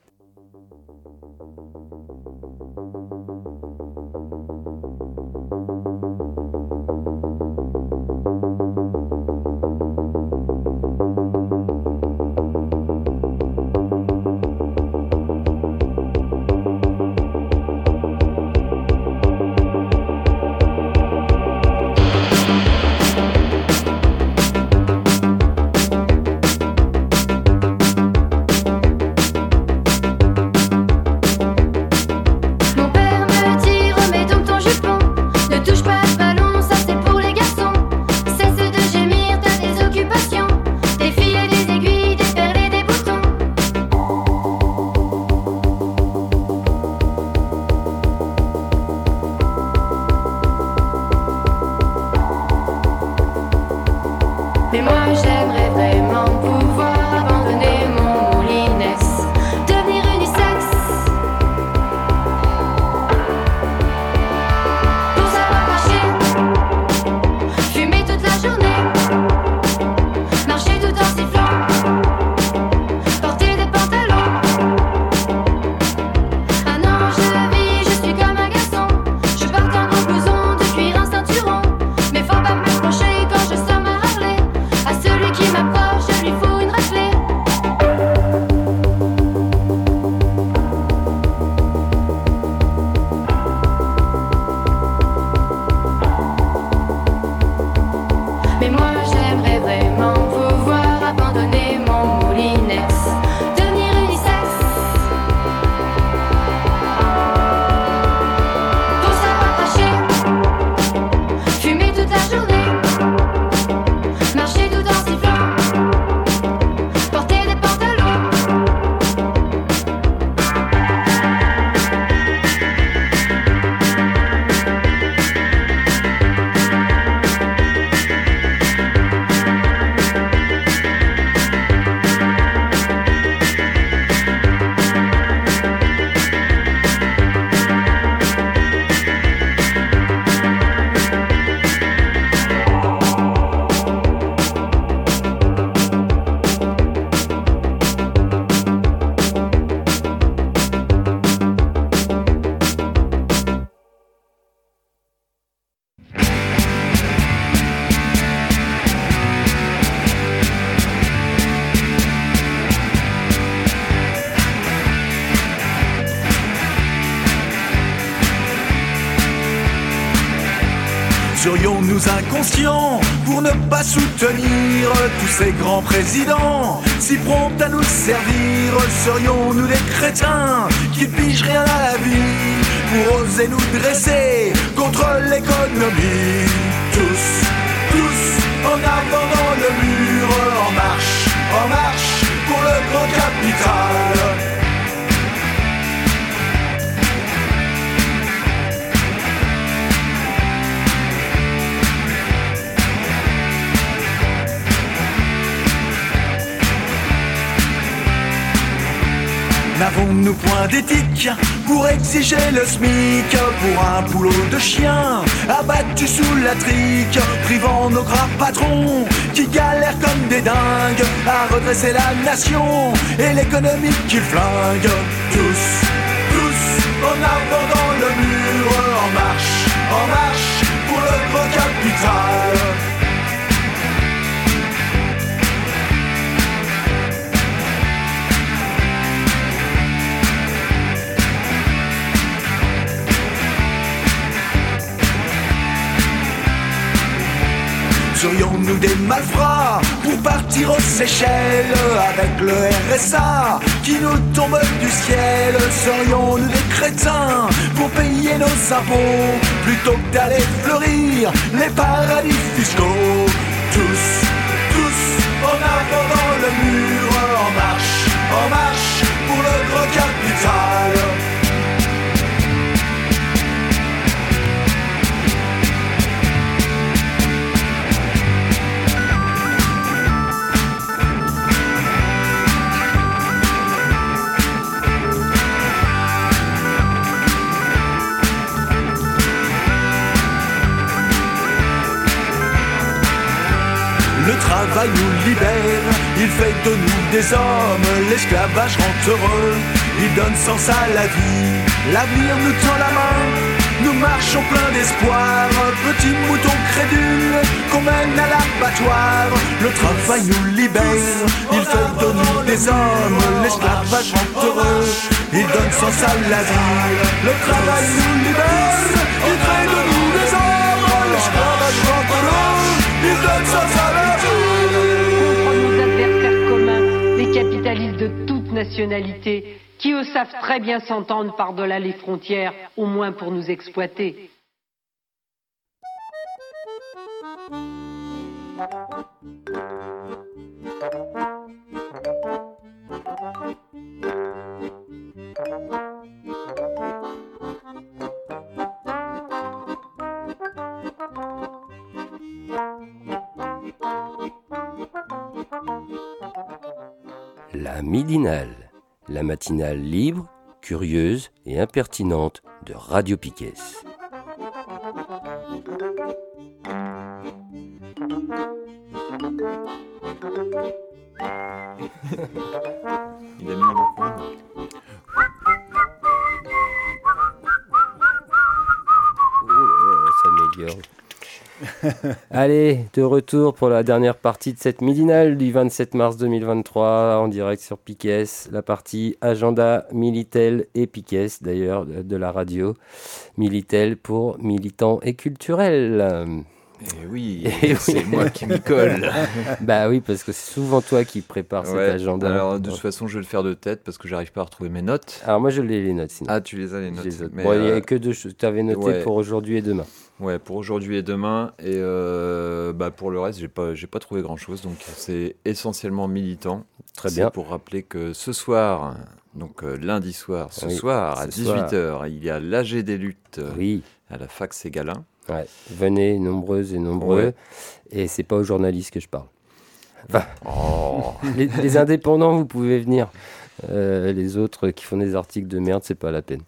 Mais moi j'aimerais vraiment pouvoir abandonner mon moulinex, devenir unisexe, pour savoir marcher, fumer toute la journée, marcher tout en sifflant, porter des pantalons. Ah non, je vis, je suis comme un garçon, je porte un gros blouson de cuir, un ceinturon, mais faut pas m'approcher quand je somme à Harley. À celui qui m'approche, je lui fous une raclée. Mais moi j'aimerais vraiment pouvoir abandonner mon moulinex, devenir unisexe, pour savoir cracher, fumer toute la journée, marcher tout en sifflant, porter des pantalons. Serions-nous inconscients pour ne pas soutenir tous ces grands présidents si prompts à nous servir? Serions-nous des crétins qui pigent rien à la vie pour oser nous dresser contre l'économie? Tous en avant dans le mur, en marche pour le grand capital. N'avons-nous point d'éthique pour exiger le SMIC pour un boulot de chien abattu sous la trique, privant nos gras patrons qui galèrent comme des dingues à redresser la nation et l'économie qu'ils flinguent. Tous, en avant dans le mur, en marche pour le gros capital. Serions-nous des malfrats pour partir aux Seychelles avec le RSA qui nous tombe du ciel? Serions-nous des crétins pour payer nos impôts plutôt que d'aller fleurir les paradis fiscaux? Tous, en avant dans le mur, en marche pour le gros capital. Le travail nous libère, il fait de nous des hommes. L'esclavage rend heureux, il donne sens à la vie. L'avenir nous tend la main, nous marchons plein d'espoir. Petits moutons crédules qu'on mène à l'abattoir. Le travail nous libère, il fait de nous des hommes. L'esclavage rend heureux, il donne sens à la vie. Le travail nous libère, il fait de nous des hommes. L'esclavage rend heureux, il donne sens à la vie. Contre nos adversaires communs, les capitalistes de toute nationalité, qui eux savent très bien s'entendre par-delà les frontières, au moins pour nous exploiter. La midinale, la matinale libre, curieuse et impertinente de Radio Piquet. Il a mis le point. Ça m'améliore. Allez, de retour pour la dernière partie de cette midinale du 27 mars 2023 en direct sur Piquet, la partie agenda Militel et Piquet d'ailleurs de la radio. Militel pour militants et culturels. Et oui, c'est moi qui m'y colle. Bah oui, parce que c'est souvent toi qui prépares cet agenda. Alors de toute façon, je vais le faire de tête parce que j'arrive pas à retrouver mes notes. Alors moi, je l'ai les notes sinon. Ah, tu les as les notes. Mais bon, il n'y a que deux choses. Tu avais noté pour aujourd'hui et demain. Ouais, pour aujourd'hui et demain. Et pour le reste, j'ai pas trouvé grand-chose. Donc c'est essentiellement militant. Très bien. C'est pour rappeler que ce soir, donc lundi soir, soir à 18h, il y a l'AG des luttes à la fac Ségalin. Ouais. Venez nombreuses et nombreux. Ouais. Et c'est pas aux journalistes que je parle. Enfin, les indépendants, vous pouvez venir. Les autres qui font des articles de merde, c'est pas la peine.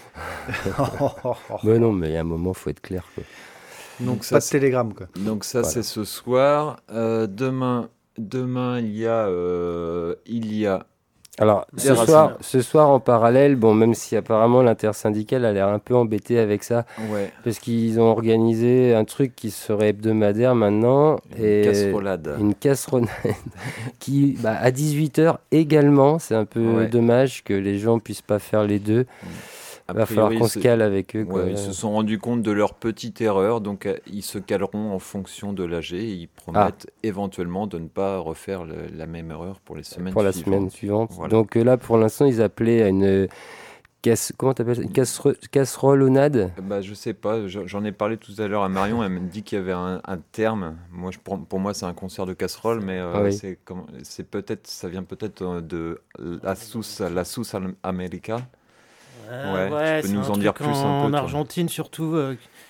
Mais non, mais il y a un moment, faut être clair, quoi. Donc ça, pas de télégramme, quoi. Donc ça, c'est ce soir. Demain, il y a. Alors, ce soir, en parallèle, bon, même si apparemment l'intersyndicale a l'air un peu embêtée avec ça, parce qu'ils ont organisé un truc qui serait hebdomadaire maintenant. Une casserolade qui, à 18h également, c'est un peu dommage que les gens puissent pas faire les deux. Il va falloir qu'on se cale avec eux. Ils se sont rendus compte de leur petite erreur, donc ils se caleront en fonction de l'AG. Ils promettent éventuellement de ne pas refaire la même erreur pour les semaines suivantes. Pour la semaine suivante. Voilà. Donc là, pour l'instant, ils appelaient à une comment t'appelles ça, une casserolonade. Je sais pas, j'en ai parlé tout à l'heure à Marion, elle me dit qu'il y avait un terme. Moi, pour moi, c'est un concert de casserole, mais c'est peut-être, ça vient peut-être de la sauce America. Tu peux nous en dire plus un peu. En Argentine, surtout,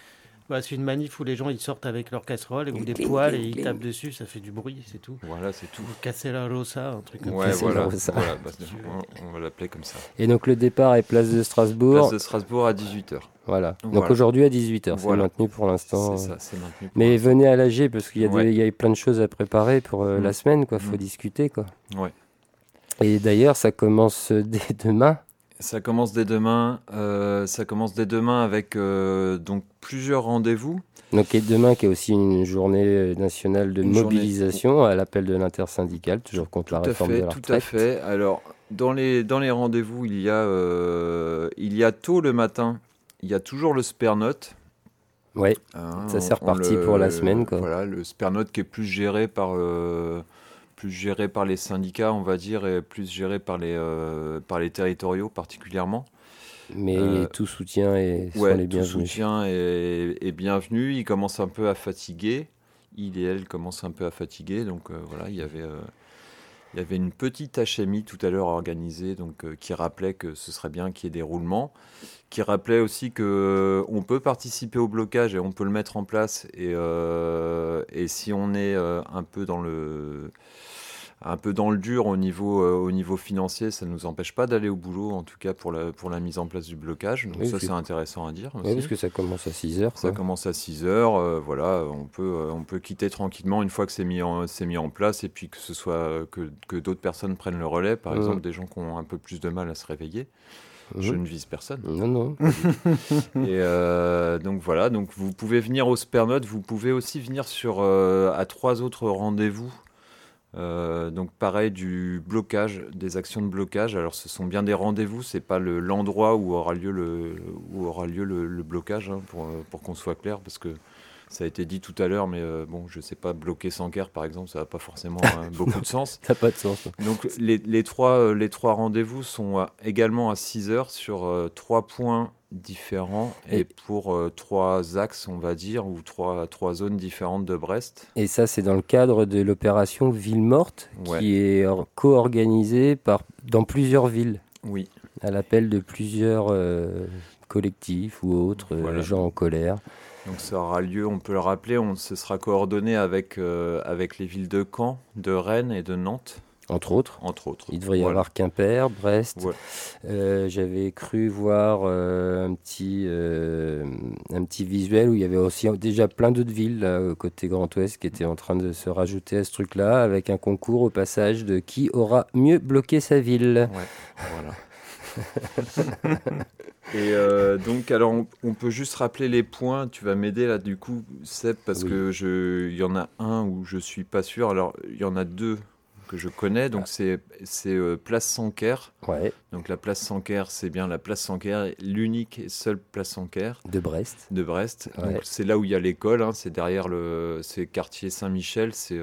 C'est une manif où les gens ils sortent avec leurs casseroles ou des poêles et ils tapent dessus, ça fait du bruit, c'est tout. Voilà, c'est tout. Casser la rosa, un truc comme ça. Voilà. On va l'appeler comme ça. Et donc le départ est place de Strasbourg. Place de Strasbourg à 18h. Voilà. Donc aujourd'hui à 18h, c'est maintenu pour l'instant. C'est ça, c'est maintenu. Mais venez à l'AG parce qu'il y a plein de choses à préparer pour la semaine, quoi. Faut discuter, quoi. Ouais. Et d'ailleurs, ça commence dès demain. Ça commence dès demain avec donc plusieurs rendez-vous. Donc demain qui est aussi une journée nationale de mobilisation à l'appel de l'intersyndicale, toujours contre la réforme de la retraite. Tout à fait. Alors dans les rendez-vous, il y a tôt le matin, il y a toujours le Spernote. Ouais. Ça c'est reparti pour la semaine, quoi. Voilà, le Spernote qui est plus géré par les syndicats, on va dire, et plus géré par les territoriaux particulièrement. Mais tout soutien est bienvenu. Tout soutien est bienvenu. Il commence un peu à fatiguer. Il et elle commencent un peu à fatiguer. Donc voilà, il y avait une petite HMI tout à l'heure organisée, donc qui rappelait que ce serait bien qu'il y ait des roulements, qui rappelait aussi que on peut participer au blocage et on peut le mettre en place. Et si on est un peu dans le dur au niveau financier, ça ne nous empêche pas d'aller au boulot, en tout cas pour la mise en place du blocage. Donc ça, c'est intéressant à dire aussi. Oui, parce que ça commence à 6h. Ça commence à 6h, voilà, on peut quitter tranquillement une fois que c'est mis en place, et puis que ce soit que d'autres personnes prennent le relais, par exemple des gens qui ont un peu plus de mal à se réveiller. Je ne vise personne. Non. Et donc voilà, donc vous pouvez venir au Spernote, vous pouvez aussi venir à 3 autres rendez-vous. Donc pareil, du blocage, des actions de blocage. Alors ce sont bien des rendez-vous, c'est pas l'endroit où aura lieu le blocage, hein, pour qu'on soit clair, parce que ça a été dit tout à l'heure, mais bon, je sais pas, bloquer Sanquer par exemple, ça n'a pas forcément beaucoup de sens. Ça n'a pas de sens. Donc les trois rendez-vous sont également à 6h sur 3 points différents et pour 3 axes, on va dire, ou 3 zones différentes de Brest. Et ça, c'est dans le cadre de l'opération Ville Morte, qui est co-organisée dans plusieurs villes. Oui. À l'appel de plusieurs collectifs ou autres, gens en colère. Donc ça aura lieu, on peut le rappeler, ce sera coordonné avec les villes de Caen, de Rennes et de Nantes. Entre autres. Il devrait y avoir Quimper, Brest. Ouais. J'avais cru voir un petit visuel où il y avait aussi déjà plein d'autres villes là, côté Grand Ouest qui étaient en train de se rajouter à ce truc-là, avec un concours au passage de qui aura mieux bloqué sa ville. Ouais, voilà. Et donc, alors, on peut juste rappeler les points. Tu vas m'aider là, du coup, Seb, parce que il y en a un où je suis pas sûr. Alors, il y en a 2 que je connais. Donc, c'est Place Sanquer. Ouais. Donc, la Place Sanquer, c'est bien la Place Sanquer, l'unique et seule Place Sanquer. De Brest. Ouais. Donc, c'est là où il y a l'école. Hein, c'est derrière c'est quartier Saint-Michel. C'est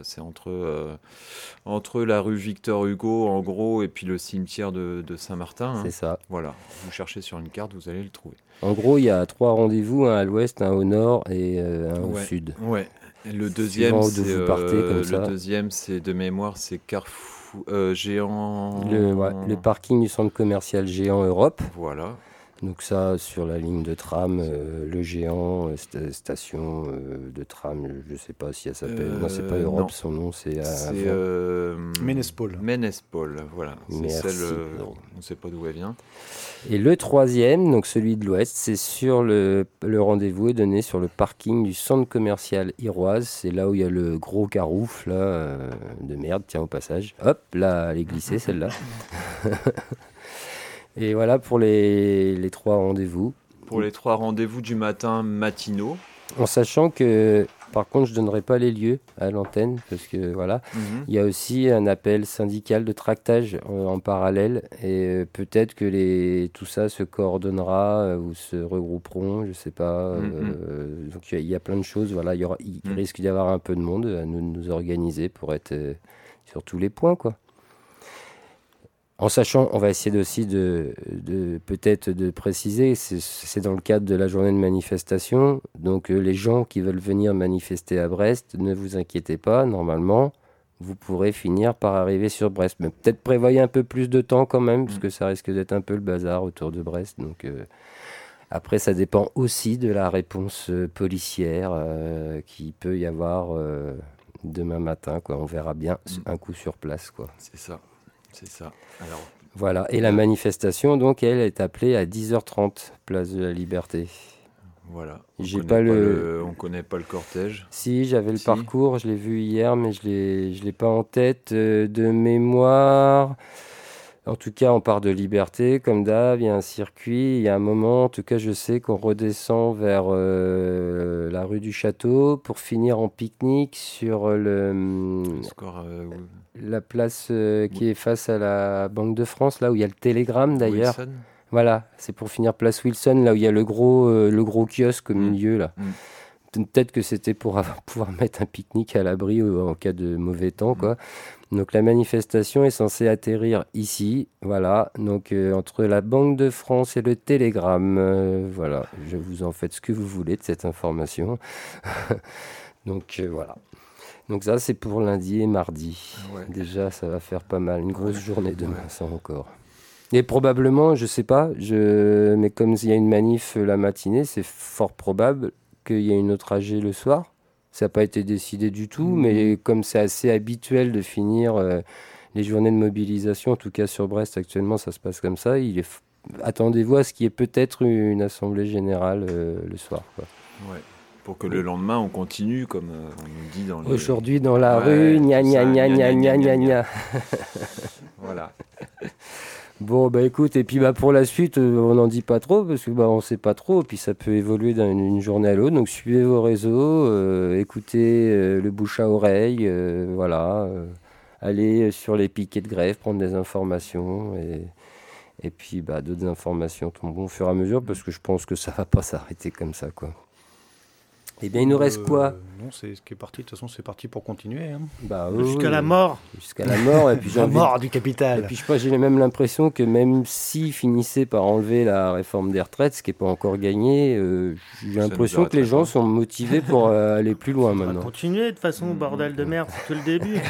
entre la rue Victor Hugo, en gros, et puis le cimetière de Saint-Martin. Hein. C'est ça. Voilà. Vous cherchez sur une carte, vous allez le trouver. En gros, il y a 3 rendez-vous, un à l'ouest, un au nord et un au sud. Ouais. Et le deuxième, c'est de mémoire, c'est Carrefour Géant. Le parking du centre commercial Géant Europe. Voilà. Donc ça, sur la ligne de tram, le Géant, station de tram, je ne sais pas si elle s'appelle. Non, c'est pas Europe, son nom, c'est Ménespol. Ménespol, voilà. C'est celle, on ne sait pas d'où elle vient. Et le 3e, donc celui de l'Ouest, c'est sur le rendez-vous est donné sur le parking du centre commercial Iroise. C'est là où il y a le gros carouf là, de merde, tiens au passage. Hop, là, elle est glissée celle-là. Et voilà pour les 3 rendez-vous. Pour les 3 rendez-vous du matin matinaux. En sachant que, par contre, je ne donnerai pas les lieux à l'antenne, parce que voilà, il y a aussi un appel syndical de tractage en parallèle, et peut-être que tout ça se coordonnera ou se regrouperont, je ne sais pas. Donc il y a plein de choses, voilà, il risque d'y avoir un peu de monde à nous organiser pour être sur tous les points, quoi. En sachant, on va essayer aussi de peut-être de préciser, c'est dans le cadre de la journée de manifestation, donc les gens qui veulent venir manifester à Brest, ne vous inquiétez pas, normalement, vous pourrez finir par arriver sur Brest. Mais peut-être prévoyez un peu plus de temps quand même, parce que ça risque d'être un peu le bazar autour de Brest. Donc, Après, ça dépend aussi de la réponse policière qu'il peut y avoir demain matin, quoi. On verra bien un coup sur place, quoi. C'est ça. Alors, voilà. Et la manifestation, donc, elle est appelée à 10h30, place de la Liberté. Voilà. On connaît pas le cortège. Si, j'avais le parcours, je l'ai vu hier, mais je l'ai pas en tête de mémoire. En tout cas, on part de Liberté, comme d'hab, il y a un circuit, il y a un moment, en tout cas, je sais qu'on redescend vers la rue du Château pour finir en pique-nique sur la place qui est face à la Banque de France, là où il y a le télégramme d'ailleurs. Wilson. Voilà, c'est pour finir place Wilson, là où il y a le gros kiosque au milieu, là. Peut-être que c'était pour pouvoir mettre un pique-nique à l'abri en cas de mauvais temps, quoi. Donc la manifestation est censée atterrir ici, voilà, donc entre la Banque de France et le Télégramme, voilà, je vous en faites ce que vous voulez de cette information. Donc voilà. Donc ça c'est pour lundi et mardi. Ouais. Déjà ça va faire pas mal, une grosse journée demain, ça encore. Et probablement, je sais pas, mais comme il y a une manif la matinée, c'est fort probable qu'il y ait une autre AG le soir. Ça n'a pas été décidé du tout, mais comme c'est assez habituel de finir les journées de mobilisation, en tout cas sur Brest actuellement, ça se passe comme ça. Attendez-vous à ce qu'il y ait peut-être une assemblée générale le soir, quoi. Ouais. Pour que le lendemain, on continue, comme on nous dit dans les... Aujourd'hui, dans la rue, gna gna gna gna gna gna gna. Voilà. Bon, bah écoute, et puis pour la suite, on n'en dit pas trop, parce que on sait pas trop, puis ça peut évoluer d'une journée à l'autre. Donc suivez vos réseaux, écoutez le bouche à oreille, voilà. Allez sur les piquets de grève, prendre des informations, et puis d'autres informations tomberont au fur et à mesure, parce que je pense que ça va pas s'arrêter comme ça, quoi. Eh bien, il nous reste quoi ? Non, c'est ce qui est parti. De toute façon, c'est parti pour continuer. Hein. Jusqu'à la mort. Jusqu'à la mort. Et puis la mort du capital. Et puis, j'ai même l'impression que même s'ils finissaient par enlever la réforme des retraites, ce qui n'est pas encore gagné, j'ai l'impression que les gens sont motivés pour aller plus loin maintenant. Continuer, de toute façon, bordel de merde, c'est que le début.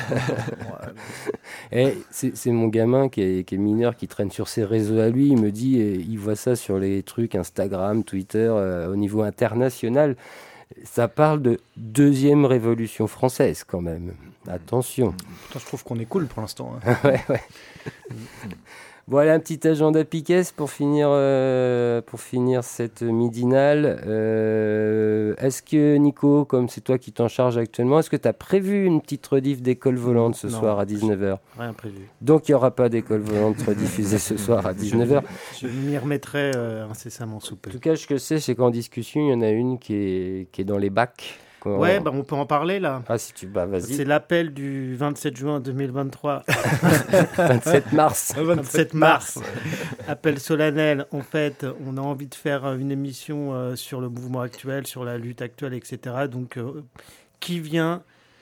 Et c'est mon gamin qui est mineur, qui traîne sur ses réseaux à lui. Il me dit, il voit ça sur les trucs Instagram, Twitter, au niveau international. Ça parle de deuxième révolution française, quand même. Attention. Putain, je trouve qu'on est cool pour l'instant. Hein. Ouais. Voilà un petit agenda Piquet pour finir cette midinale. Est-ce que, Nico, comme c'est toi qui t'en charges actuellement, est-ce que tu as prévu une petite rediff d'école volante ce soir à 19h ? Rien prévu. Donc il n'y aura pas d'école volante rediffusée ce soir à 19h. Je m'y remettrai incessamment sous peu. En tout cas, ce que je sais, c'est qu'en discussion, il y en a une qui est dans les bacs. Ouais, on peut en parler là. Ah, si tu vas-y. C'est l'appel du 27 juin 2023. 27 mars. 27 mars. Appel solennel. En fait, on a envie de faire une émission sur le mouvement actuel, sur la lutte actuelle, etc. Donc, qui vient ?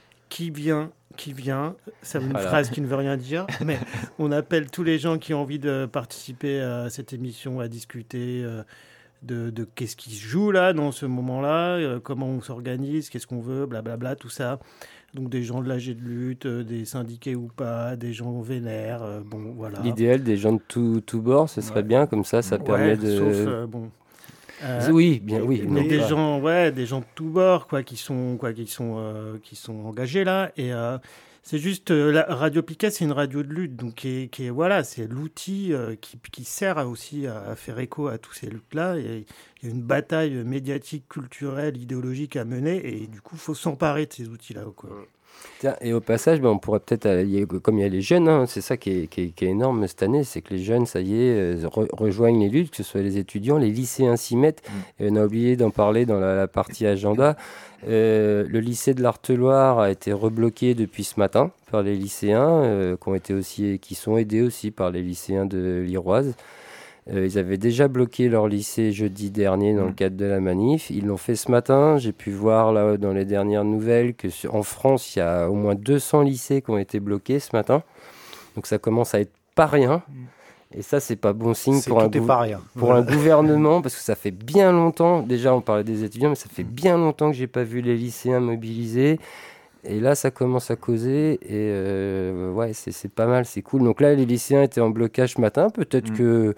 C'est une phrase qui ne veut rien dire, mais on appelle tous les gens qui ont envie de participer à cette émission, à discuter de qu'est-ce qui se joue là, dans ce moment-là, comment on s'organise, qu'est-ce qu'on veut, blablabla, tout ça. Donc des gens de l'AG de lutte, des syndiqués ou pas, des gens vénères, bon voilà. L'idéal des gens de tout bord, ce serait bien, comme ça permet de... Sauf, oui, bien, oui. Mais des gens de tous bords, qui sont engagés là, et c'est juste la Radio Piquet, c'est une radio de lutte, donc qui est voilà, c'est l'outil qui sert aussi à faire écho à toutes ces luttes-là. Il y a une bataille médiatique, culturelle, idéologique à mener, et du coup, il faut s'emparer de ces outils-là, quoi. Tiens, et au passage, on pourrait peut-être, comme il y a les jeunes, hein, c'est ça qui est énorme cette année, c'est que les jeunes, ça y est, rejoignent les luttes, que ce soit les étudiants, les lycéens s'y mettent. Et on a oublié d'en parler dans la partie agenda. Le lycée de l'Arteloire a été rebloqué depuis ce matin par les lycéens, qui sont aidés aussi par les lycéens de l'Iroise. Ils avaient déjà bloqué leur lycée jeudi dernier dans le cadre de la manif. Ils l'ont fait ce matin. J'ai pu voir là, dans les dernières nouvelles qu'en France, il y a au moins 200 lycées qui ont été bloqués ce matin. Donc ça commence à être pas rien. Et ça, c'est pas bon signe pour un gouvernement, parce que ça fait bien longtemps, déjà on parlait des étudiants, mais ça fait bien longtemps que j'ai pas vu les lycéens mobilisés. Et là, ça commence à causer, et c'est pas mal, c'est cool. Donc là, les lycéens étaient en blocage ce matin, peut-être que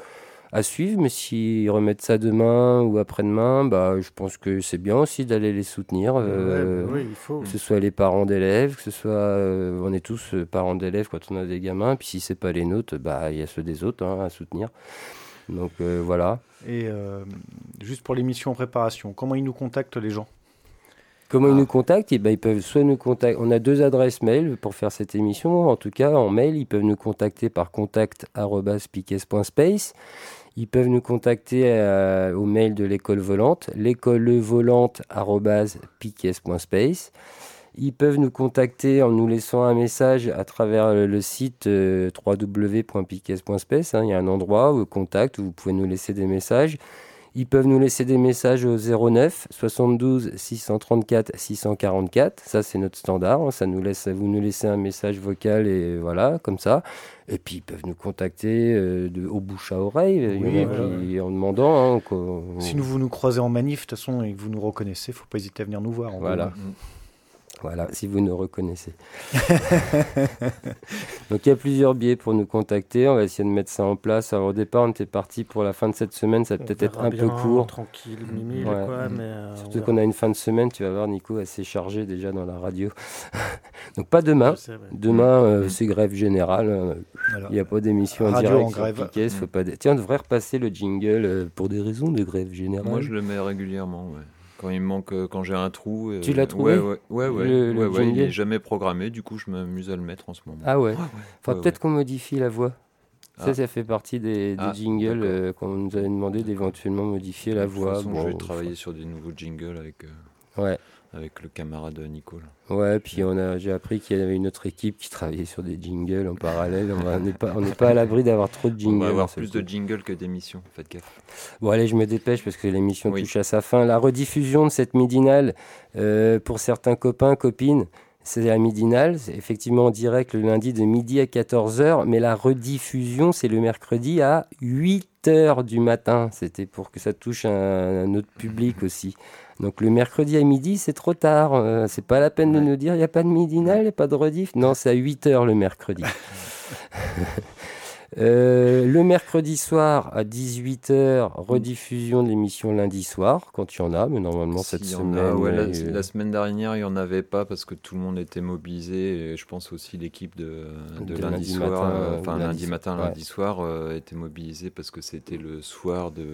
à suivre, mais s'ils remettent ça demain ou après-demain, bah, je pense que c'est bien aussi d'aller les soutenir. Oui, il faut. Que ce soit les parents d'élèves, que ce soit... on est tous parents d'élèves quand on a des gamins, puis si c'est pas les nôtres, bah, il y a ceux des autres à soutenir. Donc voilà. Et juste pour l'émission en préparation, comment ils nous contactent les gens ? Comment ils nous contactent? Eh ben, ils peuvent soit nous contacter. On a 2 adresses mail pour faire cette émission. En tout cas, en mail, ils peuvent nous contacter par contact@piques.space. Ils peuvent nous contacter au mail de l'école volante, l'écolevolante@piques.space. Ils peuvent nous contacter en nous laissant un message à travers le site www.piques.space. Il y a un endroit où contact où vous pouvez nous laisser des messages. Ils peuvent nous laisser des messages au 09 72 634 644. Ça, c'est notre standard. Vous nous laissez un message vocal et voilà, comme ça. Et puis, ils peuvent nous contacter au bouche à oreille en demandant. Si vous nous croisez en manif, de toute façon, et que vous nous reconnaissez, il ne faut pas hésiter à venir nous voir. Voilà. Voilà, si vous nous reconnaissez. Donc il y a plusieurs biais pour nous contacter. On va essayer de mettre ça en place. Alors, au départ, on était parti pour la fin de cette semaine. Ça va peut-être être un peu court. Tranquille, mimile, quoi. Mais surtout qu'on a une fin de semaine. Tu vas voir, Nico, assez chargé déjà dans la radio. Donc pas demain. Sais, ouais. Demain, c'est grève générale. Il n'y a pas d'émission en radio direct. En grève. Faut pas Tiens, on devrait repasser le jingle pour des raisons de grève générale. Moi, je le mets régulièrement, ouais. Quand il me manque, quand j'ai un trou. Tu l'as trouvé ? Ouais, il n'est jamais programmé, du coup je m'amuse à le mettre en ce moment. Ah ouais. Peut-être qu'on modifie la voix. Ça fait partie des jingles qu'on nous avait demandé d'éventuellement modifier la voix. De toute façon, je vais travailler sur des nouveaux jingles avec le camarade Nico. Ouais, puis j'ai appris qu'il y avait une autre équipe qui travaillait sur des jingles en parallèle. On n'est pas à l'abri d'avoir trop de jingles. On va avoir plus de jingles que d'émissions, faites gaffe. Bon, allez, je me dépêche parce que l'émission touche à sa fin. La rediffusion de cette midinale, pour certains copains, copines, c'est la midinale. C'est effectivement en direct le lundi de midi à 14h, mais la rediffusion, c'est le mercredi à 8h du matin. C'était pour que ça touche un autre public aussi. Donc le mercredi à midi, c'est trop tard. C'est pas la peine de nous dire il n'y a pas de midinale, il n'y a pas de rediff. Non, c'est à 8h le mercredi. Le mercredi soir à 18h, rediffusion de l'émission lundi soir, quand il y en a, mais normalement cette semaine... La semaine dernière, il n'y en avait pas parce que tout le monde était mobilisé. Et je pense aussi l'équipe de lundi soir, lundi soir, était mobilisée parce que c'était le soir de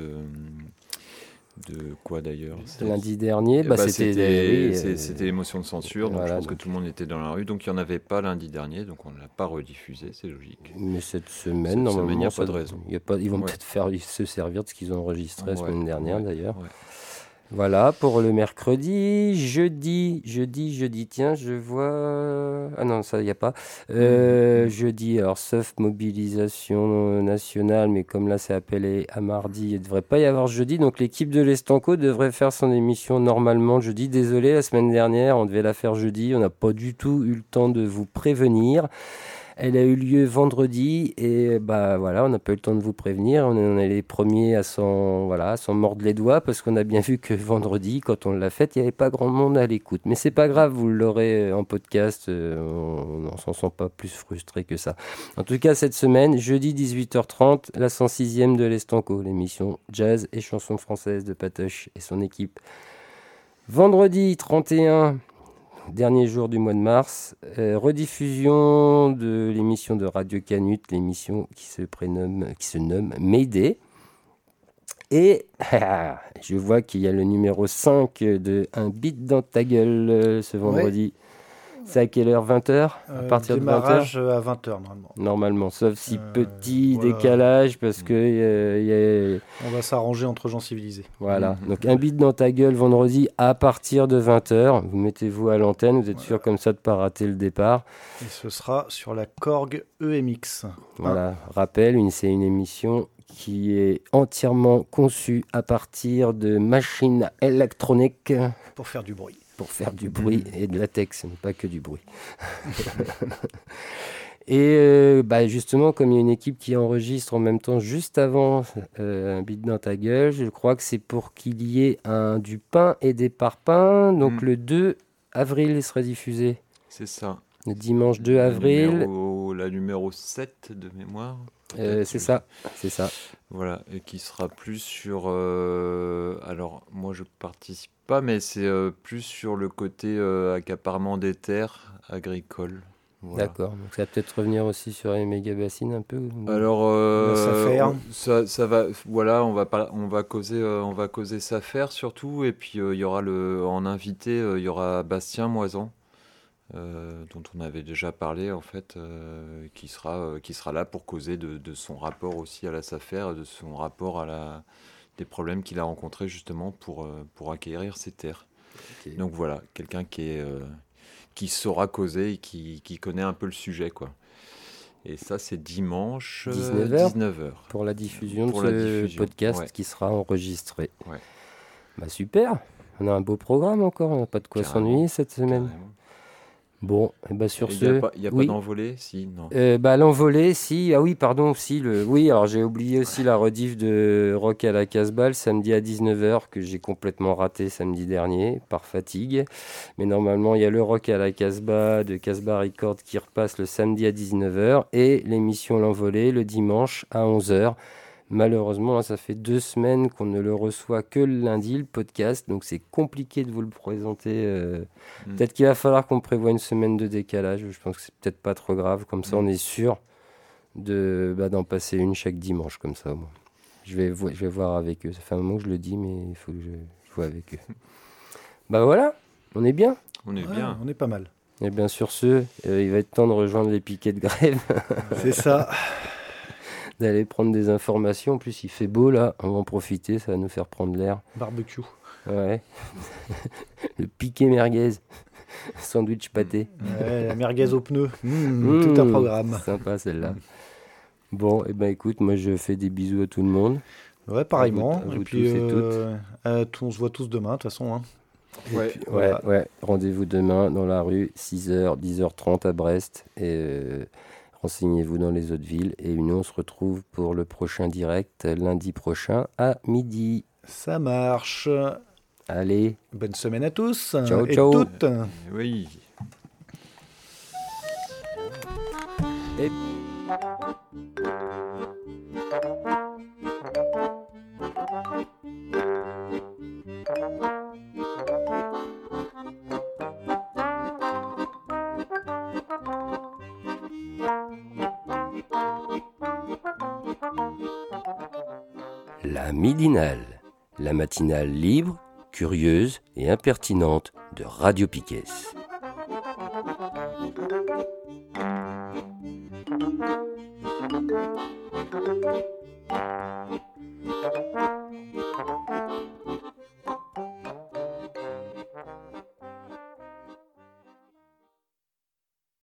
quoi d'ailleurs? Lundi dernier, c'était l'émotion de censure, donc je pense que tout le monde était dans la rue, donc il n'y en avait pas lundi dernier, donc on ne l'a pas rediffusé, c'est logique. Mais cette semaine, normalement, il n'y a pas de raison. Ils vont peut-être se servir de ce qu'ils ont enregistré la semaine dernière d'ailleurs. Ouais. Voilà pour le mercredi. Jeudi, tiens, je vois... Ah non, ça, il n'y a pas. Jeudi, alors, sauf mobilisation nationale, mais comme là, c'est appelé à mardi, il ne devrait pas y avoir jeudi. Donc, l'équipe de l'Estanco devrait faire son émission normalement jeudi. Désolé, la semaine dernière, on devait la faire jeudi. On n'a pas du tout eu le temps de vous prévenir. Elle a eu lieu vendredi et on n'a pas eu le temps de vous prévenir. On est les premiers à s'en mordre les doigts parce qu'on a bien vu que vendredi, quand on l'a faite, il n'y avait pas grand monde à l'écoute. Mais c'est pas grave, vous l'aurez en podcast. On ne s'en sent pas plus frustré que ça. En tout cas, cette semaine, jeudi 18h30, la 106e de l'Estanco, l'émission Jazz et chansons françaises de Patoche et son équipe. Vendredi 31... dernier jour du mois de mars, rediffusion de l'émission de Radio Canut, l'émission qui se nomme Mayday. Et je vois qu'il y a le numéro 5 de Un beat dans ta gueule ce vendredi. Ouais. C'est à quelle heure? 20h? À partir de 20h? Démarrage à 20h normalement. Normalement, sauf si petit décalage parce que... On va s'arranger entre gens civilisés. Voilà, donc Un beat dans ta gueule vendredi à partir de 20h. Vous mettez-vous à l'antenne, vous êtes sûr comme ça de ne pas rater le départ. Et ce sera sur la Korg EMX. Voilà, rappel, c'est une émission qui est entièrement conçue à partir de machines électroniques. Pour faire du bruit. Pour faire du bruit et de latex, pas que du bruit. Et justement, comme il y a une équipe qui enregistre en même temps, juste avant Un beat dans ta gueule, je crois que c'est pour qu'il y ait du pain et des parpaings. Donc le 2 avril, il sera diffusé. C'est ça. Le dimanche 2 avril. La numéro 7 de mémoire. C'est ça. Voilà, et qui sera plus sur... alors, moi, je participe pas, mais c'est plus sur le côté accaparement des terres agricoles. Voilà. D'accord, donc ça va peut-être revenir aussi sur les méga-bassines un peu. Alors, ça va, voilà, on va causer Safer surtout, et puis il y aura en invité, il y aura Bastien Moisan, dont on avait déjà parlé en fait, qui sera là pour causer de son rapport aussi à la Safer, de son rapport à des problèmes qu'il a rencontrés justement pour acquérir ces terres. Okay. Donc voilà, quelqu'un qui saura causer et qui connaît un peu le sujet, quoi. Et ça, c'est dimanche 19h. Pour la diffusion de ce podcast qui sera enregistré. Ouais. Bah super, on a un beau programme encore, on n'a pas de quoi s'ennuyer cette semaine. Carrément. Bon, et bah sur ce... Il n'y a pas d'envolée, si non. L'envolée, si. Ah oui, pardon, si. Oui, alors j'ai oublié aussi la rediff de Rock à la Casbah, samedi à 19h, que j'ai complètement raté samedi dernier, par fatigue. Mais normalement, il y a le Rock à la Casbah de Casbah Records qui repasse le samedi à 19h et l'émission L'Envolée le dimanche à 11h. Malheureusement, ça fait 2 semaines qu'on ne le reçoit que le lundi, le podcast, donc c'est compliqué de vous le présenter. Peut-être qu'il va falloir qu'on prévoie une semaine de décalage, je pense que c'est peut-être pas trop grave, comme ça on est sûr d'en passer une chaque dimanche, comme ça au moins. Je vais voir avec eux, ça fait un moment que je le dis, mais il faut que je vois avec eux. Bah voilà, on est bien. On est bien. On est pas mal. Et bien sur ce, il va être temps de rejoindre les piquets de grève. C'est ça. D'aller prendre des informations. En plus, il fait beau là, on va en profiter, ça va nous faire prendre l'air. Barbecue. Ouais. Le piqué merguez. Sandwich pâté. Ouais, la merguez aux pneus. Tout un programme. Sympa celle-là. Bon, et ben écoute, moi je fais des bisous à tout le monde. Ouais, pareillement. À vous et puis, tous et toutes. On se voit tous demain, de toute façon. Hein. Ouais, puis, ouais. Rendez-vous demain dans la rue, 6h, 10h30 à Brest. Et renseignez-vous dans les autres villes. Et nous, on se retrouve pour le prochain direct lundi prochain à midi. Ça marche. Allez. Bonne semaine à tous. Ciao, et ciao. toutes. Oui. Et... La midinale, la matinale libre, curieuse et impertinente de Radio Piquet.